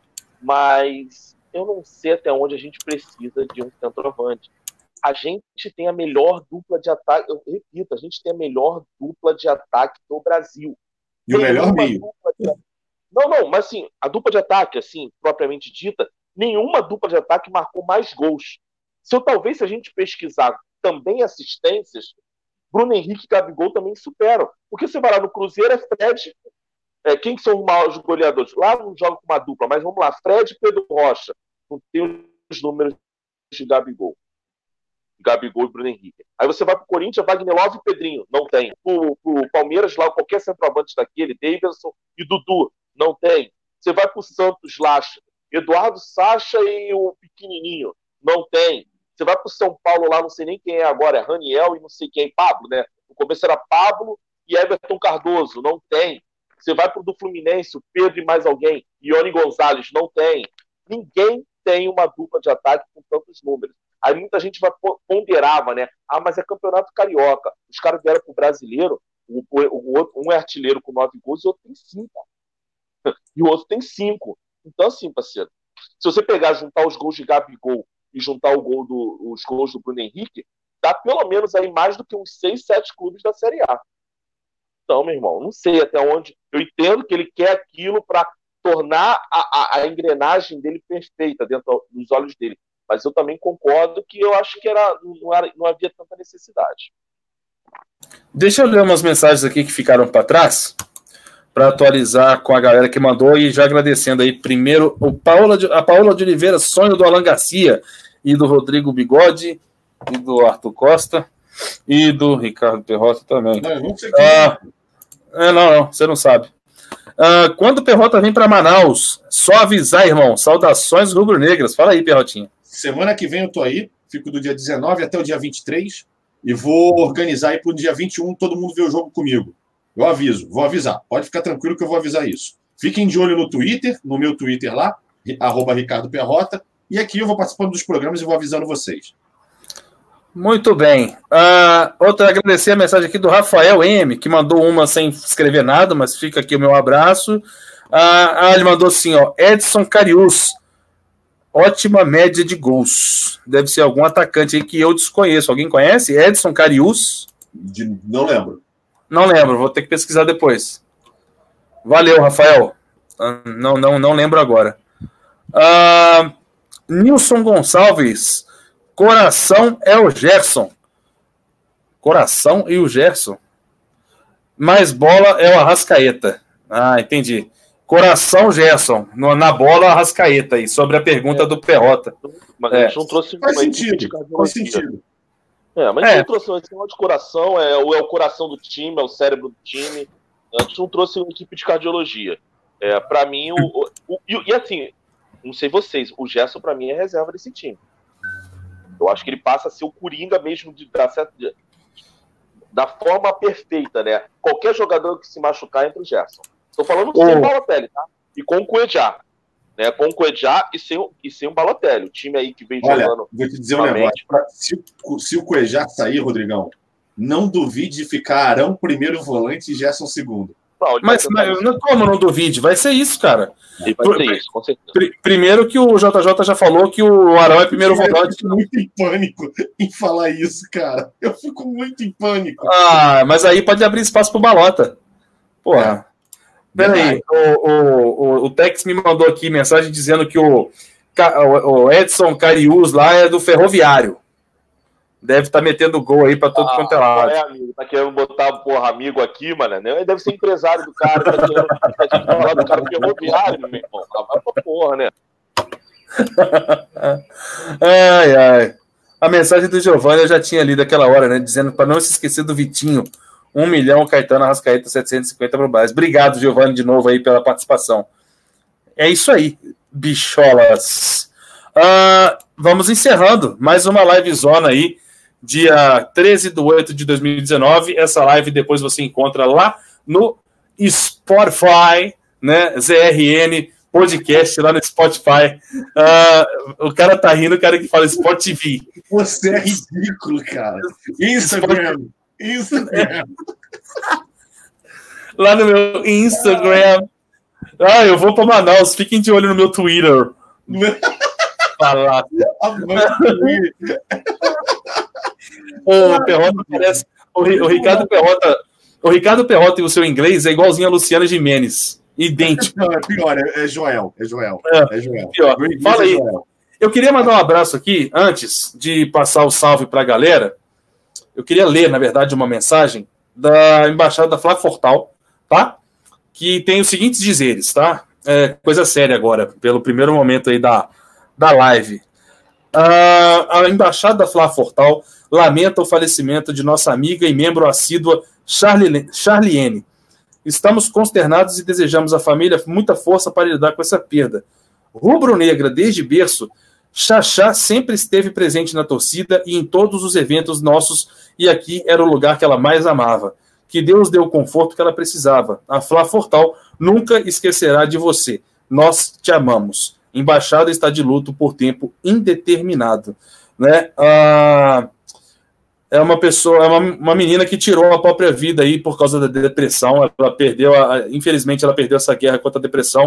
mas eu não sei até onde a gente precisa de um centroavante. A gente tem a melhor dupla de ataque, eu repito, a gente tem a melhor dupla de ataque do Brasil. E o melhor Nenhuma meio. dupla de- Não, não, mas assim, a dupla de ataque, assim, propriamente dita, nenhuma dupla de ataque marcou mais gols. Se eu, talvez, se a gente pesquisar também assistências, Bruno Henrique e Gabigol também superam. Porque você vai lá no Cruzeiro, é Fred. É, quem são os maiores goleadores? Lá não joga com uma dupla, mas vamos lá, Fred e Pedro Rocha. Não tem os números de Gabigol. Gabigol e Bruno Henrique. Aí você vai pro Corinthians, Wagner Love e Pedrinho. Não tem. Pro, pro Palmeiras, lá, qualquer centroavante daquele, Davidson e Dudu. Não tem. Você vai pro Santos, lá, Eduardo Sacha e o pequenininho. Não tem. Você vai pro São Paulo, lá, não sei nem quem é agora, é Raniel e não sei quem, Pablo, né? No começo era Pablo e Everton Cardoso. Não tem. Você vai pro do Fluminense, o Pedro e mais alguém. Ione Gonzalez. Não tem. Ninguém tem uma dupla de ataque com tantos números. Aí muita gente vai ponderava, né? Ah, mas é campeonato carioca. Os caras vieram pro brasileiro, o, o, o outro, um é artilheiro com nove gols e o outro tem cinco. E o outro tem cinco. Então, assim, parceiro, se você pegar, juntar os gols de Gabigol e juntar o gol do, os gols do Bruno Henrique, dá pelo menos aí mais do que uns seis, sete clubes da Série A. Então, meu irmão, não sei até onde. Eu entendo que ele quer aquilo para tornar a, a, a engrenagem dele perfeita dentro dos olhos dele. Mas eu também concordo que eu acho que era, não, era, não havia tanta necessidade. Deixa eu ler umas mensagens aqui que ficaram para trás, para atualizar com a galera que mandou, e já agradecendo aí primeiro o Paola de, a Paola de Oliveira, sonho do Alan Garcia, e do Rodrigo Bigode, e do Arthur Costa, e do Ricardo Perrota também. Não, eu não sei quem Ah, é, não, não, você não sabe. Ah, quando o Perrota vem para Manaus, só avisar, irmão. Saudações rubro-negras. Fala aí, Perrotinha. Semana que vem eu tô aí, fico do dia dezenove até o dia vinte e três e vou organizar aí pro dia vinte e um todo mundo ver o jogo comigo. Eu aviso, vou avisar. Pode ficar tranquilo que eu vou avisar isso. Fiquem de olho no Twitter, no meu Twitter lá, arroba Ricardo Perrota, e aqui eu vou participando dos programas e vou avisando vocês. Muito bem. Uh, outra, agradecer a mensagem aqui do Rafael M, que mandou uma sem escrever nada, mas fica aqui o meu abraço. Uh, ah, ele mandou assim, ó, Edson Carius. Ótima média de gols. Deve ser algum atacante aí que eu desconheço. Alguém conhece? Edson Carius? De, não lembro. Não lembro, vou ter que pesquisar depois. Valeu, Rafael. Uh, não, não, não lembro agora. Uh, Nilson Gonçalves. Coração é o Gerson. Coração e o Gerson. Mais bola é o Arrascaeta. Ah, entendi. Coração, Gerson. No, na bola, Arrascaeta. E sobre a pergunta é. do Perrota. Mas é. a gente não trouxe faz sentido, faz sentido. É, mas a gente é. não trouxe uma equipe de coração, é, é o coração do time, é o cérebro do time. A gente não trouxe uma equipe de cardiologia. É, para mim, o, o, o, e assim, não sei vocês, o Gerson para mim é reserva desse time. Eu acho que ele passa a ser o Coringa mesmo de, da, da forma perfeita, né? Qualquer jogador que se machucar entra o Gerson. Tô falando oh. sem o Balotelli, tá? E com o Cuejá. Né? Com o Cuejá e sem, e sem o Balotelli. O time aí que vem Olha, jogando... vou te dizer um negócio. Pra, se, se o Cuejá sair, Rodrigão, não duvide de ficar Arão primeiro volante e Gerson segundo. Não, mas, mas não, como não duvide? Vai ser isso, cara. Ele vai ser isso, com certeza. Pr primeiro que o J J já falou que o Arão é primeiro volante. Eu fico muito em pânico em falar isso, cara. Eu fico muito em pânico. Ah, mas aí pode abrir espaço pro Balota. Porra. É. Peraí, o, o, o Tex me mandou aqui mensagem dizendo que o, o Edson Cariús lá é do Ferroviário. Deve estar tá metendo gol aí pra todo ah, quanto é lado. É, amigo. Tá querendo botar, porra, amigo aqui, mano. Ele deve ser empresário do cara. Tá querendo tá falar do cara ferroviário, meu irmão. Ah, vai pra porra, né? Ai, ai. A mensagem do Giovanni eu já tinha lido aquela hora, né? Dizendo para não se esquecer do Vitinho. Um milhão, Caetano Arrascaeta, setecentos e cinquenta para o Braz. Obrigado, Giovanni, de novo aí pela participação. É isso aí, bicholas. Uh, vamos encerrando mais uma livezona aí, dia treze de oito de dois mil e dezenove. Essa live depois você encontra lá no Spotify, né? Z R N Podcast lá no Spotify. Uh, o cara tá rindo, o cara que fala Sport T V. Você é ridículo, cara. Instagram. Instagram. Lá no meu Instagram. Ah, eu vou para Manaus. Fiquem de olho no meu Twitter. Falar. O Perrota parece. O, o Ricardo Perrota. O Ricardo Perrota e o seu inglês é igualzinho a Luciana Gimenez. Idêntico. Não, é pior, é, é Joel. É Joel. É, é Joel. Pior. Fala aí. É Joel. Eu queria mandar um abraço aqui, antes de passar o salve para a galera. Eu queria ler, na verdade, uma mensagem da embaixada da Flá Fortal, tá? Que tem os seguintes dizeres, tá? É coisa séria agora, pelo primeiro momento aí da, da live. A, a embaixada da Flá Fortal lamenta o falecimento de nossa amiga e membro assídua Charlie, Charliene. Estamos consternados e desejamos à família muita força para lidar com essa perda. Rubro-negra, desde berço, Xaxá sempre esteve presente na torcida e em todos os eventos nossos, e aqui era o lugar que ela mais amava. Que Deus dê o conforto que ela precisava. A Flá Fortal nunca esquecerá de você. Nós te amamos. Embaixada está de luto por tempo indeterminado. Né? Ah, é uma pessoa, é uma, uma menina que tirou a própria vida aí por causa da depressão. Ela perdeu, a, infelizmente, ela perdeu essa guerra contra a depressão.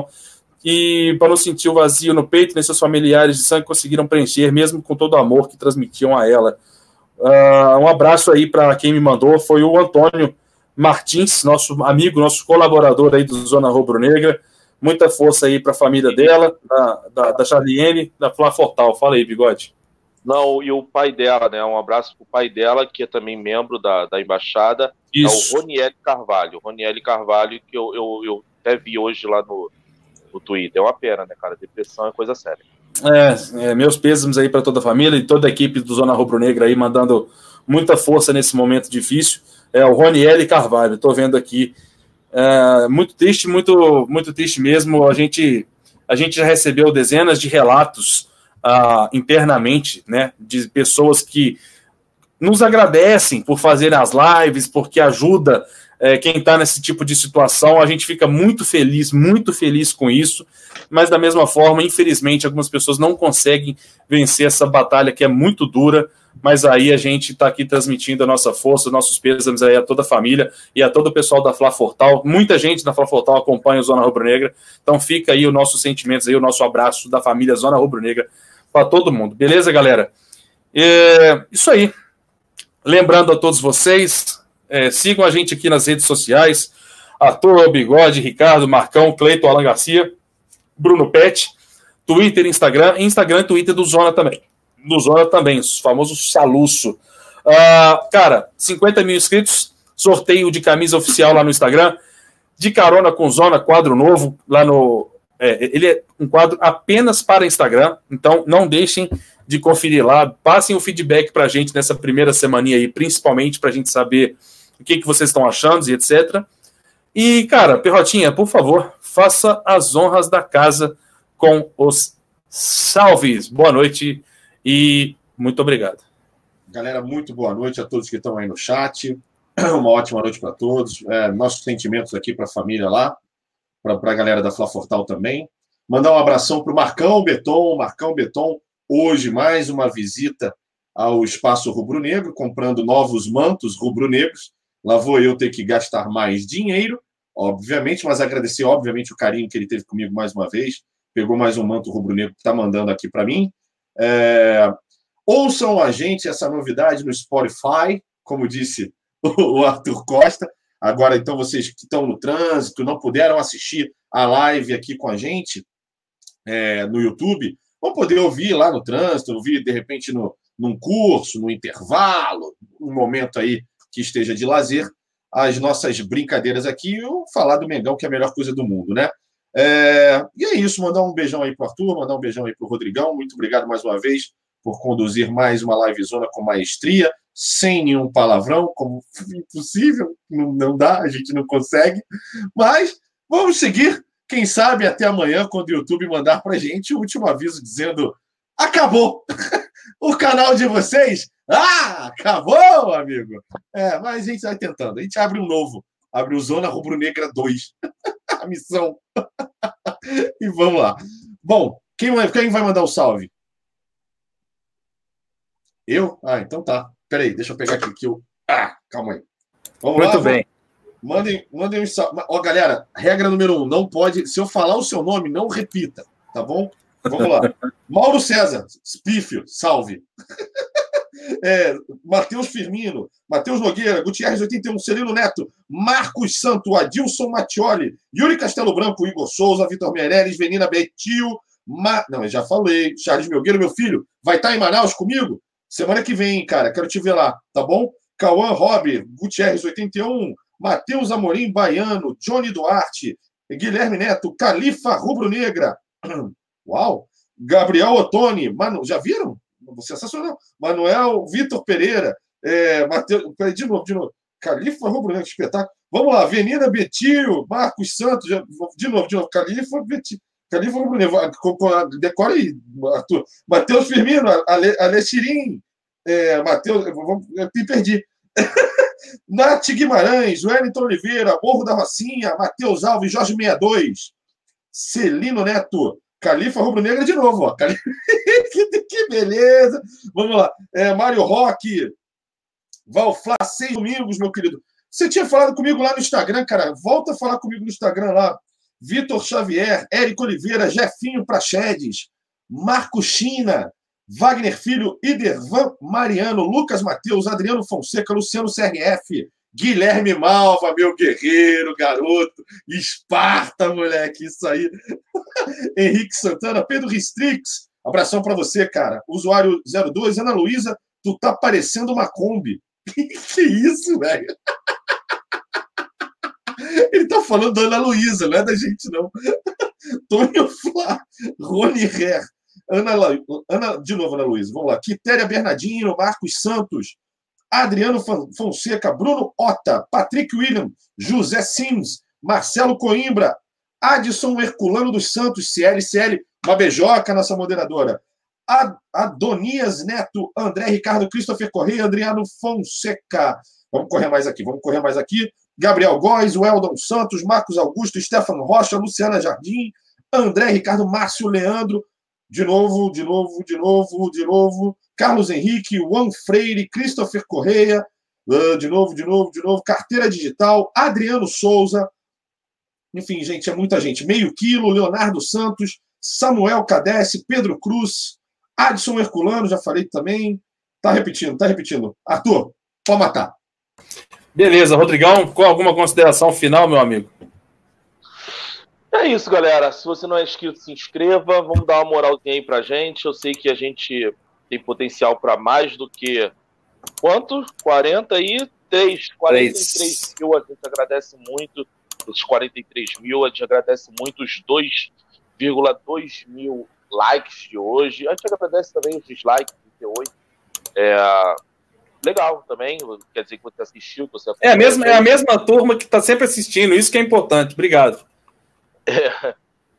E para não sentir o vazio no peito, nem seus familiares de sangue conseguiram preencher, mesmo com todo o amor que transmitiam a ela. Uh, um abraço aí para quem me mandou, foi o Antônio Martins, nosso amigo, nosso colaborador aí do Zona Rubro Negra. Muita força aí para a família dela, da, da, da Charliene, da Flá Fortal. Fala aí, Bigode. Não, e o pai dela, né? Um abraço para o pai dela, que é também membro da, da embaixada. Isso. É o Roniel Carvalho. Roniel Carvalho, que eu, eu, eu até vi hoje lá no, no Twitter. É uma pena, né, cara? Depressão é coisa séria. É, é, meus pêsames aí para toda a família e toda a equipe do Zona Rubro Negra aí mandando muita força nesse momento difícil. É o Roniel Carvalho, estou vendo aqui. É, muito triste, muito, muito triste mesmo. A gente, a gente já recebeu dezenas de relatos uh, internamente, né, de pessoas que nos agradecem por fazer as lives, porque ajuda é, quem está nesse tipo de situação. A gente fica muito feliz, muito feliz com isso, mas da mesma forma, infelizmente, algumas pessoas não conseguem vencer essa batalha que é muito dura, mas aí a gente está aqui transmitindo a nossa força, nossos pêsames aí a toda a família e a todo o pessoal da Flá Fortal. Muita gente da Flá Fortal acompanha o Zona Rubro Negra, então fica aí os nossos sentimentos, aí, o nosso abraço da família Zona Rubro Negra para todo mundo. Beleza, galera? É, isso aí. Lembrando a todos vocês, é, sigam a gente aqui nas redes sociais, Arthur, Bigode, Ricardo, Marcão, Cleiton, Alan Garcia, Bruno Pet, Twitter, Instagram, e Instagram e Twitter do Zona também. do Zona também, o famoso Saluço. Uh, cara, cinquenta mil inscritos, sorteio de camisa oficial lá no Instagram, de carona com Zona, quadro novo lá no... É, ele é um quadro apenas para Instagram, então não deixem de conferir lá, passem o feedback para a gente nessa primeira semaninha aí, principalmente para a gente saber o que, que vocês estão achando e etcétera. E, cara, Perrotinha, por favor, faça as honras da casa com os salves. Boa noite e muito obrigado. Galera, muito boa noite a todos que estão aí no chat. Uma ótima noite para todos. É, nossos sentimentos aqui para a família lá, para a galera da Flafortal também. Mandar um abração para o Marcão Beton. Marcão Beton, hoje mais uma visita ao Espaço Rubro Negro, comprando novos mantos rubro-negros. Lá vou eu ter que gastar mais dinheiro, obviamente, mas agradecer, obviamente, o carinho que ele teve comigo mais uma vez. Pegou mais um manto rubro-negro que está mandando aqui para mim. É... Ouçam a gente essa novidade no Spotify, como disse o Arthur Costa. Agora, então, vocês que estão no trânsito, não puderam assistir a live aqui com a gente é, no YouTube, vão poder ouvir lá no trânsito, ouvir, de repente, no, num curso, no intervalo, um momento aí que esteja de lazer, as nossas brincadeiras aqui, eu falar do Mengão, que é a melhor coisa do mundo, né? É, e é isso, mandar um beijão aí para o Arthur, mandar um beijão aí para o Rodrigão. Muito obrigado mais uma vez por conduzir mais uma livezona com maestria, sem nenhum palavrão, como impossível, não, não dá, a gente não consegue. Mas vamos seguir, quem sabe até amanhã, quando o YouTube mandar para a gente o último aviso dizendo: acabou! O canal de vocês, ah, acabou, amigo! É, mas a gente vai tentando, a gente abre um novo, abre o Zona Rubro Negra dois, a missão. E vamos lá. Bom, quem vai, quem vai mandar o salve? Eu? Ah, então tá. Peraí, deixa eu pegar aqui. que eu... Ah, calma aí. Vamos Muito lá. bem. Mandem, mandem um salve. Ó, galera, regra número um, não pode... Se eu falar o seu nome, não repita, tá bom? Vamos lá. Mauro César, Pífio, salve. É, Matheus Firmino, Matheus Nogueira, Gutierrez oitenta e um, Celino Neto, Marcos Santo, Adilson Mattioli, Yuri Castelo Branco, Igor Souza, Vitor Meirelles, Venina Betil, Ma... não, eu já falei, Charles Melgueiro, meu filho, vai estar em Manaus comigo? Semana que vem, cara, quero te ver lá, tá bom? Cauã Rob, Gutierrez oitenta e um, Matheus Amorim Baiano, Johnny Duarte, Guilherme Neto, Califa Rubro Negra, uau, Gabriel Ottoni, mano, já viram? Sensacional. Manuel Vitor Pereira, é, Mateus, peraí, de novo, de novo. Califa Rubro Negro, que espetáculo. Vamos lá, Avenida Betil, Marcos Santos, já, de novo, de novo. Califa Betil, Califa Rubro Negro. Decora aí, Arthur. Matheus Firmino, Ale, Ale Chirim, é, Matheus, eu me perdi. Nath Guimarães, Wellington Oliveira, Morro da Rocinha, Matheus Alves, Jorge sessenta e dois, Celino Neto, Califa Rubro Negra de novo, ó. que, que beleza! Vamos lá. É, Mário Roque, Valflá, seis domingos, meu querido. Você tinha falado comigo lá no Instagram, cara. Volta a falar comigo no Instagram lá. Vitor Xavier, Érico Oliveira, Jefinho Prachedes, Marco China, Wagner Filho, Idervan Mariano, Lucas Mateus, Adriano Fonseca, Luciano C R F, Guilherme Malva, meu guerreiro, garoto, Esparta, moleque, isso aí. Henrique Santana, Pedro Ristrix, abração para você, cara. Usuário zero dois, Ana Luísa, tu tá parecendo uma Kombi. Que isso, velho? Ele tá falando da Ana Luísa, não é da gente, não. Tônio Flá, Rony Her, Ana, Ana, de novo, Ana Luísa, vamos lá. Quitéria Bernardino, Marcos Santos, Adriano Fonseca, Bruno Ota, Patrick William, José Sims, Marcelo Coimbra, Adson Herculano dos Santos, C L C L, uma beijoca, nossa moderadora, Adonias Neto, André Ricardo, Christopher Correia, Adriano Fonseca. Vamos correr mais aqui, vamos correr mais aqui. Gabriel Góes, Weldon Santos, Marcos Augusto, Stefano Rocha, Luciana Jardim, André Ricardo, Márcio Leandro, de novo, de novo, de novo, de novo, Carlos Henrique, Juan Freire, Christopher Correia, de novo, de novo, de novo, Carteira Digital, Adriano Souza, enfim, gente, é muita gente. Meio quilo, Leonardo Santos, Samuel Cadesse, Pedro Cruz, Adson Herculano, já falei também. Tá repetindo, tá repetindo. Arthur, pode matar. Beleza, Rodrigão, com alguma consideração final, meu amigo? É isso, galera. Se você não é inscrito, se inscreva. Vamos dar uma moralzinha aí pra gente. Eu sei que a gente tem potencial para mais do que quanto? quarenta e três, quarenta e três mil, a gente agradece muito os quarenta e três mil, a gente agradece muito os dois vírgula dois mil likes de hoje, a gente agradece também os dislikes, trinta e oito, é, legal também, quer dizer que você assistiu, que você é, a mesma, é a mesma turma que está sempre assistindo, isso que é importante, obrigado. É,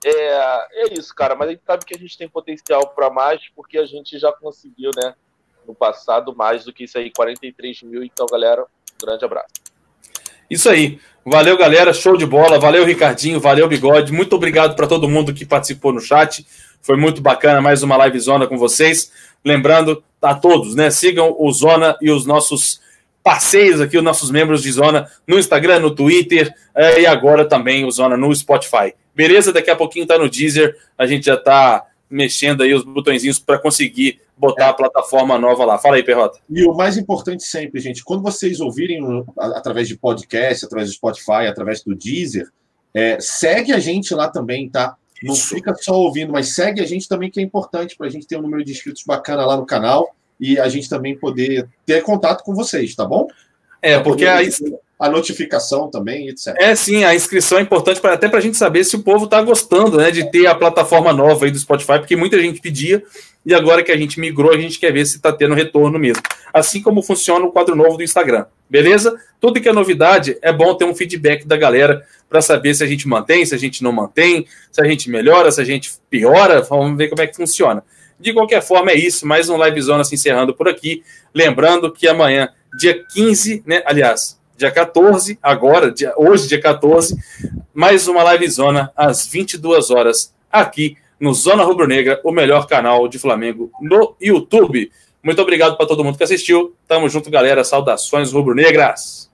é, é isso, cara, mas a gente sabe que a gente tem potencial para mais, porque a gente já conseguiu, né, no passado, mais do que isso aí, quarenta e três mil, então, galera, um grande abraço. Isso aí, valeu, galera, show de bola, valeu, Ricardinho, valeu, Bigode, muito obrigado para todo mundo que participou no chat, foi muito bacana, mais uma live Zona com vocês, lembrando a todos, né, sigam o Zona e os nossos parceiros aqui, os nossos membros de Zona, no Instagram, no Twitter, é, e agora também o Zona no Spotify, beleza? Daqui a pouquinho tá no Deezer, a gente já tá mexendo aí os botõezinhos para conseguir botar é. a plataforma nova lá. Fala aí, Perrota. E o mais importante sempre, gente, quando vocês ouvirem através de podcast, através do Spotify, através do Deezer, é, segue a gente lá também, tá? Não Isso. fica só ouvindo, mas segue a gente também, que é importante para a gente ter um número de inscritos bacana lá no canal e a gente também poder ter contato com vocês, tá bom? É, porque a, a notificação também, etcétera. É, sim, a inscrição é importante pra, até para a gente saber se o povo está gostando, né, de ter a plataforma nova aí do Spotify, porque muita gente pedia e agora que a gente migrou, a gente quer ver se está tendo retorno mesmo. Assim como funciona o quadro novo do Instagram, beleza? Tudo que é novidade, é bom ter um feedback da galera para saber se a gente mantém, se a gente não mantém, se a gente melhora, se a gente piora, vamos ver como é que funciona. De qualquer forma, é isso, mais um Livezona se encerrando por aqui. Lembrando que amanhã, dia quinze, né? Aliás, dia quatorze, agora, dia, hoje, dia quatorze, mais uma Livezona às vinte e duas horas, aqui no Zona Rubro-Negra, o melhor canal de Flamengo no YouTube. Muito obrigado para todo mundo que assistiu. Tamo junto, galera. Saudações rubro-negras.